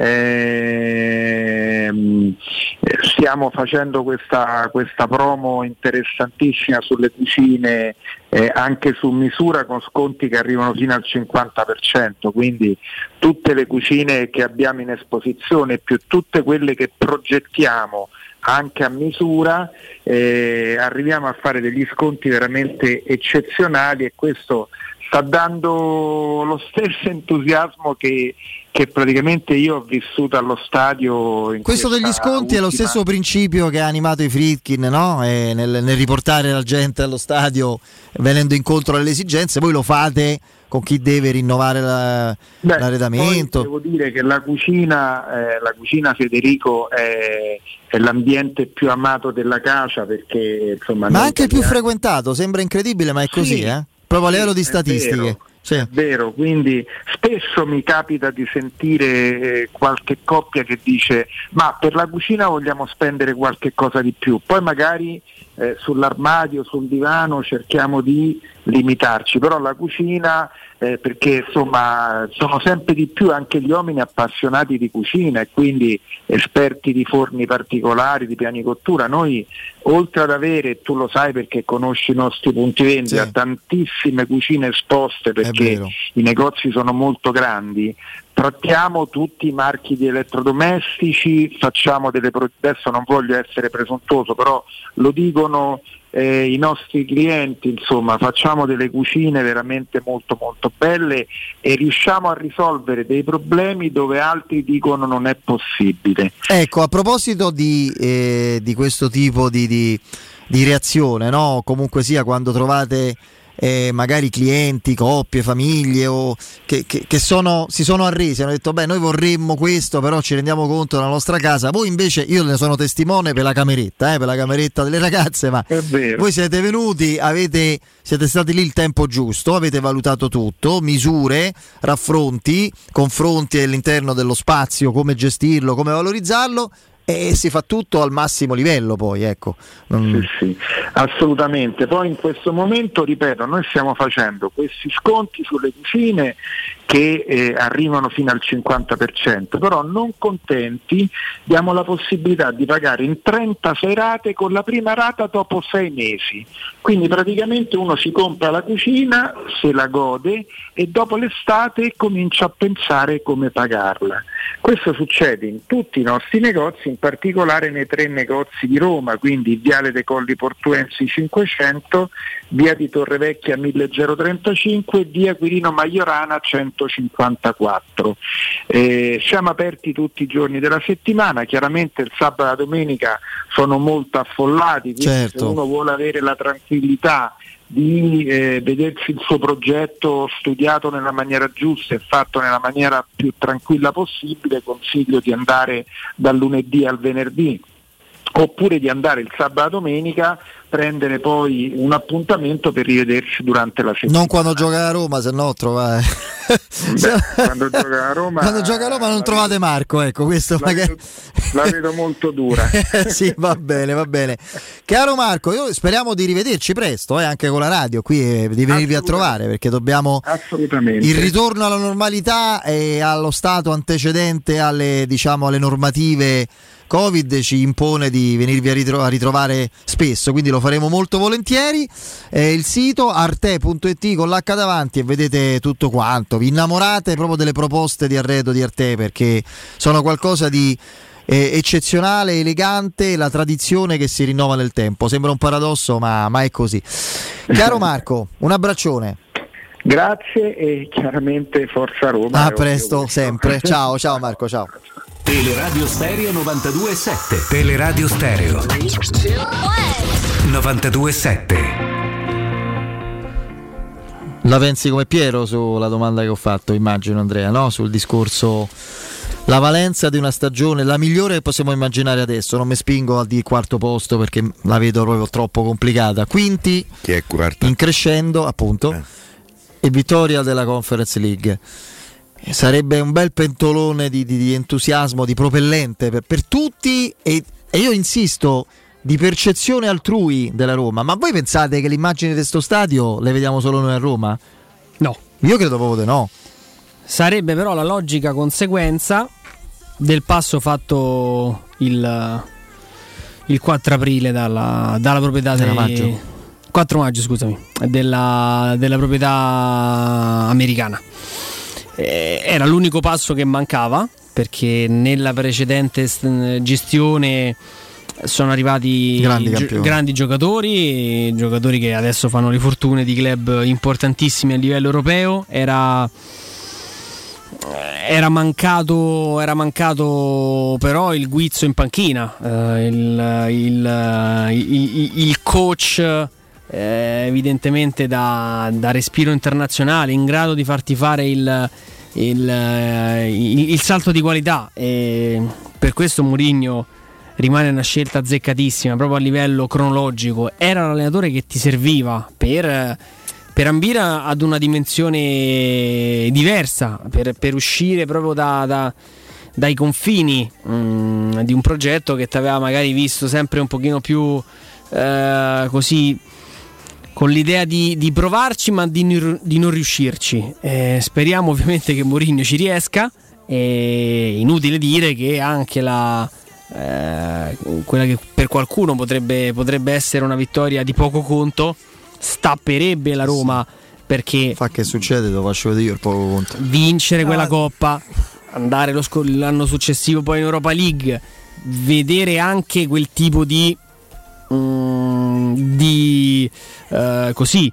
eh, stiamo facendo questa, questa promo interessantissima sulle cucine eh, anche su misura, con sconti che arrivano fino al cinquanta per cento, quindi tutte le cucine che abbiamo in esposizione più tutte quelle che progettiamo anche a misura, eh, arriviamo a fare degli sconti veramente eccezionali, e questo sta dando lo stesso entusiasmo che, che praticamente io ho vissuto allo stadio. In questo degli sconti ultima... è lo stesso principio che ha animato i Friedkin, no? E nel, nel riportare la gente allo stadio venendo incontro alle esigenze. Voi lo fate con chi deve rinnovare la, Beh, l'arredamento. Devo dire che la cucina, eh, la cucina Federico è, è l'ambiente più amato della casa, perché insomma. Ma anche il più frequentato, sembra incredibile, ma è così, sì. eh? Proprio a livello di statistiche. sì. È vero, quindi spesso mi capita di sentire eh, qualche coppia che dice ma per la cucina vogliamo spendere qualche cosa di più, poi magari eh, sull'armadio, sul divano cerchiamo di limitarci, però la cucina eh, perché insomma sono sempre di più anche gli uomini appassionati di cucina e quindi esperti di forni particolari, di piani cottura. Noi oltre ad avere, tu lo sai perché conosci i nostri punti vendita, sì. tantissime cucine esposte perché i negozi sono molto grandi, trattiamo tutti i marchi di elettrodomestici, facciamo delle pro- adesso non voglio essere presuntuoso, però lo dicono eh, i nostri clienti, insomma facciamo delle cucine veramente molto molto belle e riusciamo a risolvere dei problemi dove altri dicono non è possibile. Ecco, a proposito di, eh, di questo tipo di, di, di reazione, no? Comunque sia quando trovate Eh, magari clienti, coppie, famiglie o che, che, che sono, si sono arresi, hanno detto beh noi vorremmo questo però ci rendiamo conto della nostra casa, voi invece, io ne sono testimone per la cameretta eh, per la cameretta delle ragazze, ma voi siete venuti, avete, siete stati lì il tempo giusto, avete valutato tutto, misure, raffronti, confronti all'interno dello spazio, come gestirlo, come valorizzarlo, e si fa tutto al massimo livello poi, ecco. Mm. Sì, sì, assolutamente. Poi in questo momento, ripeto, noi stiamo facendo questi sconti sulle cucine che eh, arrivano fino al cinquanta per cento, però non contenti diamo la possibilità di pagare in trentasei rate con la prima rata dopo sei mesi, quindi praticamente uno si compra la cucina, se la gode e dopo l'estate comincia a pensare come pagarla. Questo succede in tutti i nostri negozi, in particolare nei tre negozi di Roma, quindi Viale dei Colli Portuensi cinquecento, Via di Torrevecchia milletrentacinque e Via Quirino Maiorana centocinquantaquattro. Eh, siamo aperti tutti i giorni della settimana, chiaramente il sabato e la domenica sono molto affollati, quindi certo. Se uno vuole avere la tranquillità di eh, vedersi il suo progetto studiato nella maniera giusta e fatto nella maniera più tranquilla possibile, consiglio di andare dal lunedì al venerdì oppure di andare il sabato e domenica, prendere poi un appuntamento per rivederci durante la settimana. Non quando gioca a Roma, se no trovate quando gioca a Roma quando gioca a Roma non trovate Marco, ecco, questo la, magari... vedo, la vedo molto dura. Sì, va bene, va bene. Caro Marco, io speriamo di rivederci presto, eh, anche con la radio qui, eh, di venirvi a trovare, perché dobbiamo assolutamente il ritorno alla normalità e allo stato antecedente alle, diciamo, alle normative Covid ci impone di venirvi a, ritro- a ritrovare spesso, quindi lo faremo molto volentieri. Eh, il sito arte punto it con l'H davanti e vedete tutto quanto. Vi innamorate proprio delle proposte di arredo di Arte, perché sono qualcosa di eh, eccezionale, elegante, la tradizione che si rinnova nel tempo. Sembra un paradosso, ma, ma è così. Caro Marco, un abbraccione. Grazie e chiaramente forza Roma. A presto, sempre. Ciao, ciao Marco, ciao. Teleradio Stereo novantadue virgola sette. Teleradio Stereo novantadue virgola sette. La pensi come Piero sulla domanda che ho fatto, immagino Andrea, no? Sul discorso, la valenza di una stagione, la migliore che possiamo immaginare adesso. Non mi spingo al di quarto posto perché la vedo proprio troppo complicata. Quinti, che è quarta, in crescendo appunto, eh. e vittoria della Conference League. Sarebbe un bel pentolone di, di, di entusiasmo, di propellente per, per tutti e, e io insisto, di percezione altrui della Roma. Ma voi pensate che le immagini di questo stadio le vediamo solo noi a Roma? No. Io credo proprio di no. Sarebbe però la logica conseguenza del passo fatto il, il quattro aprile dalla, dalla proprietà della dei, maggio. quattro maggio scusami della, della proprietà americana. Era l'unico passo che mancava, perché nella precedente gestione sono arrivati grandi, gio- grandi giocatori, giocatori che adesso fanno le fortune di club importantissimi a livello europeo. Era era mancato era mancato però il guizzo in panchina, eh, il, il, il, il coach Eh, evidentemente da, da respiro internazionale, in grado di farti fare il, il, il, il salto di qualità, e per questo Mourinho rimane una scelta azzeccatissima proprio a livello cronologico. Era l'allenatore che ti serviva per per ambire ad una dimensione diversa, per, per uscire proprio da, da, dai confini mh, di un progetto che ti aveva magari visto sempre un pochino più eh, così, con l'idea di, di provarci ma di, di non riuscirci. Eh, speriamo ovviamente che Mourinho ci riesca. E inutile dire che anche la eh, quella che per qualcuno potrebbe, potrebbe essere una vittoria di poco conto stapperebbe la Roma, perché fa che succede, lo faccio vedere io il poco conto, vincere quella ah. Coppa, andare lo sc- l'anno successivo poi in Europa League, vedere anche quel tipo di mm, di uh, così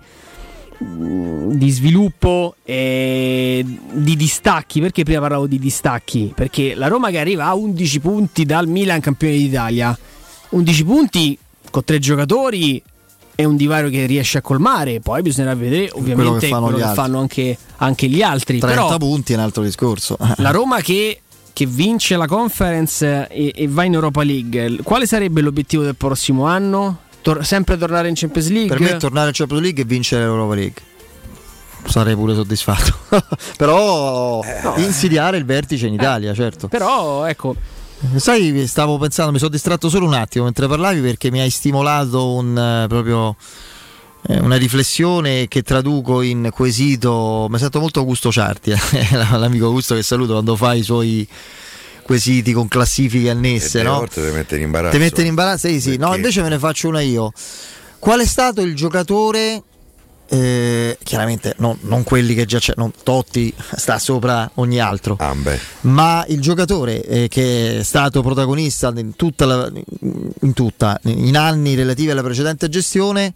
di sviluppo e di distacchi. Perché prima parlavo di distacchi? Perché la Roma che arriva a undici punti dal Milan campione d'Italia, undici punti con tre giocatori è un divario che riesce a colmare. Poi bisognerà vedere ovviamente quello che fanno, quello che fanno anche, anche gli altri. trenta Però, punti è un altro discorso. La Roma che, che vince la Conference e, e va in Europa League, quale sarebbe l'obiettivo del prossimo anno? Tor- sempre tornare in Champions League? Per me tornare in Champions League e vincere l'Europa League sarei pure soddisfatto. Però eh, no, insidiare il vertice in Italia, eh, certo. Però ecco, sai, stavo pensando, mi sono distratto solo un attimo mentre parlavi, perché mi hai stimolato un uh, proprio eh, una riflessione che traduco in quesito. Mi sento molto Augusto Ciarti, eh, l'amico Augusto che saluto, quando fa i suoi quesiti con classifiche annesse, e no? Volte ti mette in imbarazzo. Ti mette in imbarazzo, sì, sì. No, invece me ne faccio una io. Qual è stato il giocatore, eh, chiaramente non, non quelli che già c'è, non, Totti sta sopra ogni altro, ah, ma il giocatore eh, che è stato protagonista in tutta, la, in tutta in anni relativi alla precedente gestione,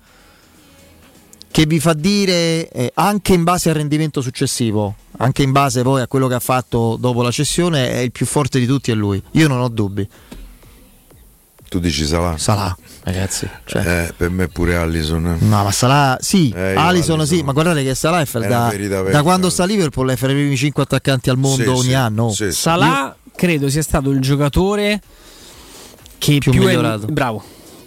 che vi fa dire eh, anche in base al rendimento successivo, anche in base poi a quello che ha fatto dopo la cessione, è il più forte di tutti, è lui. Io non ho dubbi. Tu dici Salah? Salah, ragazzi. Cioè. Eh, per me pure Alisson. No, ma Salah, sì, eh, Alisson sì, ma guardate che Salah è, è da, da quando sta a Liverpool è fra i primi cinque attaccanti al mondo sì, ogni sì, anno. Sì, sì. Salah Io... credo sia stato il giocatore che più, più migliorato. È, bravo.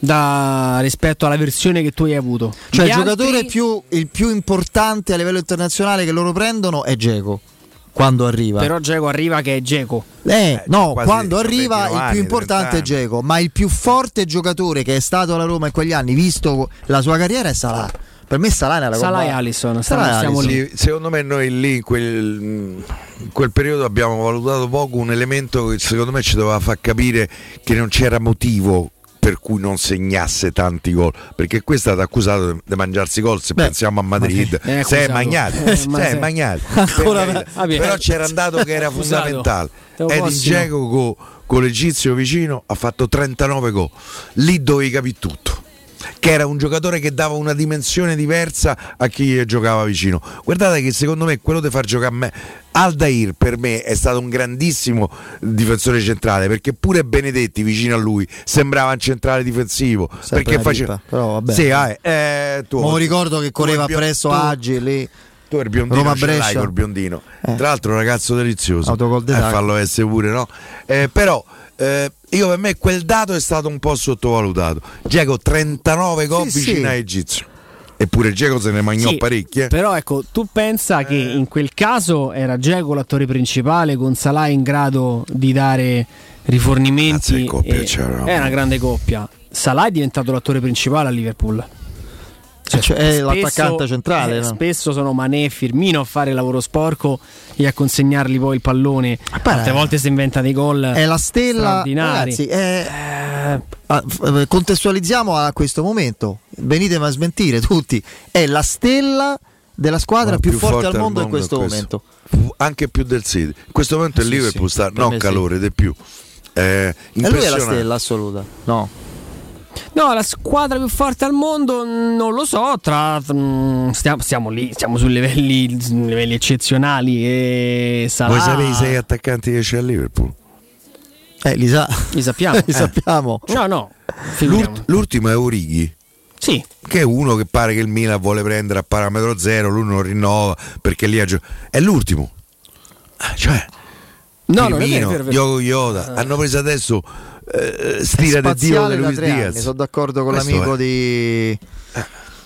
Da rispetto alla versione che tu hai avuto, cioè Gli il giocatore altri... più, il più importante a livello internazionale che loro prendono è Dzeko quando arriva. Però Dzeko arriva che è Dzeko. Eh, eh no, quando arriva il anni, più importante è Dzeko, ma il più forte giocatore che è stato alla Roma in quegli anni, visto la sua carriera, è Salah. Per me Salah era Salah e Alisson, Salah stiamo lì. Sì, secondo me noi lì in quel, in quel periodo abbiamo valutato poco un elemento che secondo me ci doveva far capire che non c'era motivo per cui non segnasse tanti gol, perché qui è stato accusato di mangiarsi gol. Se Beh, pensiamo a Madrid, è se è magnato, eh, se ma è se... magnato. Ancora per ah, però c'era andato che era fondamentale. Ed Dzeko con, con l'Egizio vicino ha fatto trentanove gol. Lì dovevi capire tutto, che era un giocatore che dava una dimensione diversa a chi giocava vicino. Guardate che secondo me quello di far giocare a me Aldair, per me è stato un grandissimo difensore centrale, perché pure Benedetti vicino a lui sembrava un centrale difensivo. Sempre perché faceva però vabbè. Sì, eh, eh, tu, non ricordo che correva presso Agi lì. Tu eri biondino, Roma ce l'hai Brescia col biondino. Eh. Tra l'altro un ragazzo delizioso. Autogol de eh, fallo essere pure, no? Eh, però eh, io per me quel dato è stato un po' sottovalutato. Dzeko trentanove gol sì, vicino sì. a Egizio. Eppure Dzeko se ne mangiò sì, parecchie. Però ecco, tu pensa che in quel caso era Dzeko l'attore principale, con Salah in grado di dare rifornimenti. Coppia, e, è una grande coppia. Salah è diventato l'attore principale a Liverpool. Cioè, cioè, è spesso, l'attaccante centrale, eh, no? Spesso sono Mané e Firmino a fare il lavoro sporco e a consegnargli poi il pallone. Tante volte si inventa dei gol è la stella, ragazzi, è, eh, contestualizziamo a questo momento, venitemi a smentire tutti, è la stella della squadra più, più forte, forte al mondo, mondo in questo, questo momento, anche più del City in questo momento. Il sì, Liverpool sì, sta no calore sì. Di più, eh, e lui è la stella assoluta, no? No, la squadra più forte al mondo non lo so, tra, stiamo, stiamo lì, siamo su livelli, livelli eccezionali e Salah... Voi sapete i sei attaccanti che c'è a Liverpool? Eh, li, sa- li sappiamo. li eh. sappiamo. No, no. L'ult- l'ultimo è Origi. Sì. Che è uno che pare che il Milan vuole prendere a parametro zero, lui non rinnova perché lì ha gio- è l'ultimo. Cioè, no, Firmino, non è vero, vero, vero. Diogo Jota, hanno preso adesso eh, stira del Dio di Luis Diaz. Sono d'accordo con Questo l'amico è. di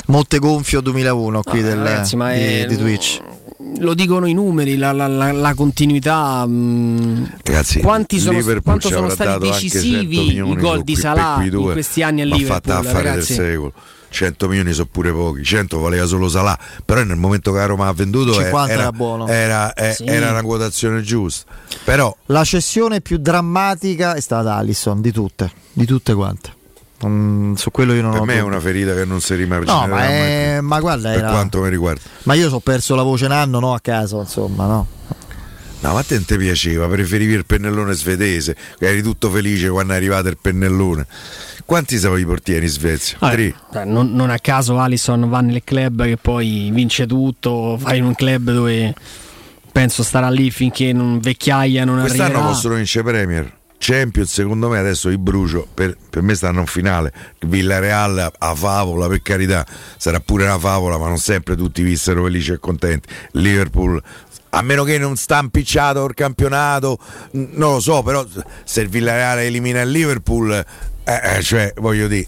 Montegonfio duemilauno qui no, del, ragazzi, ma di, è, di Twitch. Lo dicono i numeri, la, la, la, la continuità. Mh, Ragazzi, quanti sono, quanto ci sono avrà stati dato decisivi i gol di Salah in questi anni a Liverpool? Fatta affare del secolo. cento milioni sono pure pochi, cento valeva solo Salah, però nel momento che la Roma ha venduto cinquanta era, era buono. Era, eh, Sì. era una quotazione giusta. Però la cessione più drammatica è stata Alisson di tutte, di tutte quante. Mm, su quello io non per ho me è dubbi. una ferita che non si rimarginerà No, ma, è, ma guarda, per era... quanto mi riguarda. Ma io so perso la voce un anno, no, a caso, insomma, no. No, ma a te non ti piaceva, preferivi il pennellone svedese, eri tutto felice quando è arrivato il pennellone. Quanti sono i portieri in Svezia? Vabbè, Tre. non, non a caso Alisson va nel club che poi vince tutto, vai in un club dove penso starà lì finché non vecchiaia, non Quest'anno arriverà. possono vincere Premier, Champions, secondo me adesso i brucio, per, per me stanno in finale. Villarreal a favola, per carità, sarà pure una favola, ma non sempre tutti vissero felici e contenti. Liverpool, a meno che non sta impicciato il campionato, non lo so, però se il Villarreal elimina il Liverpool, eh, cioè voglio dire,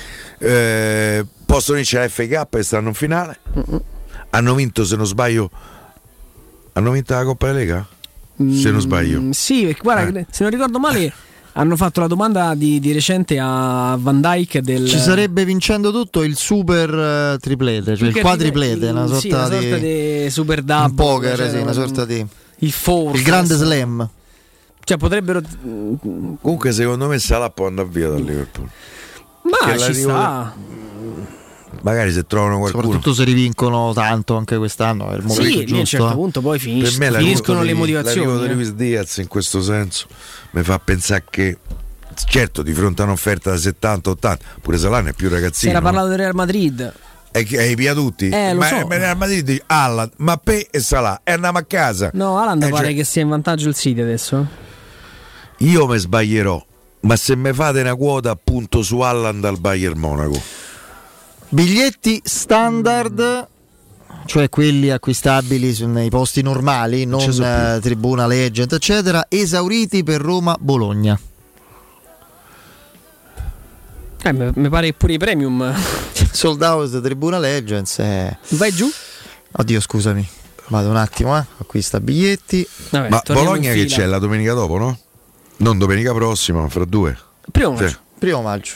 eh, possono vincere la F A Cup e stanno in finale. Hanno vinto, se non sbaglio, hanno vinto la Coppa Lega? Se non sbaglio. Mm, sì, perché guarda, Eh. se non ricordo male hanno fatto la domanda di, di recente a Van Dijk del... Ci sarebbe, vincendo tutto, il super uh, triplete, cioè il quadriplete, una sorta, sì, una sorta di... di super double, un poker, cioè, sì, una sorta di... il force, il grande slam. Cioè potrebbero... Comunque secondo me Salah può andare via dal Liverpool. Ma Che ci l'arrivo sta. Magari se trovano qualcuno. Soprattutto se rivincono tanto anche quest'anno, è il momento Sì, lì a giusto. un certo eh. punto poi finisce, Per me finiscono le di, motivazioni. l'arrivo di eh. Luis Diaz in questo senso mi fa pensare che, certo, di fronte a un'offerta da settanta ottanta, pure Salah è più Si ragazzino. era parlato del Real Madrid. È che hai via tutti. Eh, lo ma so. ma Real Madrid dice Haaland, Mappé e Salah e andiamo a casa. No, Haaland Eh, pare cioè, che sia in vantaggio il City adesso. io mi sbaglierò, ma se mi fate una quota appunto su Haaland al Bayern Monaco. Biglietti standard, cioè quelli acquistabili su- nei posti normali, non ci sono eh, Tribuna Legend, eccetera, esauriti per Roma-Bologna. Eh, mi mi pare che pure i premium. Sold out Tribuna Legends. eh. Vai giù. Oddio, scusami, vado un attimo, eh. Acquista biglietti. Vabbè, Ma torniamo Bologna in che fila. c'è la domenica dopo, no? Non domenica prossima, ma fra due. Primo Sì. maggio. Primo maggio.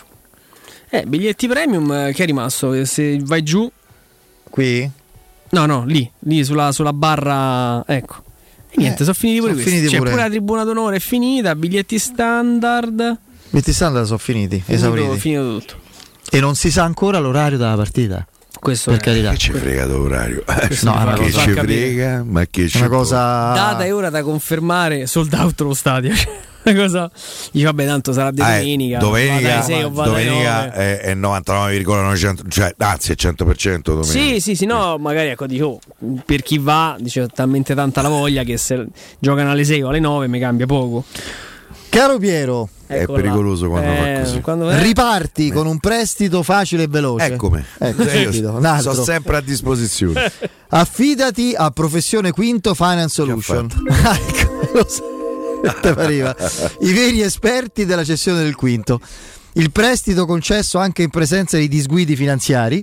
Eh, biglietti premium, eh, che è rimasto? Se vai giù. Qui? No, no, lì, lì sulla, sulla barra. Ecco. E niente, Eh, sono finiti pure sono questi. finiti Cioè, pure. pure la tribuna d'onore è finita, biglietti standard. Biglietti standard sono finiti, Finito, esauriti. finito tutto. E non si sa ancora l'orario della partita. Questo per è- carità. Che ci frega l'orario? No, è una che cosa- ci capire. frega, ma che ci Una può- cosa. Data e ora da confermare, sold out lo stadio. Una cosa. Dici, vabbè, tanto sarà di Ah, eh, domenica. domenica, vada alle sei o vada alle domenica nove. è, è novantanove virgola novecento, cioè anzi è cento per cento domenica. Sì, sì, sì, no, magari ecco, dico, per chi va, dice, ho talmente tanta la voglia che se giocano alle sei o alle nove mi cambia poco. Caro Piero, È Eccola. pericoloso quando Eh, fa così. quando è- riparti con un prestito facile e veloce. Eccomi. Ecco, Eh, io subito, un altro. sono sempre a disposizione. Affidati a Professione Quinto Finance Solution. Ecco, lo so. Te pareva. I veri esperti della cessione del quinto. Il prestito concesso anche in presenza di disguidi finanziari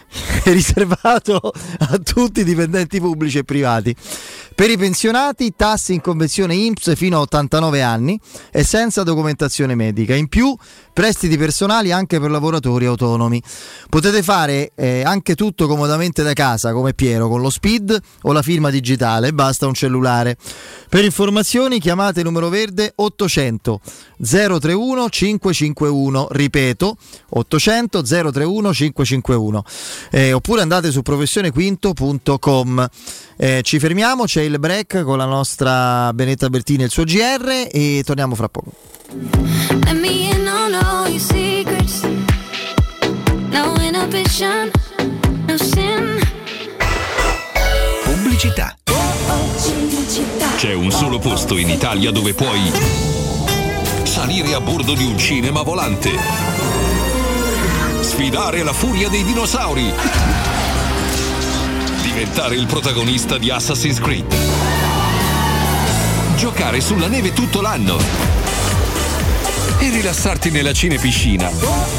è riservato a tutti i dipendenti pubblici e privati. Per i pensionati, tassi in convenzione I N P S fino a ottantanove anni e senza documentazione medica. In più, prestiti personali anche per lavoratori autonomi. Potete fare eh, anche tutto comodamente da casa, come Piero, con lo S P I D o la firma digitale, basta un cellulare. Per informazioni chiamate il numero verde ottocento zero trentuno cinquecentocinquantuno, ripeto ottocento zero trentuno cinquecentocinquantuno, eh, oppure andate su professionequinto punto com. Eh, ci fermiamo, c'è il break con la nostra Benetta Bertini e il suo G R e torniamo fra poco. Let me in on all your secrets. No inhibition, no sin. Pubblicità. C'è un solo posto in Italia dove puoi salire a bordo di un cinema volante, sfidare la furia dei dinosauri, diventare il protagonista di Assassin's Creed, giocare sulla neve tutto l'anno e rilassarti nella cinepiscina.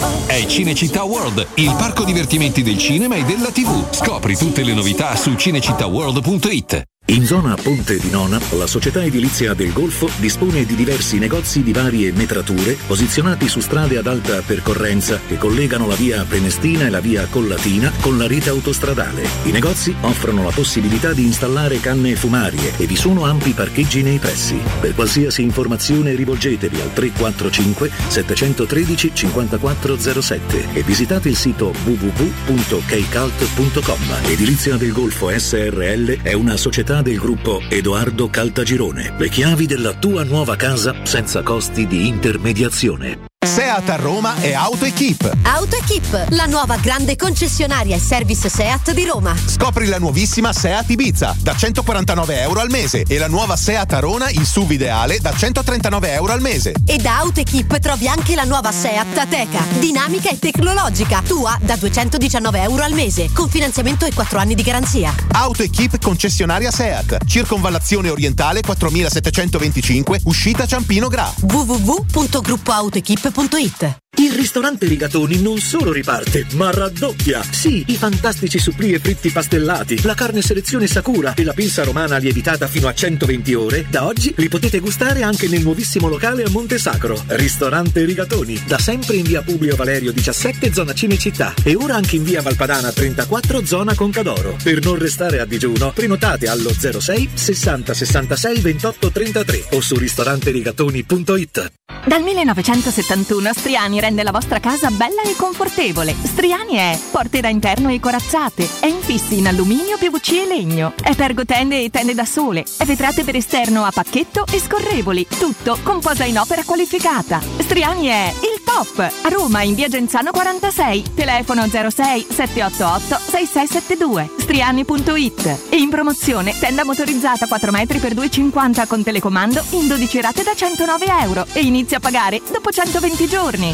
È Cinecittà World, il parco divertimenti del cinema e della tivù. Scopri tutte le novità su cinecittàworld punto it. In zona Ponte di Nona, la società edilizia del Golfo dispone di diversi negozi di varie metrature posizionati su strade ad alta percorrenza che collegano la via Prenestina e la via Collatina con la rete autostradale. I negozi offrono la possibilità di installare canne fumarie e vi sono ampi parcheggi nei pressi. Per qualsiasi informazione rivolgetevi al tre quattro cinque sette uno tre cinque zero sette e visitate il sito w w w punto keicalt punto com. Edilizia del Golfo S R L è una società del gruppo Edoardo Caltagirone. Le chiavi della tua nuova casa senza costi di intermediazione. Seat a Roma è AutoEquip. AutoEquip, la nuova grande concessionaria e service Seat di Roma. Scopri la nuovissima Seat Ibiza da centoquarantanove euro al mese e la nuova Seat Arona in S U V ideale da centotrentanove euro al mese. E da AutoEquip trovi anche la nuova Seat Ateca, dinamica e tecnologica, tua da duecentodiciannove euro al mese, con finanziamento e quattro anni di garanzia. AutoEquip concessionaria Seat, Circonvallazione Orientale quattromilasettecentoventicinque, uscita Ciampino Gra. w w w punto gruppo autoequip punto it. Il ristorante Rigatoni non solo riparte, ma raddoppia. Sì, i fantastici supplì e fritti pastellati, la carne selezione Sakura e la pinza romana lievitata fino a centoventi ore, da oggi li potete gustare anche nel nuovissimo locale a Monte Sacro. Ristorante Rigatoni, da sempre in via Publio Valerio diciassette, zona Cinecittà, e ora anche in via Valpadana trentaquattro, zona Concadoro. Per non restare a digiuno, prenotate allo zero sei sessanta sessantasei ventotto trentatré o su ristoranterigatoni punto it. Dal millenovecentosettantuno Striani rende la vostra casa bella e confortevole. Striani è porte da interno e corazzate, è infissi in alluminio, P V C e legno, è pergotende e tende da sole, è vetrate per esterno a pacchetto e scorrevoli, tutto con posa in opera qualificata. Striani è il top! A Roma in via Genzano quarantasei, telefono zero sei sette otto otto sei sei sette due, striani punto it. E in promozione tenda motorizzata quattro metri per due e cinquanta con telecomando in dodici rate da centonove euro e inizia a pagare dopo centoventi giorni.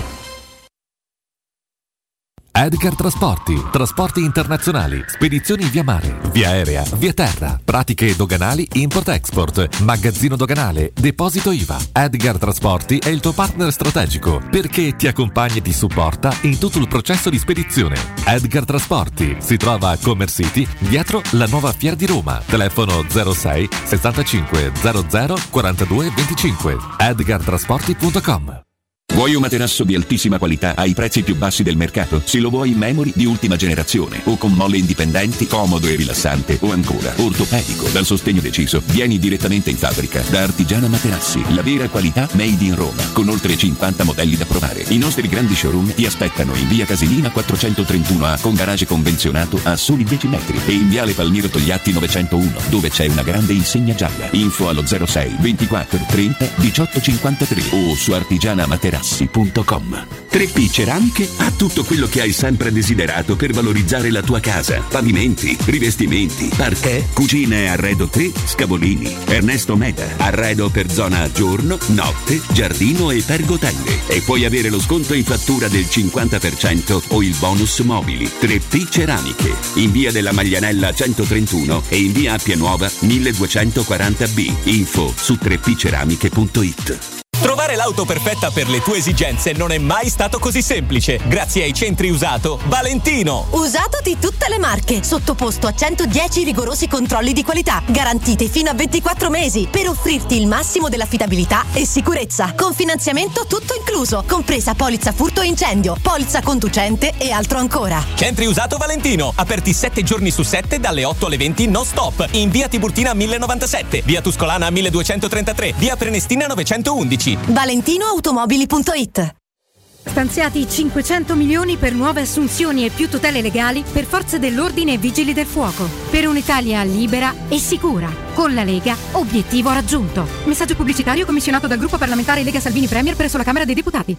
Edgar Trasporti, trasporti internazionali, spedizioni via mare, via aerea, via terra, pratiche doganali import-export, magazzino doganale, deposito I V A. Edgar Trasporti è il tuo partner strategico perché ti accompagna e ti supporta in tutto il processo di spedizione. Edgar Trasporti si trova a Commerce City, dietro la nuova Fiera di Roma. Telefono zero sei sessantacinque zero zero quarantadue venticinque. edgar trasporti punto com. Vuoi un materasso di altissima qualità ai prezzi più bassi del mercato? Se lo vuoi in memory di ultima generazione o con molle indipendenti, comodo e rilassante, o ancora ortopedico dal sostegno deciso, vieni direttamente in fabbrica da Artigiana Materassi, la vera qualità made in Roma, con oltre cinquanta modelli da provare. I nostri grandi showroom ti aspettano in via Casilina quattrocentotrentuno A con garage convenzionato a soli dieci metri e in viale Palmiro Togliatti novecentouno dove c'è una grande insegna gialla. Info allo zero sei ventiquattro trenta diciotto cinquantatré o su artigiana materassi punto com. tre P Ceramiche ha tutto quello che hai sempre desiderato per valorizzare la tua casa: pavimenti, rivestimenti, parquet, cucine e arredo tre, Scavolini, Ernesto Meda, arredo per zona giorno, notte, giardino e pergotelle, e puoi avere lo sconto in fattura del cinquanta per cento o il bonus mobili. tre P Ceramiche, in via della Maglianella centotrentuno e in via Appia Nuova milleduecentoquaranta B. Info su tre p ceramiche punto it. Trovare l'auto perfetta per le tue esigenze non è mai stato così semplice. Grazie ai centri usato Valentino. Usato di tutte le marche, sottoposto a centodieci rigorosi controlli di qualità, garantiti fino a ventiquattro mesi, per offrirti il massimo dell'affidabilità e sicurezza. Con finanziamento tutto incluso, compresa polizza furto e incendio, polizza conducente e altro ancora. Centri usato Valentino, aperti sette giorni su sette dalle otto alle venti non stop. In via Tiburtina millenovantasette, via Tuscolana milleduecentotrentatré, via Prenestina novecentoundici. valentino automobili punto it. Stanziati cinquecento milioni per nuove assunzioni e più tutele legali per forze dell'ordine e vigili del fuoco. Per un'Italia libera e sicura. Con la Lega, obiettivo raggiunto. Messaggio pubblicitario commissionato dal gruppo parlamentare Lega Salvini Premier presso la Camera dei Deputati.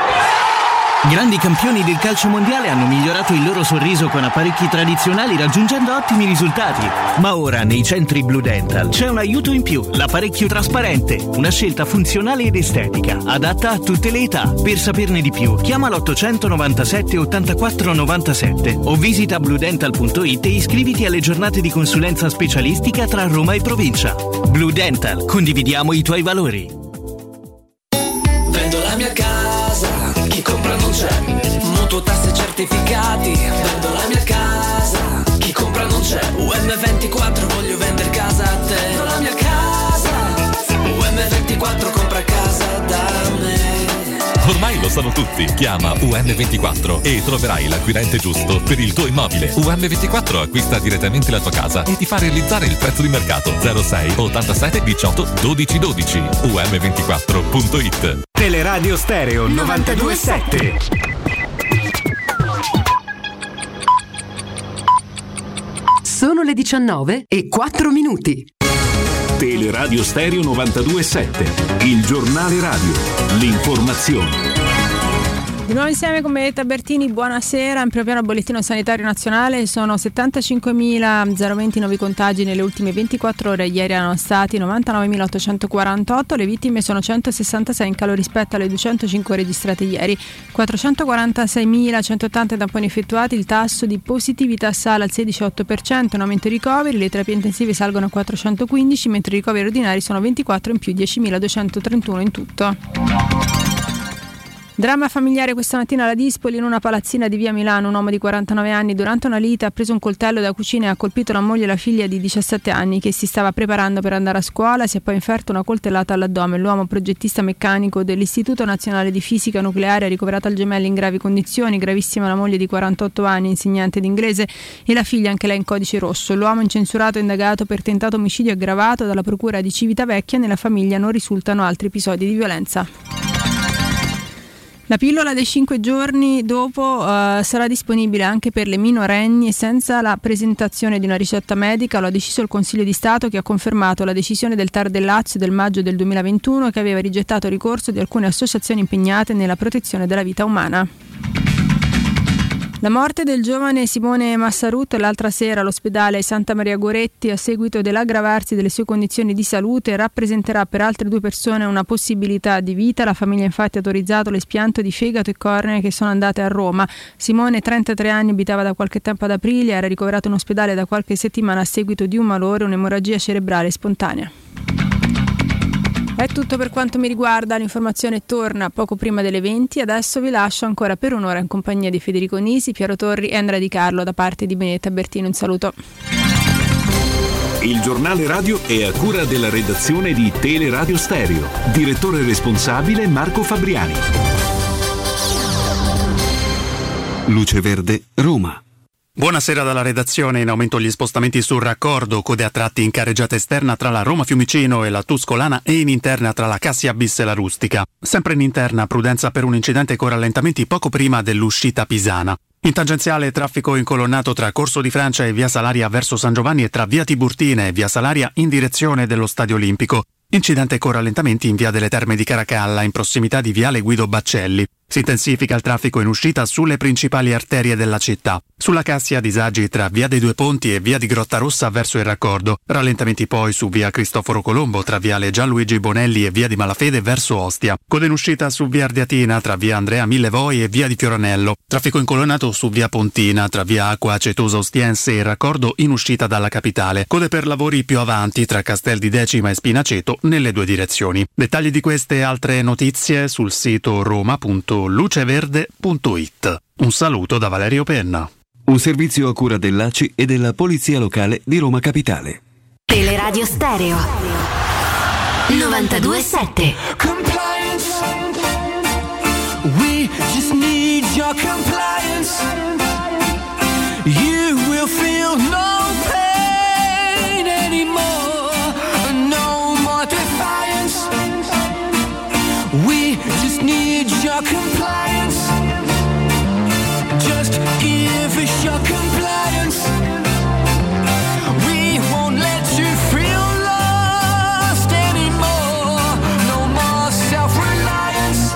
Grandi campioni del calcio mondiale hanno migliorato il loro sorriso con apparecchi tradizionali raggiungendo ottimi risultati. Ma ora nei centri Blue Dental c'è un aiuto in più, l'apparecchio trasparente, una scelta funzionale ed estetica, adatta a tutte le età. Per saperne di più, chiama l'ottocentonovantasette ottantaquattro novantasette o visita blue dental punto it e iscriviti alle giornate di consulenza specialistica tra Roma e provincia. Blue Dental, condividiamo i tuoi valori. Vendo la mia casa, chi compra non c'è. Mutuo, tasse, certificati, vendo la mia casa, chi compra non c'è. U M ventiquattro, voglio vendere casa a te. Vendo la mia casa, U M ventiquattro, compra casa da me. Ormai lo sanno tutti. Chiama U M ventiquattro e troverai l'acquirente giusto per il tuo immobile. U M ventiquattro acquista direttamente la tua casa e ti fa realizzare il prezzo di mercato. zero sei ottantasette diciotto dodici dodici U M ventiquattro punto it. Teleradio Stereo novantadue sette. Sono le diciannove e quattro minuti. Teleradio Stereo novantadue sette, il giornale radio, l'informazione. Di nuovo insieme con Benedetta Bertini, buonasera. In primo piano bollettino sanitario nazionale, sono settantacinquemilaventi nuovi contagi nelle ultime ventiquattro ore, ieri erano stati novantanovemilaottocentoquarantotto, le vittime sono centosessantasei in calo rispetto alle duecentocinque registrate ieri, quattrocentoquarantaseimilacentoottanta tamponi effettuati, il tasso di positività sale al sedici virgola otto per cento, in aumento i ricoveri, le terapie intensive salgono a quattrocentoquindici, mentre i ricoveri ordinari sono ventiquattro, in più diecimiladuecentotrentuno in tutto. Dramma familiare questa mattina alla Dispoli, in una palazzina di via Milano. Un uomo di quarantanove anni durante una lite ha preso un coltello da cucina e ha colpito la moglie e la figlia di diciassette anni che si stava preparando per andare a scuola. Si è poi inferto una coltellata all'addome. L'uomo, progettista meccanico dell'Istituto Nazionale di Fisica Nucleare, ha ricoverato al gemello in gravi condizioni. Gravissima la moglie di quarantotto anni, insegnante d'inglese, e la figlia, anche lei in codice rosso. L'uomo incensurato è indagato per tentato omicidio aggravato dalla procura di Civitavecchia. Nella famiglia non risultano altri episodi di violenza. La pillola dei cinque giorni dopo uh, sarà disponibile anche per le minorenni e senza la presentazione di una ricetta medica. Lo ha deciso il Consiglio di Stato, che ha confermato la decisione del T A R del Lazio del maggio del duemilaventuno, che aveva rigettato il ricorso di alcune associazioni impegnate nella protezione della vita umana. La morte del giovane Simone Massarut l'altra sera all'ospedale Santa Maria Goretti a seguito dell'aggravarsi delle sue condizioni di salute rappresenterà per altre due persone una possibilità di vita. La famiglia infatti ha autorizzato l'espianto di fegato e cornee che sono andate a Roma. Simone, trentatré anni, abitava da qualche tempo ad Aprilia, era ricoverato in ospedale da qualche settimana a seguito di un malore, un'emorragia cerebrale spontanea. È tutto per quanto mi riguarda, l'informazione torna poco prima delle venti, adesso vi lascio ancora per un'ora in compagnia di Federico Nisi, Piero Torri e Andrea Di Carlo. Da parte di Benedetta Bertino un saluto. Il giornale radio è a cura della redazione di Teleradio Stereo, direttore responsabile Marco Fabriani. Luce Verde, Roma. Buonasera dalla redazione. In aumento gli spostamenti sul raccordo, code a tratti in carreggiata esterna tra la Roma Fiumicino e la Tuscolana e in interna tra la Cassia Bis e la Rustica. Sempre in interna, prudenza per un incidente con rallentamenti poco prima dell'uscita pisana. In tangenziale, traffico incolonnato tra Corso di Francia e via Salaria verso San Giovanni e tra via Tiburtina e via Salaria in direzione dello Stadio Olimpico. Incidente con rallentamenti in via delle Terme di Caracalla in prossimità di viale Guido Baccelli. Si intensifica il traffico in uscita sulle principali arterie della città. Sulla Cassia disagi tra via dei Due Ponti e via di Grottarossa verso il raccordo. Rallentamenti poi su via Cristoforo Colombo tra viale Gianluigi Bonelli e via di Malafede verso Ostia. Code in uscita su via Ardeatina tra via Andrea Millevoi e via di Fioranello. Traffico incolonato su via Pontina tra via Acqua Acetosa Ostiense e il raccordo in uscita dalla capitale. Code per lavori più avanti tra Castel di Decima e Spinaceto nelle due direzioni. Dettagli di queste e altre notizie sul sito roma punto luceverde punto it. Un saluto da Valerio Penna. Un servizio a cura dell'A C I e della Polizia Locale di Roma Capitale. Teleradio Stereo novantadue sette. Compliance. We just need your compliance. You will feel no pain anymore. No more defiance. We just need your compliance. Just give us your compliance. We won't let you feel lost anymore. No more self-reliance.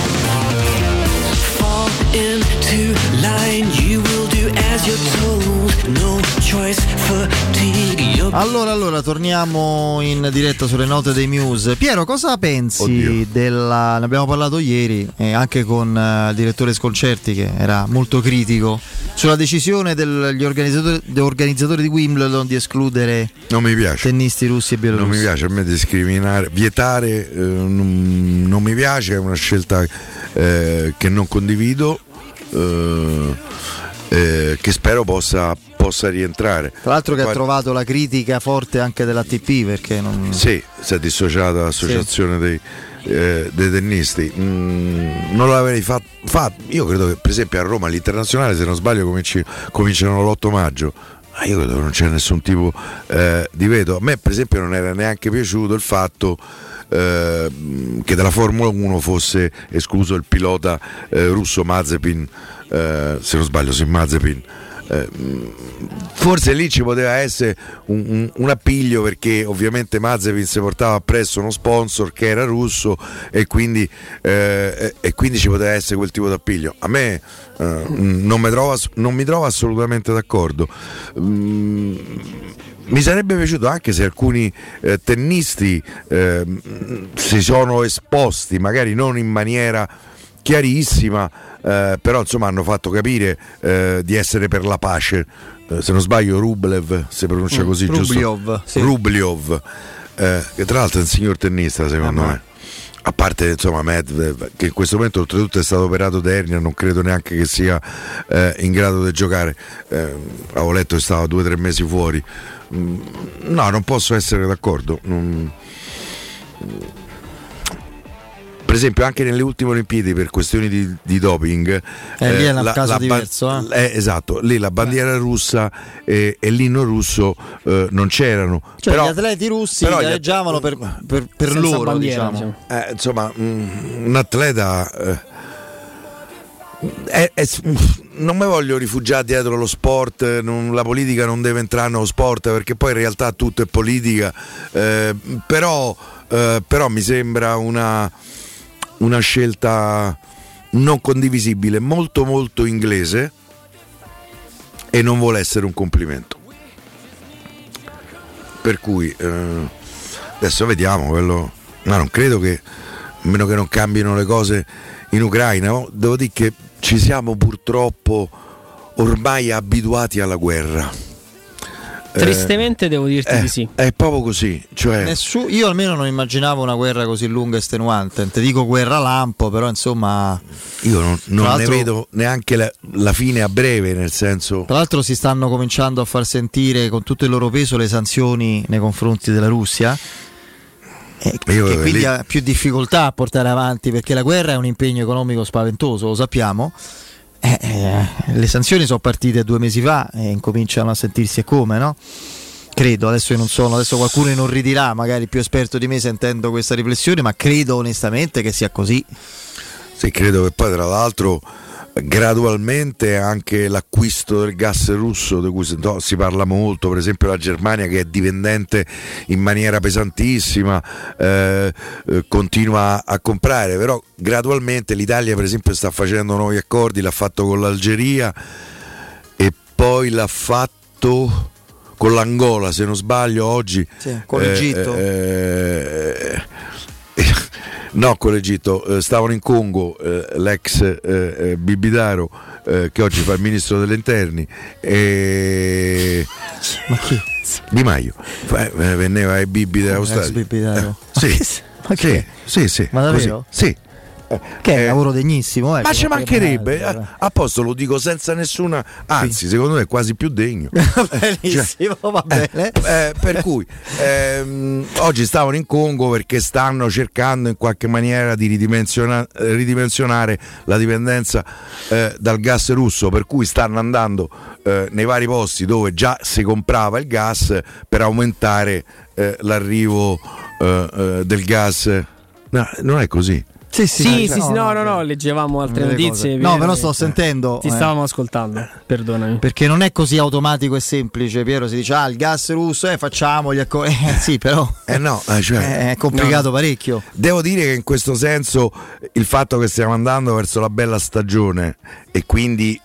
Fall into line, you will do as you're told. no choice fatigue. Allora, allora, torniamo in diretta sulle note dei Muse. Piero, cosa pensi Oddio. della... ne abbiamo parlato ieri, eh, anche con uh, il direttore Sconcerti, che era molto critico sulla decisione degli organizzatori, degli organizzatori di Wimbledon di escludere non mi piace. tennisti russi e bielorussi. Non mi piace, a me discriminare, vietare eh, non, non mi piace, è una scelta eh, che non condivido, eh, eh, che spero possa, possa rientrare. Tra l'altro che Poi, ha trovato la critica forte anche dell'A T P, perché non... Sì, si è dissociata dall'associazione sì. dei, eh, dei tennisti. Mm, non l'avrei fatto, fatto. Io credo che per esempio a Roma l'internazionale, se non sbaglio, cominci, cominciano l'otto maggio. Ma io credo che non c'è nessun tipo eh, di veto. A me per esempio non era neanche piaciuto il fatto eh, che dalla Formula uno fosse escluso il pilota eh, russo Mazepin, eh, se non sbaglio, sì, Mazepin. Eh, forse lì ci poteva essere un, un, un appiglio, perché ovviamente Mazepin si portava appresso uno sponsor che era russo e quindi, eh, e quindi ci poteva essere quel tipo di appiglio. A me eh, non, mi trovo, non mi trovo assolutamente d'accordo. Mm, mi sarebbe piaciuto anche se alcuni eh, tennisti eh, si sono esposti, magari non in maniera chiarissima, eh, però insomma hanno fatto capire eh, di essere per la pace. Eh, se non sbaglio Rublev si pronuncia mm, così, Rubliov, giusto? Sì. Rubliov, eh, che tra l'altro è un signor tennista secondo ah, me. A parte insomma Medvedev, che in questo momento oltretutto è stato operato da ernia, non credo neanche che sia eh, in grado di giocare. Eh, avevo letto che stava due o tre mesi fuori. Mm, no, non posso essere d'accordo. Non... Per esempio anche nelle ultime Olimpiadi, per questioni di, di doping, eh, eh, lì è un caso la, diverso eh. Eh, esatto, lì la bandiera eh. russa e, e l'inno russo eh, non c'erano, cioè però, gli atleti russi gareggiavano per, per, per loro bandiera, diciamo. Eh, insomma mh, un atleta eh, è, è, non mi voglio rifugiare dietro lo sport, non, la politica non deve entrare nello sport, perché poi in realtà tutto è politica, eh, però, eh, però mi sembra una una scelta non condivisibile, molto molto inglese, e non vuole essere un complimento, per cui eh, adesso vediamo quello, ma non credo che, a meno che non cambino le cose in Ucraina, no? Devo dire che ci siamo purtroppo ormai abituati alla guerra. Tristemente devo dirti eh, di sì. È proprio così. Cioè... Nessun, io almeno non immaginavo una guerra così lunga e estenuante. Ti dico guerra lampo, però insomma. Io non, non ne vedo neanche la, la fine a breve, nel senso. Tra l'altro si stanno cominciando a far sentire con tutto il loro peso le sanzioni nei confronti della Russia. Eh, io, che quindi lì... ha più difficoltà a portare avanti, perché la guerra è un impegno economico spaventoso, lo sappiamo. Eh, eh, le sanzioni sono partite due mesi fa e incominciano a sentirsi e come, no? Credo, adesso io non sono, adesso qualcuno non ridirà, magari più esperto di me sentendo questa riflessione, ma credo onestamente che sia così. Sì, credo che poi tra l'altro gradualmente anche l'acquisto del gas russo, di cui no, si parla molto, per esempio la Germania che è dipendente in maniera pesantissima, eh, eh, continua a comprare, però gradualmente l'Italia per esempio sta facendo nuovi accordi, l'ha fatto con l'Algeria e poi l'ha fatto con l'Angola, se non sbaglio oggi, sì, con l'Egitto. Eh, eh, No, con l'Egitto, eh, stavano in Congo eh, l'ex eh, Bibitaro eh, che oggi fa il ministro degli interni, e... Ma chi? Di Maio eh, veniva ai Bibitaro eh, sì, Ma sì, sì, sì, ma davvero? Così, sì. Che è un lavoro degnissimo, eh, ma ci mancherebbe, a, a posto, lo dico senza nessuna, anzi sì. Secondo me è quasi più degno. Benissimo, cioè, va bene. Eh, eh, per cui ehm, oggi stavano in Congo perché stanno cercando in qualche maniera di ridimensiona- ridimensionare la dipendenza eh, dal gas russo, per cui stanno andando eh, nei vari posti dove già si comprava il gas per aumentare eh, l'arrivo eh, eh, del gas. No, non è così. Sì, sì, sì, sì, no, no, no, no, leggevamo altre notizie. No, però sto sentendo. Ti stavamo eh. ascoltando, perdonami. Perché non è così automatico e semplice, Piero. Si dice, ah, il gas russo, eh, facciamo gli accordi. Eh, sì, però. Eh no, eh, cioè, è complicato no. parecchio. Devo dire che in questo senso il fatto che stiamo andando verso la bella stagione e quindi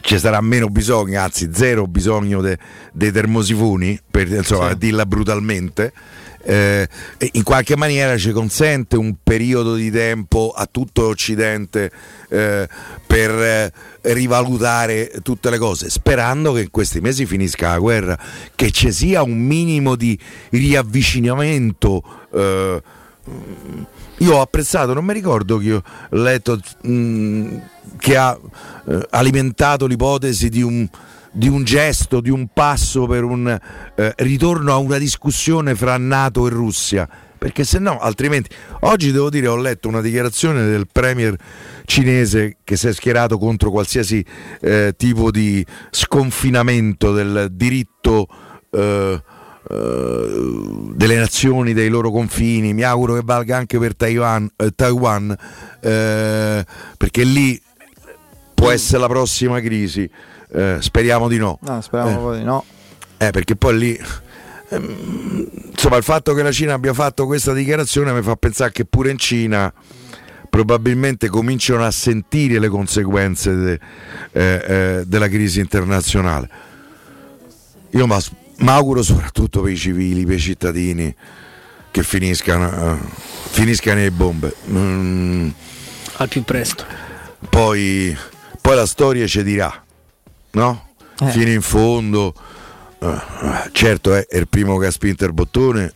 ci sarà meno bisogno, anzi zero bisogno de, dei termosifoni, per insomma, sì. dirla brutalmente. Eh, in qualche maniera ci consente un periodo di tempo a tutto l'Occidente eh, per eh, rivalutare tutte le cose, sperando che in questi mesi finisca la guerra, che ci sia un minimo di riavvicinamento. Eh, io ho apprezzato, non mi ricordo che io ho letto mh, che ha eh, alimentato l'ipotesi di un di un gesto, di un passo per un eh, ritorno a una discussione fra NATO e Russia, perché se no altrimenti oggi devo dire ho letto una dichiarazione del premier cinese che si è schierato contro qualsiasi eh, tipo di sconfinamento del diritto eh, eh, delle nazioni, dei loro confini. Mi auguro che valga anche per Taiwan, eh, Taiwan eh, perché lì può essere la prossima crisi. Eh, speriamo di no. No, speriamo eh. di no. Eh, perché poi lì ehm, insomma il fatto che la Cina abbia fatto questa dichiarazione mi fa pensare che pure in Cina probabilmente cominciano a sentire le conseguenze de, eh, eh, della crisi internazionale. Io mi auguro soprattutto per i civili, per i cittadini, che finiscano eh, finiscano le bombe. Mm. Al più presto. Poi, poi la storia ci dirà. No? Eh. Fino in fondo uh, certo è, è il primo che ha spinto il bottone,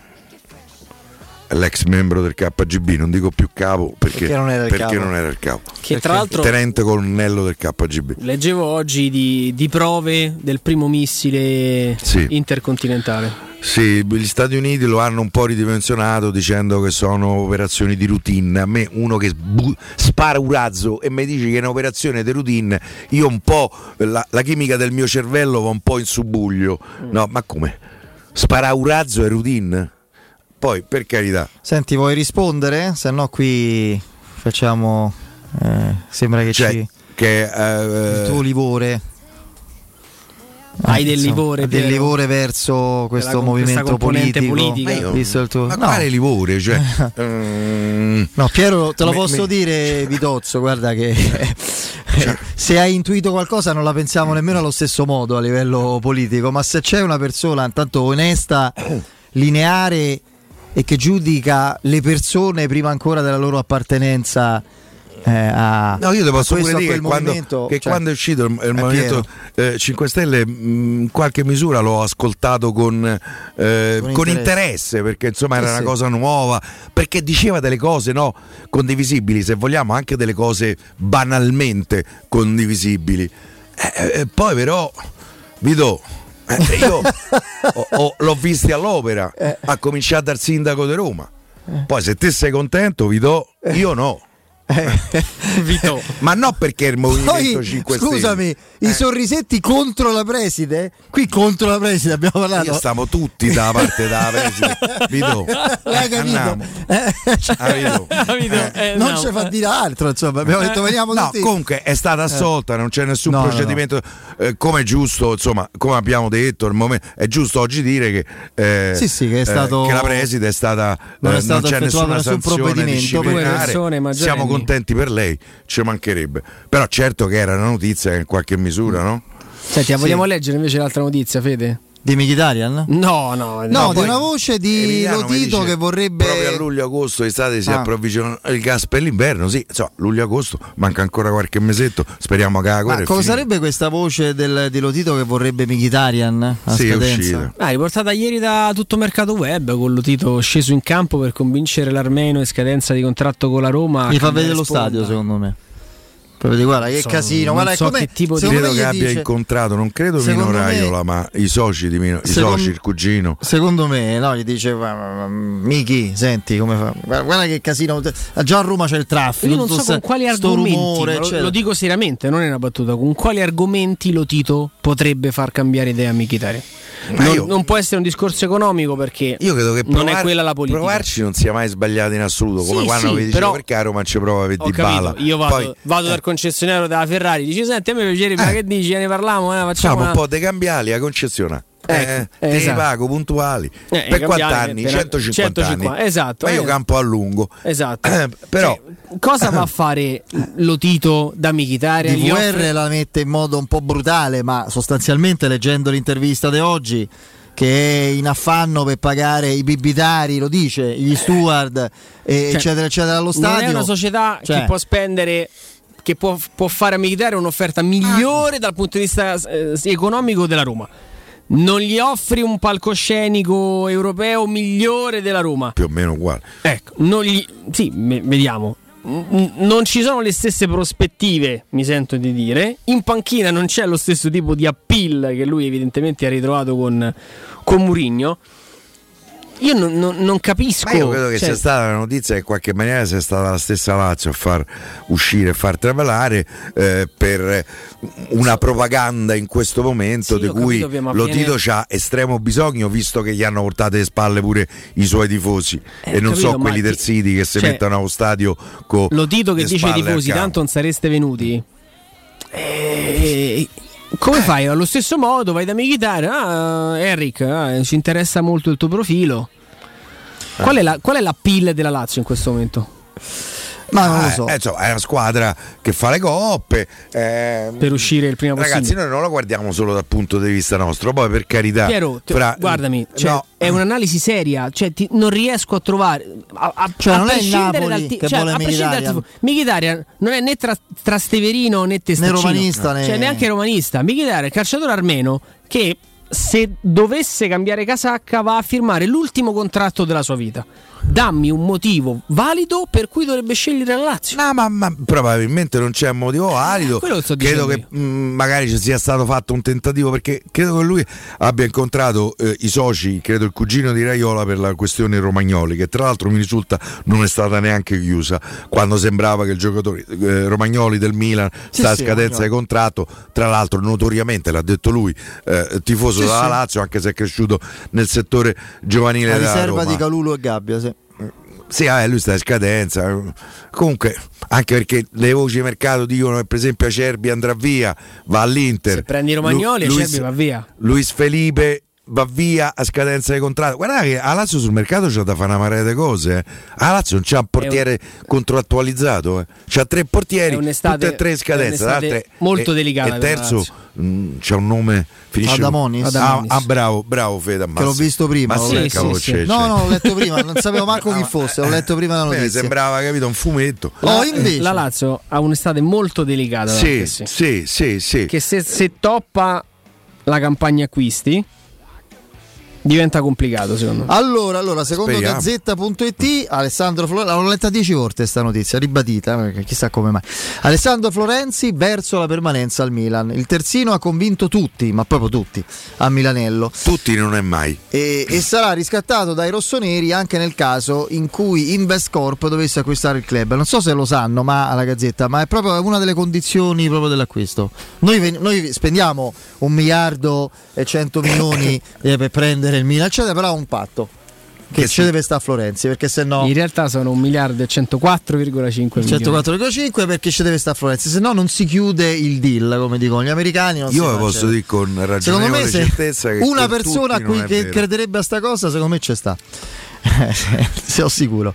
è l'ex membro del K G B, non dico più capo perché, perché, non, era il, perché capo. non era il capo, che tra l'altro tenente colonnello del K G B. Leggevo oggi di, di prove del primo missile sì. intercontinentale. Sì, gli Stati Uniti lo hanno un po' ridimensionato dicendo che sono operazioni di routine. A me uno che bu- spara un razzo e mi dice che è un'operazione di routine, io un po' la, la chimica del mio cervello va un po' in subbuglio. No, ma come? Spara un razzo è routine? Poi, per carità. Senti, vuoi rispondere? Se no qui facciamo eh, sembra che cioè, ci che uh, il tuo livore. Hai del livore, del livore verso questo movimento politico, politica. Ma, io, visto il tuo... ma no. quale livore? Cioè, um... no, Piero, te lo me, posso me... dire, Vitozzo, guarda che cioè... se hai intuito qualcosa non la pensiamo nemmeno allo stesso modo a livello politico, ma se c'è una persona intanto onesta, lineare e che giudica le persone prima ancora della loro appartenenza Eh, a, no, io ti posso questo, pure dire che, quando, che cioè, quando è uscito il, il Movimento eh, cinque Stelle mh, in qualche misura l'ho ascoltato con, eh, con, con interesse. interesse perché insomma era eh, una sì. cosa nuova, perché diceva delle cose no, condivisibili, se vogliamo anche delle cose banalmente condivisibili. Eh, eh, poi però Vito eh, io ho, ho, l'ho visti all'opera, eh. a cominciare dal sindaco di Roma, poi se te sei contento Vito, io no. Vito. Ma no, perché il Movimento Poi, cinque Stelle. Scusami, eh. i sorrisetti contro la preside? Qui contro la preside abbiamo parlato. Io stiamo tutti dalla parte della preside. Vito, l'hai capito? Eh, cioè, ah, Vito. Eh, eh, non no. ci fa dire altro, insomma. Abbiamo detto veniamo no, tutti. Comunque è stata assolta, non c'è nessun no, procedimento. No, no. Eh, come è giusto, insomma, come abbiamo detto, il momento, è giusto oggi dire che, eh, sì, sì, che, è stato, eh, che la preside è stata non, eh, è stato non c'è nessuna nessun sanzione disciplinare. Siamo contenti per lei, ci mancherebbe, però certo che era una notizia in qualche misura, no? Senti, sì. vogliamo leggere invece l'altra notizia, Fede? Di Mkhitaryan? No, no, no, no di una voce di Lotito che vorrebbe proprio a luglio-agosto l'estate si ah. approvvigionano il gas per l'inverno, sì, insomma, luglio-agosto manca ancora qualche mesetto, speriamo che la guerra. Ma cosa finita. Sarebbe questa voce del, di Lotito che vorrebbe Mkhitaryan a sì, scadenza? Ah, riportata ieri da Tutto Mercato Web, con Lotito sceso in campo per convincere l'Armeno in scadenza di contratto con la Roma. Mi fa vedere lo stadio, secondo me. Proprio, guarda che so, casino, guarda so come che tipo di credo che abbia dice, incontrato, non credo Mino Raiola, ma i soci di Mino, i secondo, soci, il cugino. Secondo me, no, gli dice Miki, senti come fa. Guarda, guarda che casino, già a Roma c'è il traffico. Io non so con quali argomenti, rumore, lo, lo dico seriamente, non è una battuta, con quali argomenti Lotito potrebbe far cambiare idea a Mkhitaryan? Non, io, non può essere un discorso economico perché io credo che provar, non è quella la politica. Provarci non sia mai sbagliato in assoluto, come sì, quando sì, vi dicevo però, perché a Roma ci prova a vedere di bala. Io vado, Poi, vado eh, dal concessionario della Ferrari, dici senti a me piacere, ma eh, che dici? Ne parliamo, eh, facciamo una... un po' dei cambiali a concessionaria. Eh, eh, ti esatto. pago puntuali eh, per quanti anni? Per centocinquanta, centocinquanta anni. Esatto, ma io eh. campo a lungo. Esatto. Eh, però cioè, cosa va a fare lo Tito da Mkhitaryan? D V R offre... la mette in modo un po' brutale, ma sostanzialmente leggendo l'intervista di oggi, che è in affanno per pagare i bibitari, lo dice, gli steward, eh, cioè, eccetera, eccetera, allo stadio. Non è una società cioè, che può spendere, che può, può fare a Mkhitaryan un'offerta migliore ah. dal punto di vista eh, economico della Roma. Non gli offri un palcoscenico europeo migliore della Roma, più o meno uguale. Ecco, non gli, sì, me, vediamo. Non ci sono le stesse prospettive, mi sento di dire. In panchina non c'è lo stesso tipo di appeal che lui evidentemente ha ritrovato con, con Mourinho. Io non, non, non capisco. Ma io credo che cioè... sia stata la notizia che in qualche maniera sia stata la stessa Lazio a far uscire e far travelare eh, per una propaganda in questo momento, sì, di cui capito, lo Tito c'ha estremo bisogno, visto che gli hanno portato le spalle pure i suoi tifosi eh, e non capito, so quelli del City che si cioè, mettono allo stadio con lo Tito che dice ai tifosi tanto non sareste venuti. E... come fai? Allo stesso modo vai da Mkhitaryan, ah, Eric, ah, ci interessa molto il tuo profilo. Qual è la, qual è l'appeal della Lazio in questo momento? Ma non lo so. Eh, insomma, è una squadra che fa le coppe eh, per uscire il prima ragazzi, possibile. Noi non la guardiamo solo dal punto di vista nostro, poi per carità. Piero, fra... guardami, cioè, no. è un'analisi seria, cioè ti, non riesco a trovare a, a, cioè, a non prescindere è il dal ti, cioè, a prescindere dal tipo. Mkhitaryan non è né tra, Trasteverino né Testaccino, né romanista, no. né... cioè neanche romanista. Mkhitaryan è il calciatore armeno che se dovesse cambiare casacca va a firmare l'ultimo contratto della sua vita. Dammi un motivo valido per cui dovrebbe scegliere la Lazio. No, ma, ma probabilmente non c'è un motivo valido. Credo che mh, magari ci sia stato fatto un tentativo, perché credo che lui abbia incontrato eh, i soci, credo il cugino di Raiola, per la questione Romagnoli, che tra l'altro mi risulta non è stata neanche chiusa, quando sembrava che il giocatore eh, Romagnoli del Milan sì, sta sì, a scadenza di contratto, tra l'altro notoriamente, l'ha detto lui, eh, tifoso sì, della sì. Lazio, anche se è cresciuto nel settore giovanile la della riserva Roma. di Calulu e Gabbia, sì. Sì, eh, lui sta in scadenza. Comunque, anche perché le voci di mercato dicono che per esempio Acerbi andrà via, va all'Inter. Se prendi Romagnoli, Lu- Acerbi va via. Luis Felipe va via a scadenza di contratto. Guardate che a Lazio sul mercato c'è da fare una marea di cose. Eh. A Lazio non c'ha un portiere un... contrattualizzato, eh. C'ha tre portieri, tutte e tre in scadenza. Tre, molto e, delicata. E terzo mh, c'è un nome. Finisce Adamonis. Ah, ah, bravo, bravo Fede. Che l'ho visto prima. Ma sì, sì, sì, sì. No, no, l'ho letto prima, non sapevo manco chi fosse, l'ho letto prima la notizia. Mi sembrava, capito, un fumetto. La, oh, invece. la Lazio ha un'estate molto delicata. Sì, sì, sì, sì. Che se, se toppa la campagna acquisti diventa complicato, secondo me. Allora, allora secondo Speriamo. Gazzetta punto it, Alessandro Florenzi, l'ho letta dieci volte questa notizia, ribadita, perché chissà come mai. Alessandro Florenzi verso la permanenza al Milan. Il terzino ha convinto tutti, ma proprio tutti, a Milanello. Tutti non è mai. E, e sarà riscattato dai rossoneri anche nel caso in cui Investcorp dovesse acquistare il club. Non so se lo sanno, ma alla Gazzetta, ma è proprio una delle condizioni proprio dell'acquisto. Noi, noi spendiamo un miliardo e cento milioni eh, per prendere il Milan, eccetera, però ha un patto che, che ci sì. deve stare a Florenzi, perché se no in realtà sono un miliardo e centoquattro virgola cinque milioni. centoquattro virgola cinque perché ci deve stare a Florenzi, se no non si chiude il deal, come dicono gli americani. Non Io si posso faccia. dire con ragionevole certezza che una persona a cui che crederebbe a sta cosa, secondo me c'è sta. Sono sicuro.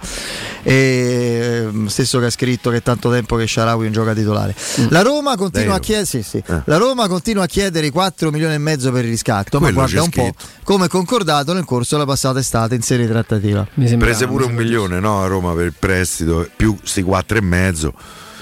E, stesso che ha scritto che è tanto tempo che Shaarawy non gioca titolare. mm. La Roma continua a chiedere sì, sì. Eh. La Roma continua a chiedere i quattro milioni e mezzo per il riscatto, ma guarda un po', come concordato nel corso della passata estate in serie trattativa. Mi sembra, prese pure un milione, no, a Roma per il prestito, più sti quattro e mezzo.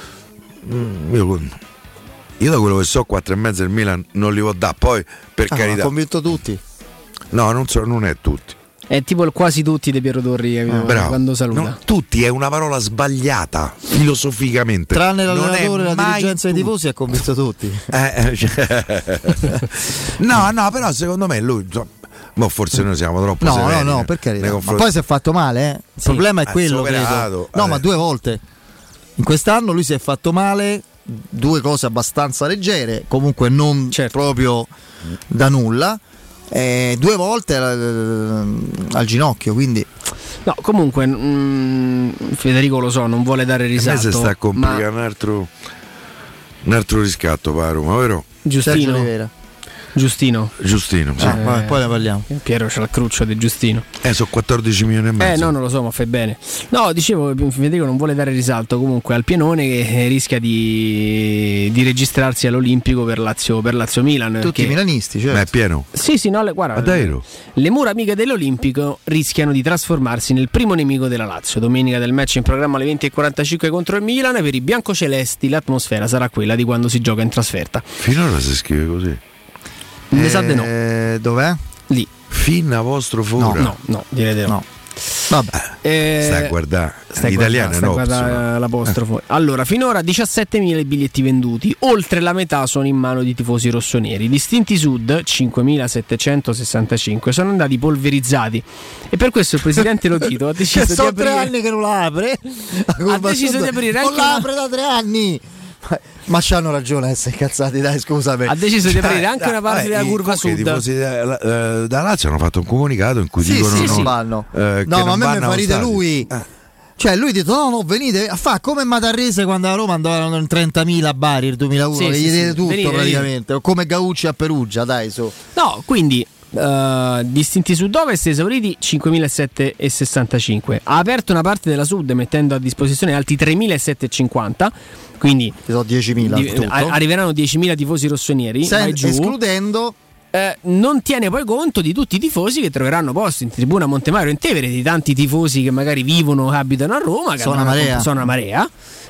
Mm, io, io da quello che so quattro e mezzo il Milan non li può dare, poi per ah, carità. Ha convinto tutti? No, non so, non è tutti. È tipo il quasi tutti di Piero Torri, ah, quando saluta. No, tutti è una parola sbagliata filosoficamente. Tranne l'allenatore e la dirigenza dei tifosi ha convinto tutti. Eh, cioè... no, no, però secondo me lui. Ma forse noi siamo troppo no, severi. No, no, per carità. Ma poi si è fatto male, eh. Il sì, problema è quello, credo. No, eh. ma due volte. In quest'anno lui si è fatto male, due cose abbastanza leggere, comunque non certo. proprio da nulla. Eh, due volte al, al ginocchio, quindi no, comunque mh, Federico lo so, non vuole dare risalto. A me si sta complicando ma... un altro un altro riscatto per Roma, vero? Giustino. Giustino. Giustino, sì. Ah, vabbè, poi ne parliamo. Piero c'ha il cruccio di Giustino. Eh, sono quattordici milioni e mezzo. Eh, no, non lo so, ma fai bene. No, dicevo, Federico non vuole dare risalto comunque al pienone che rischia di, di registrarsi all'Olimpico per Lazio, per Lazio Milan. Tutti perché... milanisti, certo. Ma è pieno? Sì, sì, no, le, guarda, le, le mura amiche dell'Olimpico rischiano di trasformarsi nel primo nemico della Lazio. Domenica del match in programma alle venti e quarantacinque contro il Milan. Per i biancocelesti l'atmosfera sarà quella di quando si gioca in trasferta. Finora si scrive così. Mi eh, sa di no. Dov'è? Lì. Finna vostro fora. No, no, no, direi di no. no. Vabbè. Eh, stai a guardare l'italiano è no, guarda l'apostrofo. Allora, finora diciassettemila i biglietti venduti, oltre la metà sono in mano di tifosi rossoneri. Distinti Sud, cinquemilasettecentosessantacinque, sono andati polverizzati e per questo il presidente Lotito ha deciso di sono aprire... tre anni che non la apre. Ha deciso Sud di aprire non la apre da tre anni. Ma c'hanno ragione a essere incazzati, dai, scusami. Ha deciso di aprire anche una parte della curva sud. I tifosi da, uh, da Lazio hanno fatto un comunicato in cui sì, dicono sì, non sì. vanno. Uh, no, ma a me mi fa ridere lui. Eh. Cioè lui ha detto no, no, venite a fa come Matarrese quando a Roma andavano in trentamila a Bari il duemilauno, sì, che sì, gli diede sì. tutto venite, praticamente, venite. O come Gaucci a Perugia, dai su. No, quindi Uh, distinti sud-ovest esauriti cinquemilassettecentosessantacinque. Ha aperto una parte della sud mettendo a disposizione altri tremilasettecentocinquanta, quindi sono diecimila di, arriveranno diecimila tifosi rossoneri. Sen- escludendo eh, non tiene poi conto di tutti i tifosi che troveranno posto in tribuna Montemario in Tevere, di tanti tifosi che magari vivono, abitano a Roma, che sono una marea, sono una marea.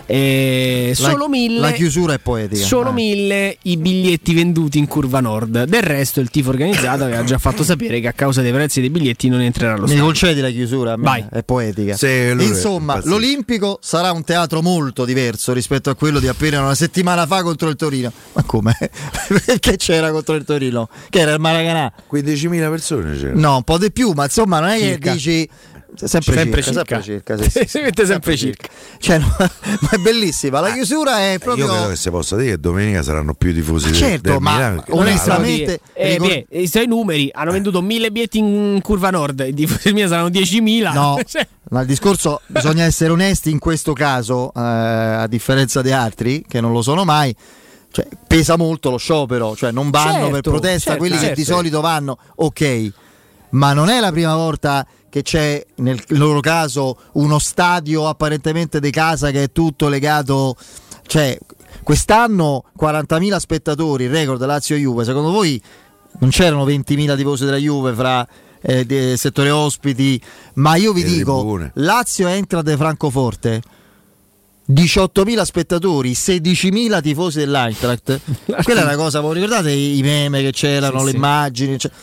Eh, la, solo mille la chiusura è poetica. Solo eh. mille i biglietti venduti in curva nord. Del resto il tifo organizzato aveva già fatto sapere che a causa dei prezzi dei biglietti non entrerà allo stadio. Mi concedi la chiusura? Vai. È poetica. Sì, insomma, l'Olimpico sarà un teatro molto diverso rispetto a quello di appena una settimana fa contro il Torino. Ma come? Perché c'era contro il Torino? Che era il Maracanã? quindicimila persone c'era. No, un po' di più, ma insomma non è circa. Che dici sempre, sempre circa, circa, sempre circa, sì, sì. si mette sempre, sempre circa, circa. Cioè, no, ma è bellissima, la chiusura è proprio. Io credo che si possa dire che domenica saranno più tifosi. Certo, del ma Milano, onestamente eh, ricord- beh, i suoi numeri hanno venduto mille biglietti in curva nord, i tifosi mia saranno diecimila. No, cioè. Ma il discorso bisogna essere onesti in questo caso, eh, a differenza di altri che non lo sono mai. Cioè, pesa molto lo sciopero, cioè non vanno certo, per protesta certo, quelli certo. che di solito vanno, ok, ma non è la prima volta che c'è nel loro caso uno stadio apparentemente di casa che è tutto legato, cioè quest'anno quarantamila spettatori, il record Lazio-Juve, secondo voi non c'erano ventimila tifosi della Juve fra eh, de, settore ospiti? Ma io vi e dico, tribune. Lazio entra da Francoforte, diciottomila spettatori, sedicimila tifosi dell'Eintracht. Quella è una cosa, voi ricordate i meme che c'erano, sì, le sì. immagini? Cioè,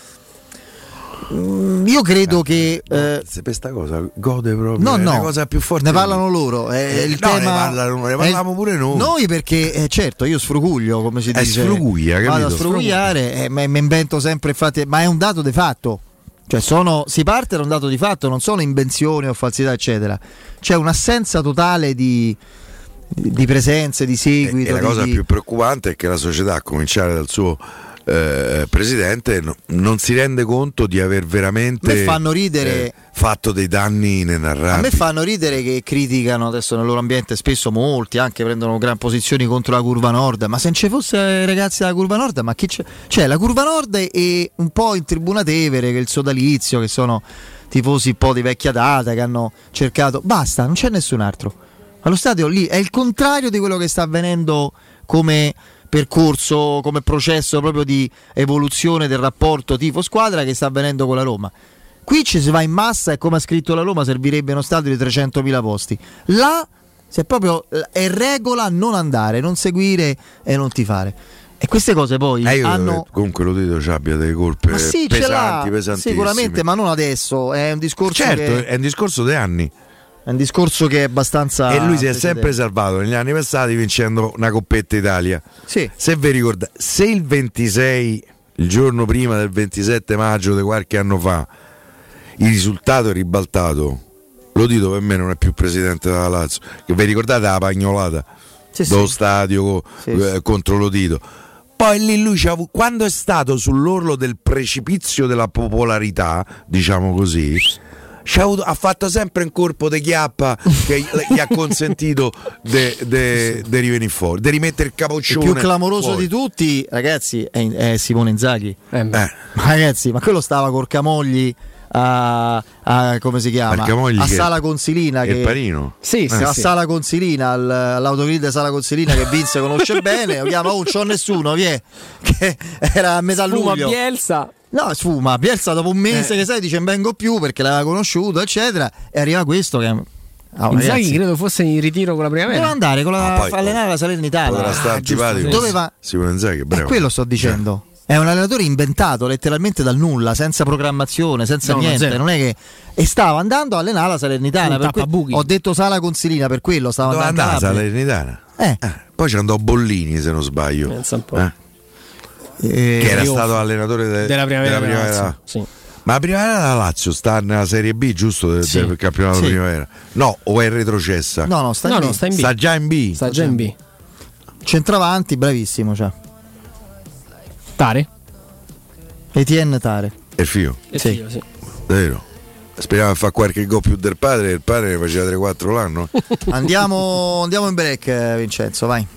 io credo eh, che eh, se per sta cosa gode proprio, no, è no, la cosa più forte. Ne parlano loro, è eh, il no, tema, ne parlano, ne parliamo è, pure noi. Noi perché eh, certo, io sfruguglio, come si è dice. Sfruguglia, capito? Vado a sfrugugliare e mi invento sempre, infatti, ma è un dato di fatto. Cioè sono, si parte da un dato di fatto, non sono invenzioni o falsità, eccetera. C'è un'assenza totale di, di presenze, di seguito. E, e la di, cosa di... più preoccupante è che la società, a cominciare dal suo eh, presidente, no, non si rende conto di aver veramente me fanno ridere, eh, fatto dei danni inenarrabili. A me fanno ridere che criticano adesso nel loro ambiente, spesso molti anche prendono gran posizioni contro la curva nord, ma se non ci fosse ragazzi della curva nord, ma chi c'è? Cioè la curva nord e un po' in tribuna Tevere, che è il sodalizio, che sono tifosi un po' di vecchia data che hanno cercato, basta, non c'è nessun altro. Allo stadio lì è il contrario di quello che sta avvenendo come percorso, come processo proprio di evoluzione del rapporto tifo-squadra che sta avvenendo con la Roma. Qui ci si va in massa e, come ha scritto la Roma, servirebbe uno stadio di trecentomila posti. Là se proprio è regola non andare, non seguire e non tifare. E queste cose poi eh io hanno comunque lo dito ci abbia delle colpe ma sì, pesanti, pesantissime. Sicuramente, ma non adesso, è un discorso certo, che... è un discorso di anni. È un discorso che è abbastanza. E lui si è sempre salvato negli anni passati vincendo una Coppetta Italia. Sì. Se vi ricordate, se il ventisei, il giorno prima del ventisette maggio di qualche anno fa, il risultato è ribaltato, lo dito per me non è più presidente della Lazio. Che vi ricordate la pagnolata sì, dello sì. stadio sì, eh, sì. contro lo dito. Poi lì lui c'ha, quando è stato sull'orlo del precipizio della popolarità, diciamo così, C'ha avuto, ha fatto sempre un colpo di chiappa che gli ha consentito di rivenire fuori, di rimettere il capoccione. Il più clamoroso fuori. di tutti, ragazzi, è, è Simone Inzaghi. Eh. Ma ragazzi, ma quello stava col Camogli a, a come si chiama? A Sala Consilina. Che... Il Parino. Sì, sì, eh. a sì. Sala Consilina, al, all'autogrill Sala Consilina che Vince conosce bene. Lo chiama, oh, non c'ho nessuno, vie. Che era a metà Sfuma luglio. Bielsa. No, sfuma. Bielsa dopo un mese eh. che sai dice vengo più perché l'aveva conosciuto, eccetera. E arriva questo che... Oh, Inzaghi credo fosse in ritiro con la primavera. Doveva andare con la, ah, poi, allenare la Salernitana. Potrà stare antipatico. Doveva... Simone Inzaghi, bravo. E quello sto dicendo. È un allenatore inventato letteralmente dal nulla, senza programmazione, senza no, niente. Non, non è che. E stava andando a allenare la Salernitana. Per que... Ho detto Sala Consilina per quello. Stava Dove andando a Salernitana. Eh. Eh. Poi ci andò Bollini, se non sbaglio. Pensa un po'. Eh. Eh, che era io... stato allenatore de... della primavera. Della primavera. Sì. Ma la primavera della Lazio sta nella Serie B, giusto? Del, sì. del campionato sì. primavera? No, o è retrocessa? No, no, sta in, no, B. No, sta in B. Sta già in B. Sta già in B. Centravanti, bravissimo. Cioè. Tare? Etienne Tare. E il figlio? E sì. Figlio, sì. Vero. Speriamo di fare qualche gol più del padre. Il padre ne faceva tre quattro l'anno. andiamo, andiamo in break, Vincenzo, vai.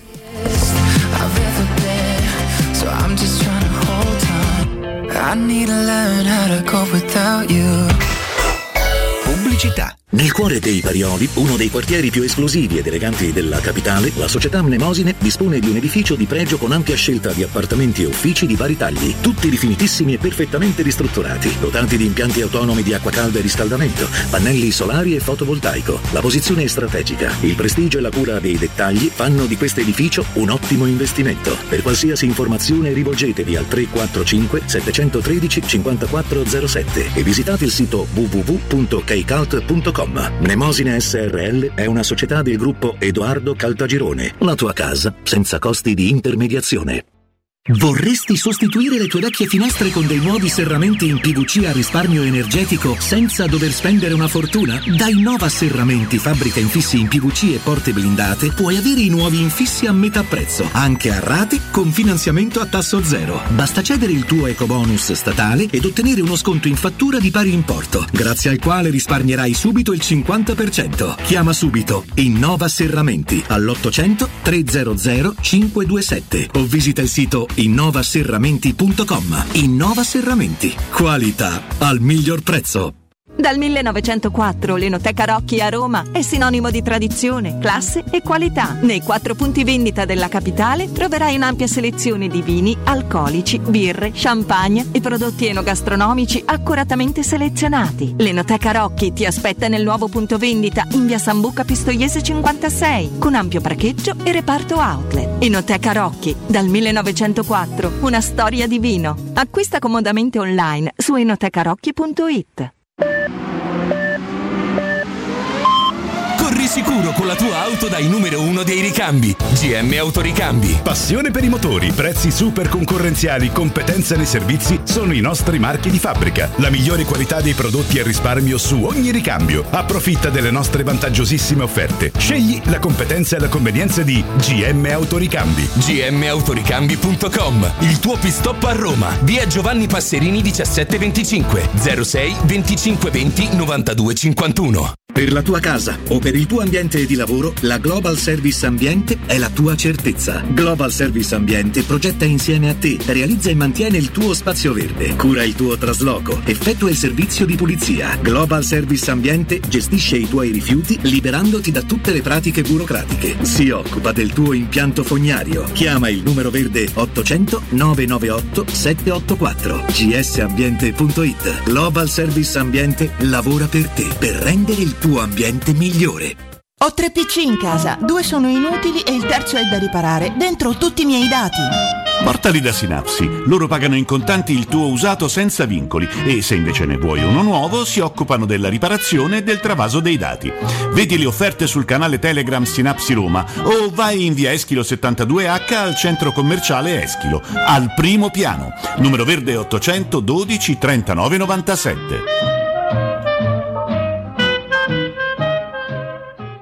I need to learn how to go without you. Pubblicità. Nel cuore dei Parioli, uno dei quartieri più esclusivi ed eleganti della capitale, la società Mnemosine dispone di un edificio di pregio con ampia scelta di appartamenti e uffici di vari tagli, tutti rifinitissimi e perfettamente ristrutturati, dotati di impianti autonomi di acqua calda e riscaldamento, pannelli solari e fotovoltaico. La posizione è strategica, il prestigio e la cura dei dettagli fanno di questo edificio un ottimo investimento. Per qualsiasi informazione rivolgetevi al tre quattro cinque sette uno tre cinque quattro zero sette e visitate il sito w w w punto kcalt punto com. Mnemosine S R L è una società del gruppo Edoardo Caltagirone. La tua casa senza costi di intermediazione. Vorresti sostituire le tue vecchie finestre con dei nuovi serramenti in P V C a risparmio energetico senza dover spendere una fortuna? Da Innova Serramenti, fabbrica infissi in P V C e porte blindate, puoi avere i nuovi infissi a metà prezzo, anche a rate con finanziamento a tasso zero. Basta cedere il tuo ecobonus statale ed ottenere uno sconto in fattura di pari importo, grazie al quale risparmierai subito il cinquanta per cento. Chiama subito Innova Serramenti all'ottocento trecento cinque due sette o visita il sito innova serramenti punto com. Innova Serramenti, qualità al miglior prezzo. Dal millenovecentoquattro l'Enoteca Rocchi a Roma è sinonimo di tradizione, classe e qualità. Nei quattro punti vendita della capitale troverai un'ampia selezione di vini, alcolici, birre, champagne e prodotti enogastronomici accuratamente selezionati. L'Enoteca Rocchi ti aspetta nel nuovo punto vendita in via Sambuca Pistoiese cinquantasei con ampio parcheggio e reparto outlet. Enoteca Rocchi, dal millenovecentoquattro, una storia di vino. Acquista comodamente online su enotecarocchi punto it. Corri sicuro con la tua auto dai numero uno dei ricambi. G M Autoricambi. Passione per i motori, prezzi super concorrenziali, competenza nei servizi sono i nostri marchi di fabbrica. La migliore qualità dei prodotti e risparmio su ogni ricambio. Approfitta delle nostre vantaggiosissime offerte. Scegli la competenza e la convenienza di G M Autoricambi. G M Autoricambi punto com. Il tuo pit stop a Roma. Via Giovanni Passerini diciassette venticinque zero sei venticinque venti novantadue cinquantuno. Per la tua casa o per il tuo ambiente di lavoro, la Global Service Ambiente è la tua certezza. Global Service Ambiente progetta insieme a te, realizza e mantiene il tuo spazio verde, cura il tuo trasloco, effettua il servizio di pulizia. Global Service Ambiente gestisce i tuoi rifiuti liberandoti da tutte le pratiche burocratiche. Si occupa del tuo impianto fognario. Chiama il numero verde ottocento nove nove otto sette otto quattro. g s ambiente punto it. Global Service Ambiente lavora per te, per rendere il tuo ambiente migliore. Ho tre P C in casa, due sono inutili e il terzo è da riparare. Dentro tutti i miei dati. Portali da Synapsi, loro pagano in contanti il tuo usato senza vincoli e se invece ne vuoi uno nuovo si occupano della riparazione e del travaso dei dati. Vedi le offerte sul canale Telegram Synapsi Roma o vai in via Eschilo settantadue H al centro commerciale Eschilo, al primo piano, numero verde ottocento dodici trentanove novantasette.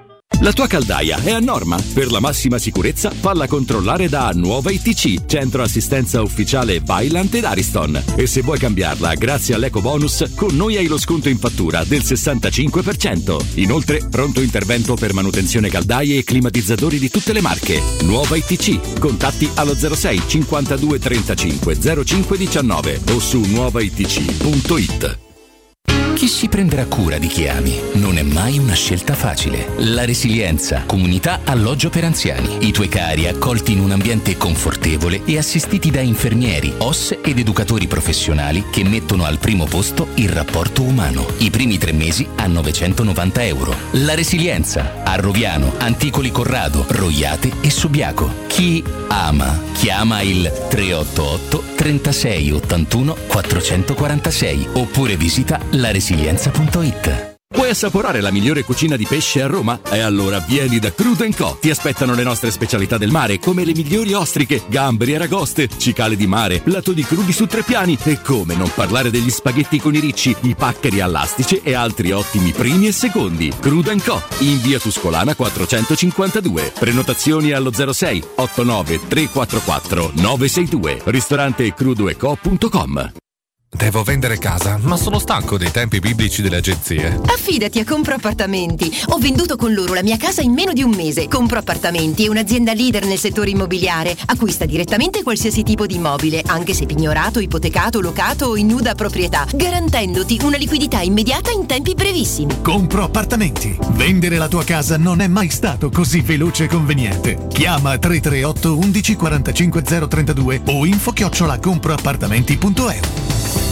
La tua caldaia è a norma? Per la massima sicurezza falla controllare da Nuova I T C, centro assistenza ufficiale Vaillant ed Ariston. E se vuoi cambiarla grazie all'eco bonus, con noi hai lo sconto in fattura del sessantacinque per cento. Inoltre pronto intervento per manutenzione caldaie e climatizzatori di tutte le marche. Nuova I T C, contatti allo zero sei cinquantadue trentacinque zero cinque diciannove o su nuova i t c punto it. Chi si prenderà cura di chi ami? Non è mai una scelta facile. La Resilienza, comunità alloggio per anziani. I tuoi cari accolti in un ambiente confortevole e assistiti da infermieri, O S ed educatori professionali che mettono al primo posto il rapporto umano. I primi tre mesi a novecentonovanta euro. La Resilienza, a Roviano, Anticoli Corrado, Roiate e Subiaco. Chi ama, chiama il tre otto otto trentasei ottantuno quattrocentoquarantasei oppure visita la resilienza punto it. Vuoi assaporare la migliore cucina di pesce a Roma? E allora vieni da Crudo and Co. Ti aspettano le nostre specialità del mare, come le migliori ostriche, gamberi e aragoste, cicale di mare, lato di crudi su tre piani e come non parlare degli spaghetti con i ricci, i paccheri all'astice e altri ottimi primi e secondi. Crudo and Co. in via Tuscolana quattrocentocinquantadue. Prenotazioni allo zero sei ottantanove trequarantaquattro nove sei due. Ristorante crudo e co punto com. Devo vendere casa, ma sono stanco dei tempi biblici delle agenzie. Affidati a Compro Appartamenti. Ho venduto con loro la mia casa in meno di un mese. Compro Appartamenti è un'azienda leader nel settore immobiliare. Acquista direttamente qualsiasi tipo di immobile, anche se pignorato, ipotecato, locato o in nuda proprietà, garantendoti una liquidità immediata in tempi brevissimi. Compro Appartamenti. Vendere la tua casa non è mai stato così veloce e conveniente. Chiama tre tre otto undici quarantacinque zero trentadue o info chiocciola comproappartamenti punto e u.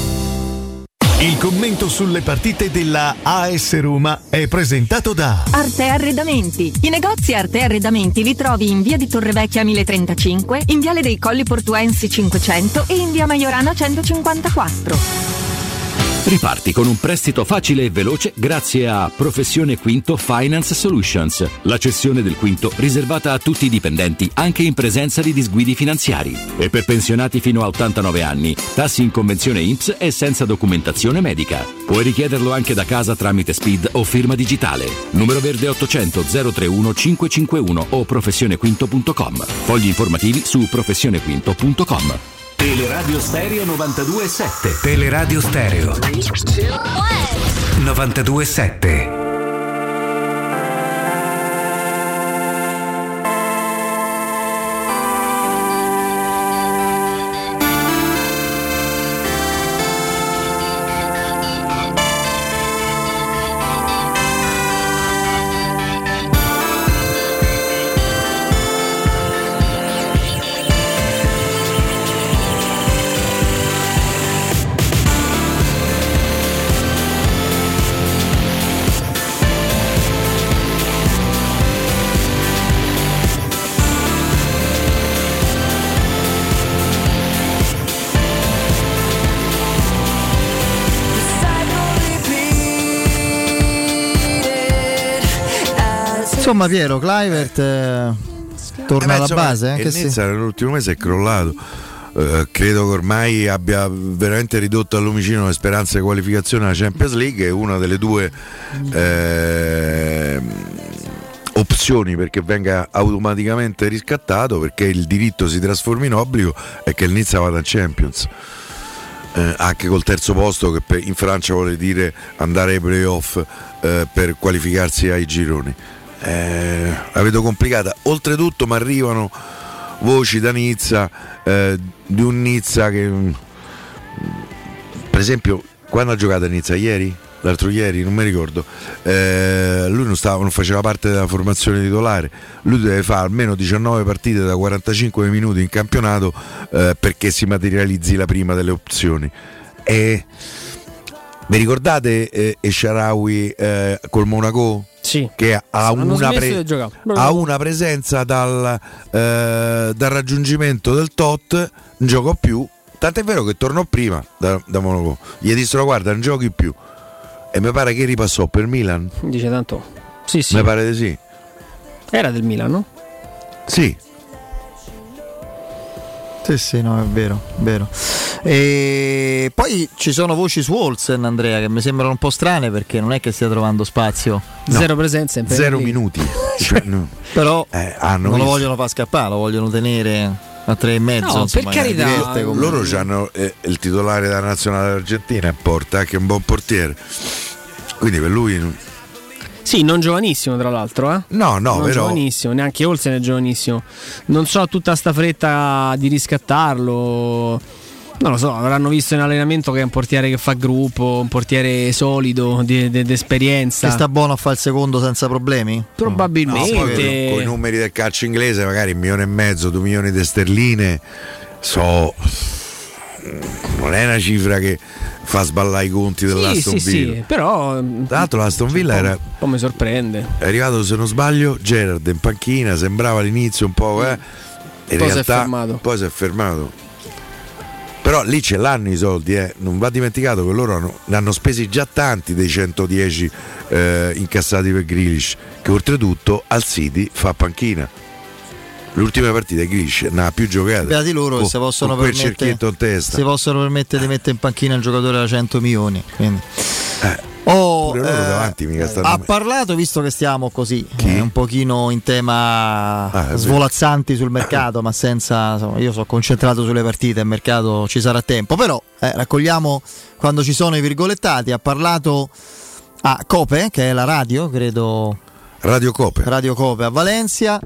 Il commento sulle partite della A S Roma è presentato da Arte Arredamenti. I negozi Arte Arredamenti li trovi in via di Torrevecchia mille trentacinque, in viale dei Colli Portuensi cinquecento e in via Maiorana centocinquantaquattro. Riparti con un prestito facile e veloce grazie a Professione Quinto Finance Solutions, la cessione del quinto riservata a tutti i dipendenti anche in presenza di disguidi finanziari. E per pensionati fino a ottantanove anni, tassi in convenzione I N P S e senza documentazione medica. Puoi richiederlo anche da casa tramite S P I D o firma digitale. Numero verde ottocento zero trentuno cinquecentocinquantuno o professionequinto punto com. Fogli informativi su professionequinto punto com. Teleradio Stereo novantadue e sette. Teleradio Stereo novantadue e sette. Insomma, Piero Kluivert eh, torna eh beh, alla insomma, base. Anche il Nizza se... nell'ultimo mese è crollato. Uh, credo che ormai abbia veramente ridotto al lumicino le speranze di qualificazione alla Champions League. È una delle due eh, opzioni perché venga automaticamente riscattato, perché il diritto si trasforma in obbligo e che il Nizza vada in Champions. Eh, anche col terzo posto, che per, in Francia vuole dire andare ai playoff eh, per qualificarsi ai gironi. Eh, la vedo complicata. Oltretutto mi arrivano voci da Nizza, eh, di un Nizza che per esempio quando ha giocato a Nizza ieri? L'altro ieri, non mi ricordo, eh, lui non, stava, non faceva parte della formazione titolare. Lui deve fare almeno diciannove partite da quarantacinque minuti in campionato eh, perché si materializzi la prima delle opzioni. E vi ricordate eh, Esharawi eh, col Monaco? Sì. Che ha una, pre- ha una presenza dal, eh, dal raggiungimento del tot, non giocò più, tant'è vero che tornò prima da, da Monaco, gli dissero guarda non giochi più e mi pare che ripassò per Milan. Dice tanto sì sì mi pare di sì, era del Milan, no? Sì. Sì, sì, no, è vero, è vero. E poi ci sono voci su Olsen, Andrea, che mi sembrano un po' strane perché non è che stia trovando spazio. No. Zero presenza in Zero minuti. Cioè, no. Però eh, non visto. lo vogliono far scappare, lo vogliono tenere a tre e mezzo. No, insomma, per carità. dirette, loro hanno eh, il titolare della nazionale argentina in porta, anche un buon portiere. Quindi per lui... Sì, non giovanissimo tra l'altro, eh? No, no, non però... giovanissimo, neanche Olsen è giovanissimo. Non so tutta sta fretta di riscattarlo. Non lo so, avranno visto in allenamento che è un portiere che fa gruppo, un portiere solido, di, di, di esperienza. Che sta buono a fare il secondo senza problemi? Probabilmente. No, poi con i numeri del calcio inglese, magari un milione e mezzo, due milioni di sterline, so... non è una cifra che fa sballare i conti dell'Aston sì, Villa. Sì, sì, però tra l'altro l'Aston Villa un era un po' mi sorprende. È arrivato, se non sbaglio, Gerrard in panchina, sembrava all'inizio un po', eh, in poi realtà si è fermato. poi si è fermato. Però lì ce l'hanno i soldi, eh. Non va dimenticato che loro hanno, ne hanno spesi già tanti dei centodieci eh, incassati per Grealish, che oltretutto al City fa panchina. L'ultima partita Grealish ne ha più giocate. Beati loro che si possono quel permettere, cerchietto in testa. si possono permettere di mettere in panchina un giocatore da cento milioni. Quindi. Eh. Oh, Pure loro eh, davanti mica stanno ha me- parlato, visto che stiamo così eh, un pochino in tema Ah, svolazzanti sul mercato, ma senza, insomma, io sono concentrato sulle partite, il mercato ci sarà tempo, però eh, raccogliamo quando ci sono i virgolettati. Ha parlato a Cope, che è la radio, credo Radio Cope, Radio Cope a Valencia,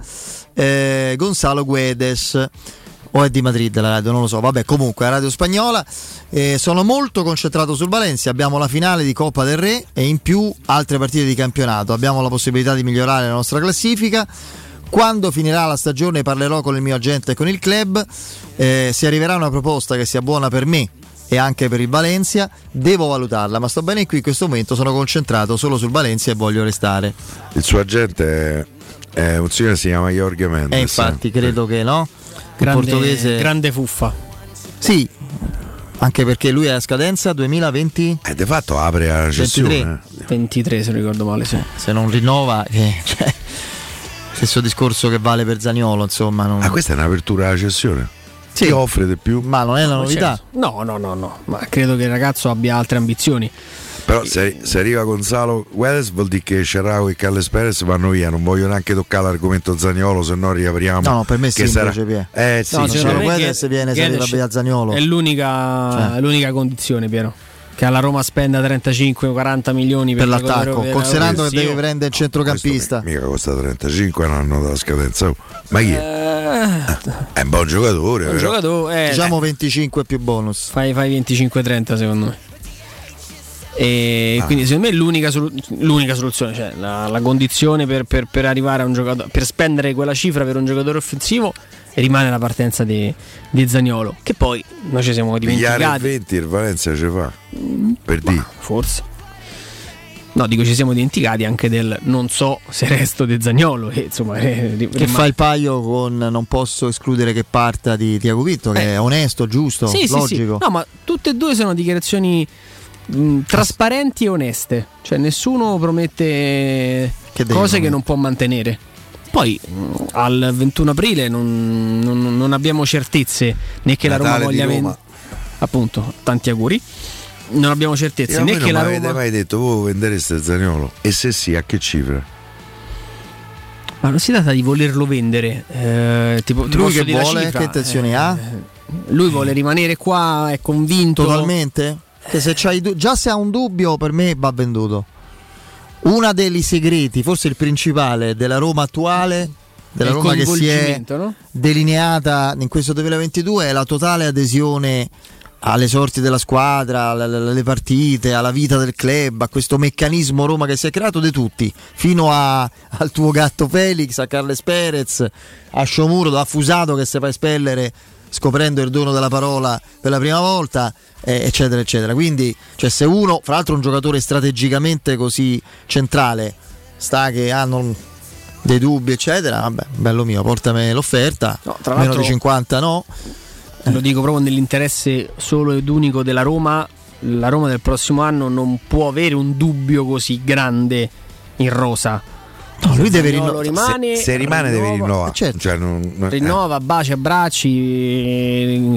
eh, Gonzalo Guedes, o è di Madrid la radio, non lo so, vabbè, comunque la radio spagnola. Eh, sono molto concentrato sul Valencia, abbiamo la finale di Coppa del Re e in più altre partite di campionato, abbiamo la possibilità di migliorare la nostra classifica. Quando finirà la stagione parlerò con il mio agente e con il club, eh, se arriverà una proposta che sia buona per me e anche per il Valencia devo valutarla, ma sto bene qui in questo momento, sono concentrato solo sul Valencia e voglio restare. Il suo agente è, è un signore che si chiama Jorge Mendes. E infatti credo che no, grande, portoghese, grande fuffa. Sì, anche perché lui è a scadenza duemilaventi e eh, di fatto apre la cessione ventitré se non ricordo male, sì. Se non rinnova, eh, cioè, stesso discorso che vale per Zaniolo, insomma. Non... Ah, questa è un'apertura alla cessione? Sì. Chi offre di più? Ma non è una novità. Certo. No, no, no, no, ma credo che il ragazzo abbia altre ambizioni. Però se, se arriva Gonzalo Guedes vuol dire che Sciarrao e Carles Perez vanno via, non voglio neanche toccare l'argomento Zaniolo, se no riapriamo. No, no, per me che sì, sarà... eh sì, no, cioè, Gonzalo Guedes viene se arriva via Zaniolo. È l'unica, cioè. è l'unica condizione, Piero, che alla Roma spenda trentacinque quaranta milioni per, per l'attacco, per considerando che deve prendere il centrocampista. Mica costa trentacinque un anno dalla scadenza. Ma chi è? Eh, è un buon giocatore. Un giocatore eh, diciamo venticinque più bonus. Fai, fai venticinque trenta secondo me. E ah. quindi secondo me è l'unica, solu- l'unica soluzione, cioè la, la condizione per, per, per arrivare a un giocatore, per spendere quella cifra per un giocatore offensivo, rimane la partenza di, di Zaniolo, che poi noi ci siamo dimenticati. Pigliare venti il Valencia ci fa per dire forse no, dico ci siamo dimenticati anche del non so se resto di Zaniolo, che insomma eh, che rimane... fa il paio con non posso escludere che parta di Tiago Pinto, che eh. è onesto, giusto, sì, logico. Sì, sì. No, ma tutte e due sono dichiarazioni mh, trasparenti e oneste, cioè nessuno promette che cose che non può mantenere. Poi mh, al ventuno aprile non, non, non abbiamo certezze né che Natale la Roma voglia vendere, appunto, tanti auguri. Non abbiamo certezze né che la Roma. Non avete mai detto voi vendereste Zaniolo? E se sì, a che cifra? Ma non si tratta di volerlo vendere, eh, tipo, ti lui posso che dire vuole, la cifra, che intenzioni eh, ha? Lui vuole rimanere qua, è convinto totalmente? Che se c'hai du- già se ha un dubbio, per me va venduto. Uno dei segreti, forse il principale della Roma attuale, della Roma che si è no? delineata in questo duemilaventidue, è la totale adesione alle sorti della squadra, alle partite, alla vita del club, a questo meccanismo Roma che si è creato di tutti, fino a, al tuo gatto Felix, a Carles Perez, a Sciomuro, a Fusato che si fa espellere scoprendo il dono della parola per la prima volta, eh, eccetera eccetera. Quindi, cioè, se uno, fra l'altro un giocatore strategicamente così centrale, sta che hanno dei dubbi eccetera, vabbè, bello mio, portami l'offerta, no, tra meno l'altro, di cinquanta no. Lo dico proprio nell'interesse solo ed unico della Roma. La Roma del prossimo anno non può avere un dubbio così grande in rosa. No, lui deve rinnovare. Rimane, se, se rimane rinnova, deve rinnovare. Certo. Cioè non, non, rinnova, baci, abbracci,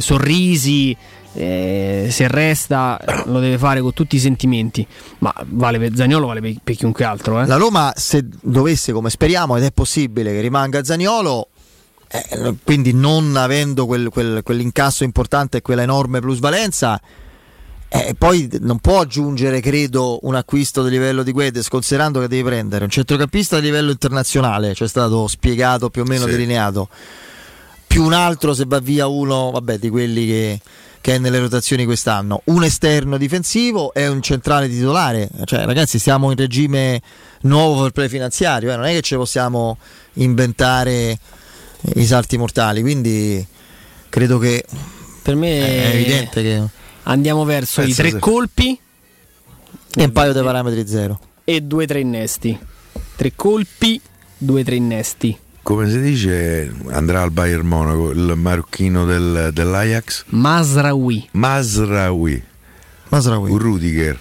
sorrisi. Eh, se resta lo deve fare con tutti i sentimenti, ma vale per Zaniolo, vale per, per chiunque altro. Eh. La Roma, se dovesse, come speriamo, ed è possibile che rimanga Zaniolo, eh, quindi non avendo quel, quel, quell'incasso importante e quella enorme plusvalenza, eh, poi non può aggiungere, credo, un acquisto di livello di Guedes, considerando che devi prendere un centrocampista di livello internazionale, ci è stato spiegato, più o meno sì. delineato, più un altro se va via uno, vabbè, di quelli che che è nelle rotazioni quest'anno, un esterno difensivo e un centrale titolare. Cioè, ragazzi, siamo in regime nuovo per play finanziario, eh? Non è che ci possiamo inventare i salti mortali, quindi credo che per me è evidente che andiamo verso i tre se... colpi e un paio di parametri zero e due tre innesti. Tre colpi, due tre innesti. Come si dice, andrà al Bayern Monaco il marocchino del, dell'Ajax? Mazraoui. Mazraoui. Mazraoui. Rudiger,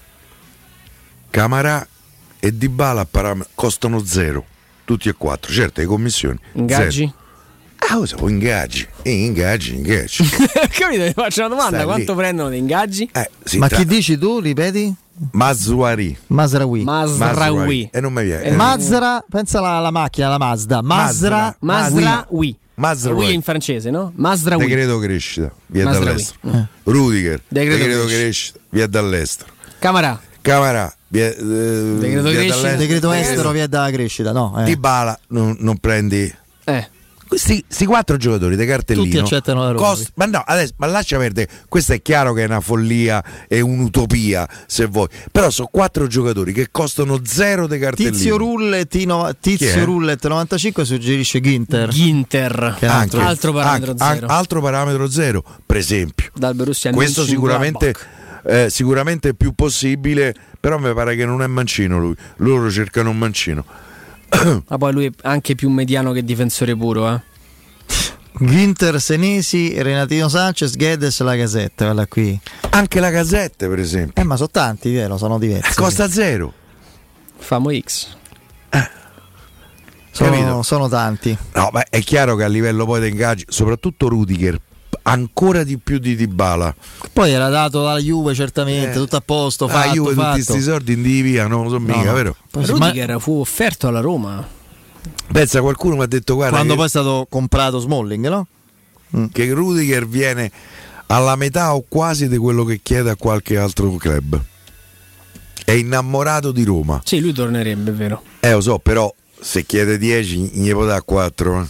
Camara e Dybala param- costano zero, tutti e quattro. Certo, le commissioni. Ingaggi? Ah, cosa può ingaggi? E ingaggi, ingaggi. Capito? Mi faccio una domanda: Stai quanto lì. Prendono di ingaggi? Eh, sì, Ma tra... chi dici tu? Ripeti? Mazraoui. Mazraoui. Mazraoui. E non mi viene. Eh, Mazra, pensa alla, alla macchina, la Mazda. Mazra, Mazraoui. Mazraoui in francese, no? Mazraoui. Decreto crescita, via Mazraoui. dall'estero. Eh. Rudiger, decreto, decreto crescita. crescita, via dall'estero. Camara. Camara, via, eh, decreto via crescita. dall'estero. Decreto estero, via dalla crescita, no? Eh. Dybala non, non prendi. Eh. Questi, questi quattro giocatori di cartellino tutti accettano la Roma. Cost- ma no, adesso, ma lascia perdere. Questo è chiaro che è una follia e un'utopia, se vuoi. Però sono quattro giocatori che costano zero di cartellino. Tizio Rullet, no, Tizio Rullet novantacinque suggerisce Ginter. Ginter, che anche, altro, altro parametro anche, zero. Altro parametro zero, per esempio. Dal Borussia Questo sicuramente, eh, sicuramente è più possibile, però mi pare che non è mancino lui. Loro cercano un mancino. Ma poi lui è anche più mediano che difensore puro, eh. Ginter, Senesi, Renatino Sanchez, Guedes, la Gazzetta, quella qui. Anche la Gazzetta, per esempio. Eh, ma sono tanti, vero? Sono diversi. Costa zero. Famo X. Eh. Sono, sono tanti. No, ma è chiaro che a livello poi di ingaggi, soprattutto Rudiger, ancora di più di Dybala. Poi era dato dalla Juve, certamente, eh. tutto a posto, fatto, ah, Juve, fatto. tutti questi soldi in di via, non lo so mica, no. Vero? Poi Rudiger ma... fu offerto alla Roma. Pensa, qualcuno mi ha detto guarda quando che, poi è stato comprato Smalling, no? Mm. Che Rudiger viene alla metà o quasi di quello che chiede a qualche altro club. È innamorato di Roma. Sì, lui tornerebbe, è vero. Eh, lo so, però se chiede dieci gli può dare quattro.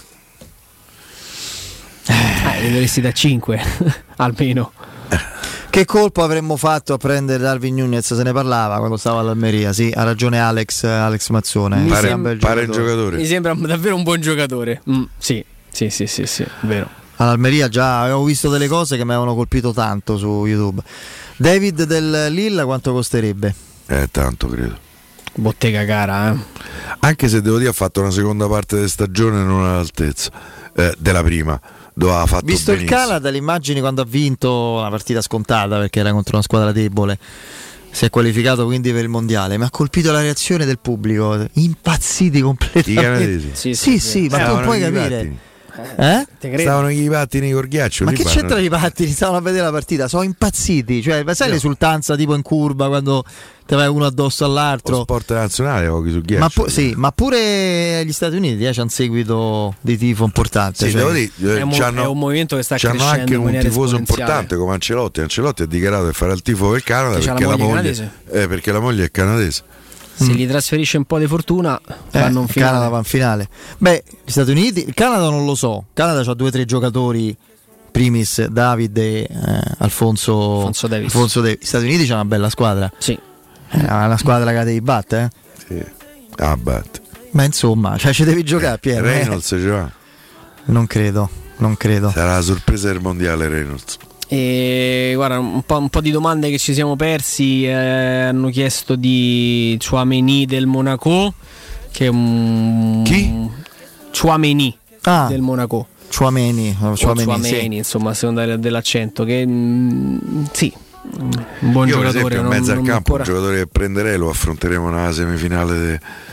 Eh, gli dovresti da cinque almeno. Che colpo avremmo fatto a prendere Darwin Nunez? Se ne parlava quando stava all'Almeria. Sì, ha ragione Alex, Alex Mazzone. Mi pare, un bel pare giocatore. un giocatore. Mi sembra davvero un buon giocatore. Mm, sì, sì, sì, sì, sì, vero. All'Almeria già avevo visto delle cose che mi avevano colpito tanto su YouTube. David del Lille quanto costerebbe? Eh, tanto credo. Bottega cara, eh. Anche se devo dire ha fatto una seconda parte di stagione non all'altezza eh, della prima. Dove ha fatto visto benissimo. Il Canada, le immagini quando ha vinto una partita scontata perché era contro una squadra debole, si è qualificato quindi per il mondiale, mi ha colpito la reazione del pubblico, impazziti completamente. I canadesi? Sì, sì, sì, sì, ma tu puoi capire. Eh? Stavano i pattini col ghiaccio. Ma che fanno... c'entra i pattini? Stavano a vedere la partita, sono impazziti. Cioè, sai no. l'esultanza tipo in curva quando te vai uno addosso all'altro. Lo sport nazionale, pochi sul ghiaccio. Ma, pu- sì, ma pure gli Stati Uniti eh, c'è un seguito di tifo importante. Sì, cioè, devo dire, è, un, è un movimento che sta crescendo. C'hanno anche un tifoso esponenziale. importante come Ancelotti. Ancelotti ha dichiarato di fare il tifo per il Canada perché la, la, moglie, eh, perché la moglie è canadese. Se mm. gli trasferisce un po' di fortuna eh, vanno in finale. Canada va in finale. Beh, gli Stati Uniti, il Canada non lo so. Il Canada c'ha due o tre giocatori, primis David e eh, Alfonso, Alfonso Davis. Alfonso Davis. Gli Stati Uniti c'ha una bella squadra. Sì. È una squadra che devi battere, eh? Sì. Ah, batte. Ma insomma, cioè ci devi giocare, Piero. Reynolds eh? ce va. Non credo, non credo. Sarà la sorpresa del mondiale Reynolds. E guarda, un po', un po' di domande che ci siamo persi. Eh, hanno chiesto di Chouameni del Monaco, che è un chi? Chouameni ah, del Monaco. Chouameni, Chouameni, Chouameni sì. Insomma, a seconda dell'accento. Che mh, sì, un buon Io giocatore. Per esempio, in mezzo al campo, un giocatore che prenderei lo affronteremo nella semifinale de,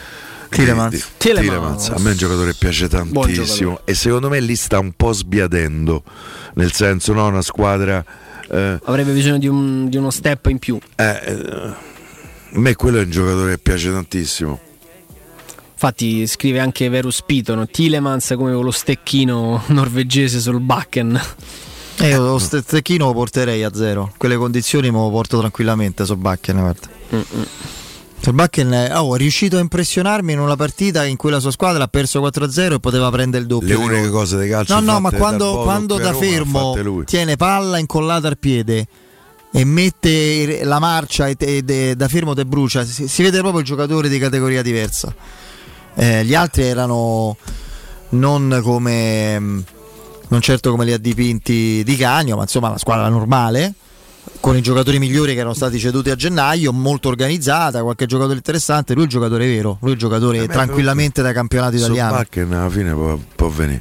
Tielemans. Tielemans. A me è un giocatore che piace tantissimo e secondo me lì sta un po' sbiadendo, nel senso, no, una squadra eh, avrebbe bisogno di, un, di uno step in più. Eh, eh, a me quello è un giocatore che piace tantissimo. Infatti scrive anche Verus Piton, Tielemans come con lo stecchino norvegese sul Bakken. Eh, io lo stecchino lo porterei a zero. Quelle condizioni me lo porto tranquillamente sul Bakken, guarda. Sul Bakken oh, è riuscito a impressionarmi in una partita in cui la sua squadra ha perso quattro a zero e poteva prendere il doppio. Le uniche cose di calcio. No, no, ma quando, quando da fermo tiene palla incollata al piede e mette la marcia e, te, e da fermo te brucia, si, si vede proprio il giocatore di categoria diversa. Eh, gli altri erano non come non certo come li ha dipinti Di Canio, ma insomma la squadra normale con i giocatori migliori che erano stati ceduti a gennaio, molto organizzata, qualche giocatore interessante. Lui è il giocatore vero, lui è il giocatore eh beh, tranquillamente da campionato italiano. Solbakken alla fine può, può venire.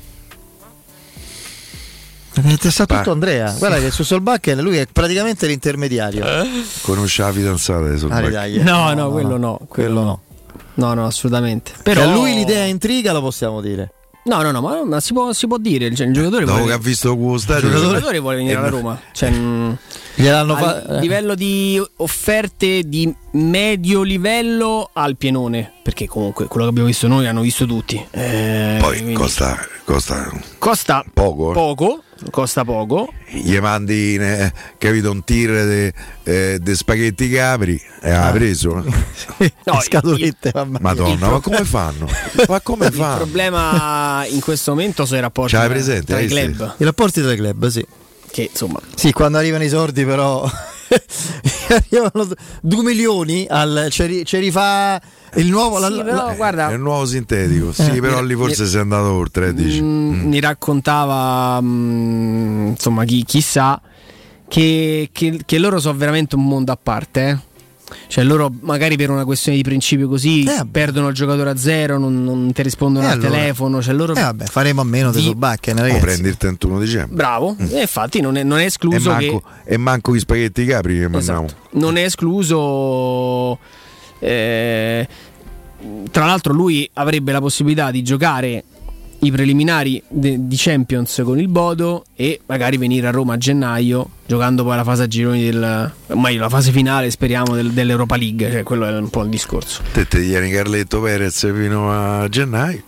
Ti sa tutto Andrea, sì. Guarda che su Solbakken lui è praticamente l'intermediario. Eh? Conosce la fidanzata di Solbakken? No, no, no, quello no, quello no. No, no, assolutamente. Però cioè, lui l'idea intriga, lo possiamo dire. No, no, no, ma, ma si, può, si può dire. Cioè, il giocatore dopo vuole, che ha visto quello stadio, il giocatore vuole venire alla Roma. Cioè, gliel'hanno a fa- livello di offerte di medio livello al pienone. Perché comunque quello che abbiamo visto noi l'hanno visto tutti. Eh, Poi quindi... costa, costa costa poco. Poco. Costa poco. Gli mandi, eh, capito, un tir de, eh, de spaghetti capri e ah. ha preso no, scatolette. Il, Madonna, ma come fanno? Ma come fanno? Il problema in questo momento sono i rapporti tra, presente, tra i club. Sì. I rapporti tra i club, sì. Che insomma. Sì, quando arrivano i sordi, però. Arrivano due milioni al ci rifà il nuovo sì, la, però, la, guarda, è il nuovo sintetico sì eh, però lì forse mi, sei andato oltre dici. Mm, mi raccontava mh, insomma chi, chissà che, che, che loro sono veramente un mondo a parte eh? Cioè loro magari per una questione di principio così eh, perdono il giocatore a zero, non, non ti rispondono eh, al allora. telefono, cioè loro eh, vabbè, faremo a meno di Solbakken, o prendi il trentuno dicembre. Bravo, mm. e infatti non è, non è escluso e manco, che e manco gli spaghetti capri che mandiamo. Esatto. Non è escluso eh, tra l'altro lui avrebbe la possibilità di giocare i preliminari de, di Champions con il Bodo e magari venire a Roma a gennaio giocando poi la fase a gironi del ormai la fase finale speriamo del, dell'Europa League, cioè quello è un po' il discorso. Te te tieni Carletto Perez fino a gennaio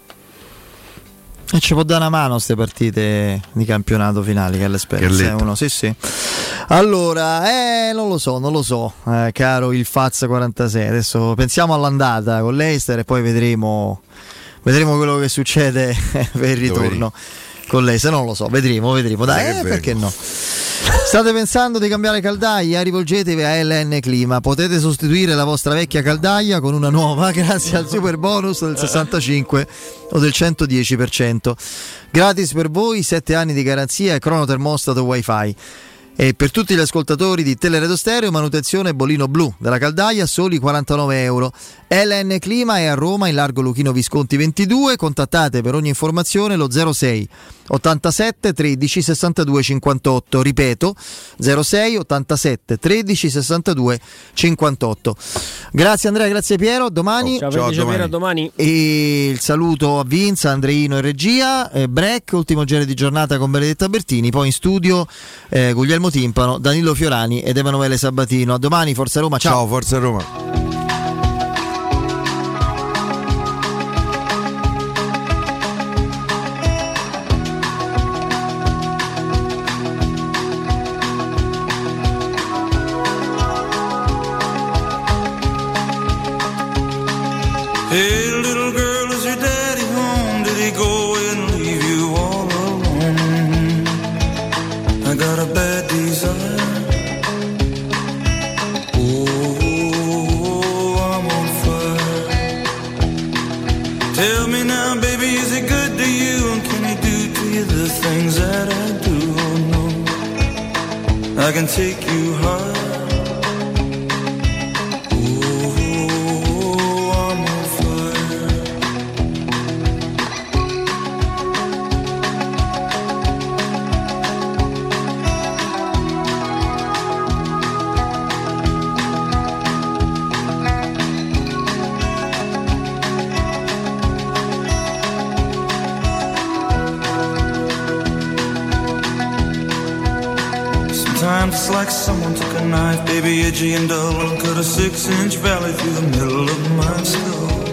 e ci può dare una mano queste partite di campionato finali che all'esperienza è uno sì sì. Allora eh non lo so non lo so eh, caro il Faz quarantasei, adesso pensiamo all'andata con l'Eister e poi vedremo Vedremo quello che succede per il ritorno con lei, se non lo so, vedremo, vedremo. Dai, eh, perché no? State pensando di cambiare caldaia? Rivolgetevi a L N Clima. Potete sostituire la vostra vecchia caldaia con una nuova grazie al super bonus del sessantacinque o del centodieci per cento. Gratis per voi, sette anni di garanzia e cronotermostato wifi. E per tutti gli ascoltatori di Teleradio Stereo, manutenzione bollino blu della caldaia, soli quarantanove euro. L N Clima è a Roma in largo Luchino Visconti ventidue. Contattate per ogni informazione lo zero sei ottantasette tredici sessantadue cinquantotto. Ripeto, zero sei ottantasette tredici sessantadue cinquantotto. Grazie Andrea, grazie Piero. Domani, oh, ciao, ciao, domani. Piero, domani. E il saluto a Vinza, Andreino in regia. Eh, break, ultimo genere di giornata con Benedetta Bertini. Poi in studio eh, Guglielmo Timpano, Danilo Fiorani ed Emanuele Sabatino. A domani, Forza Roma. Ciao, ciao Forza Roma. Hey little girl, is your daddy home? Did he go and leave you all alone? I got a bad desire. Oh, I'm on fire. Tell me now, baby, is he good to you? And can he do to you the things that I do? Oh no, I can take you high. Sometimes it's like someone took a knife, baby, edgy and dull, and cut a six-inch valley through the middle of my skull.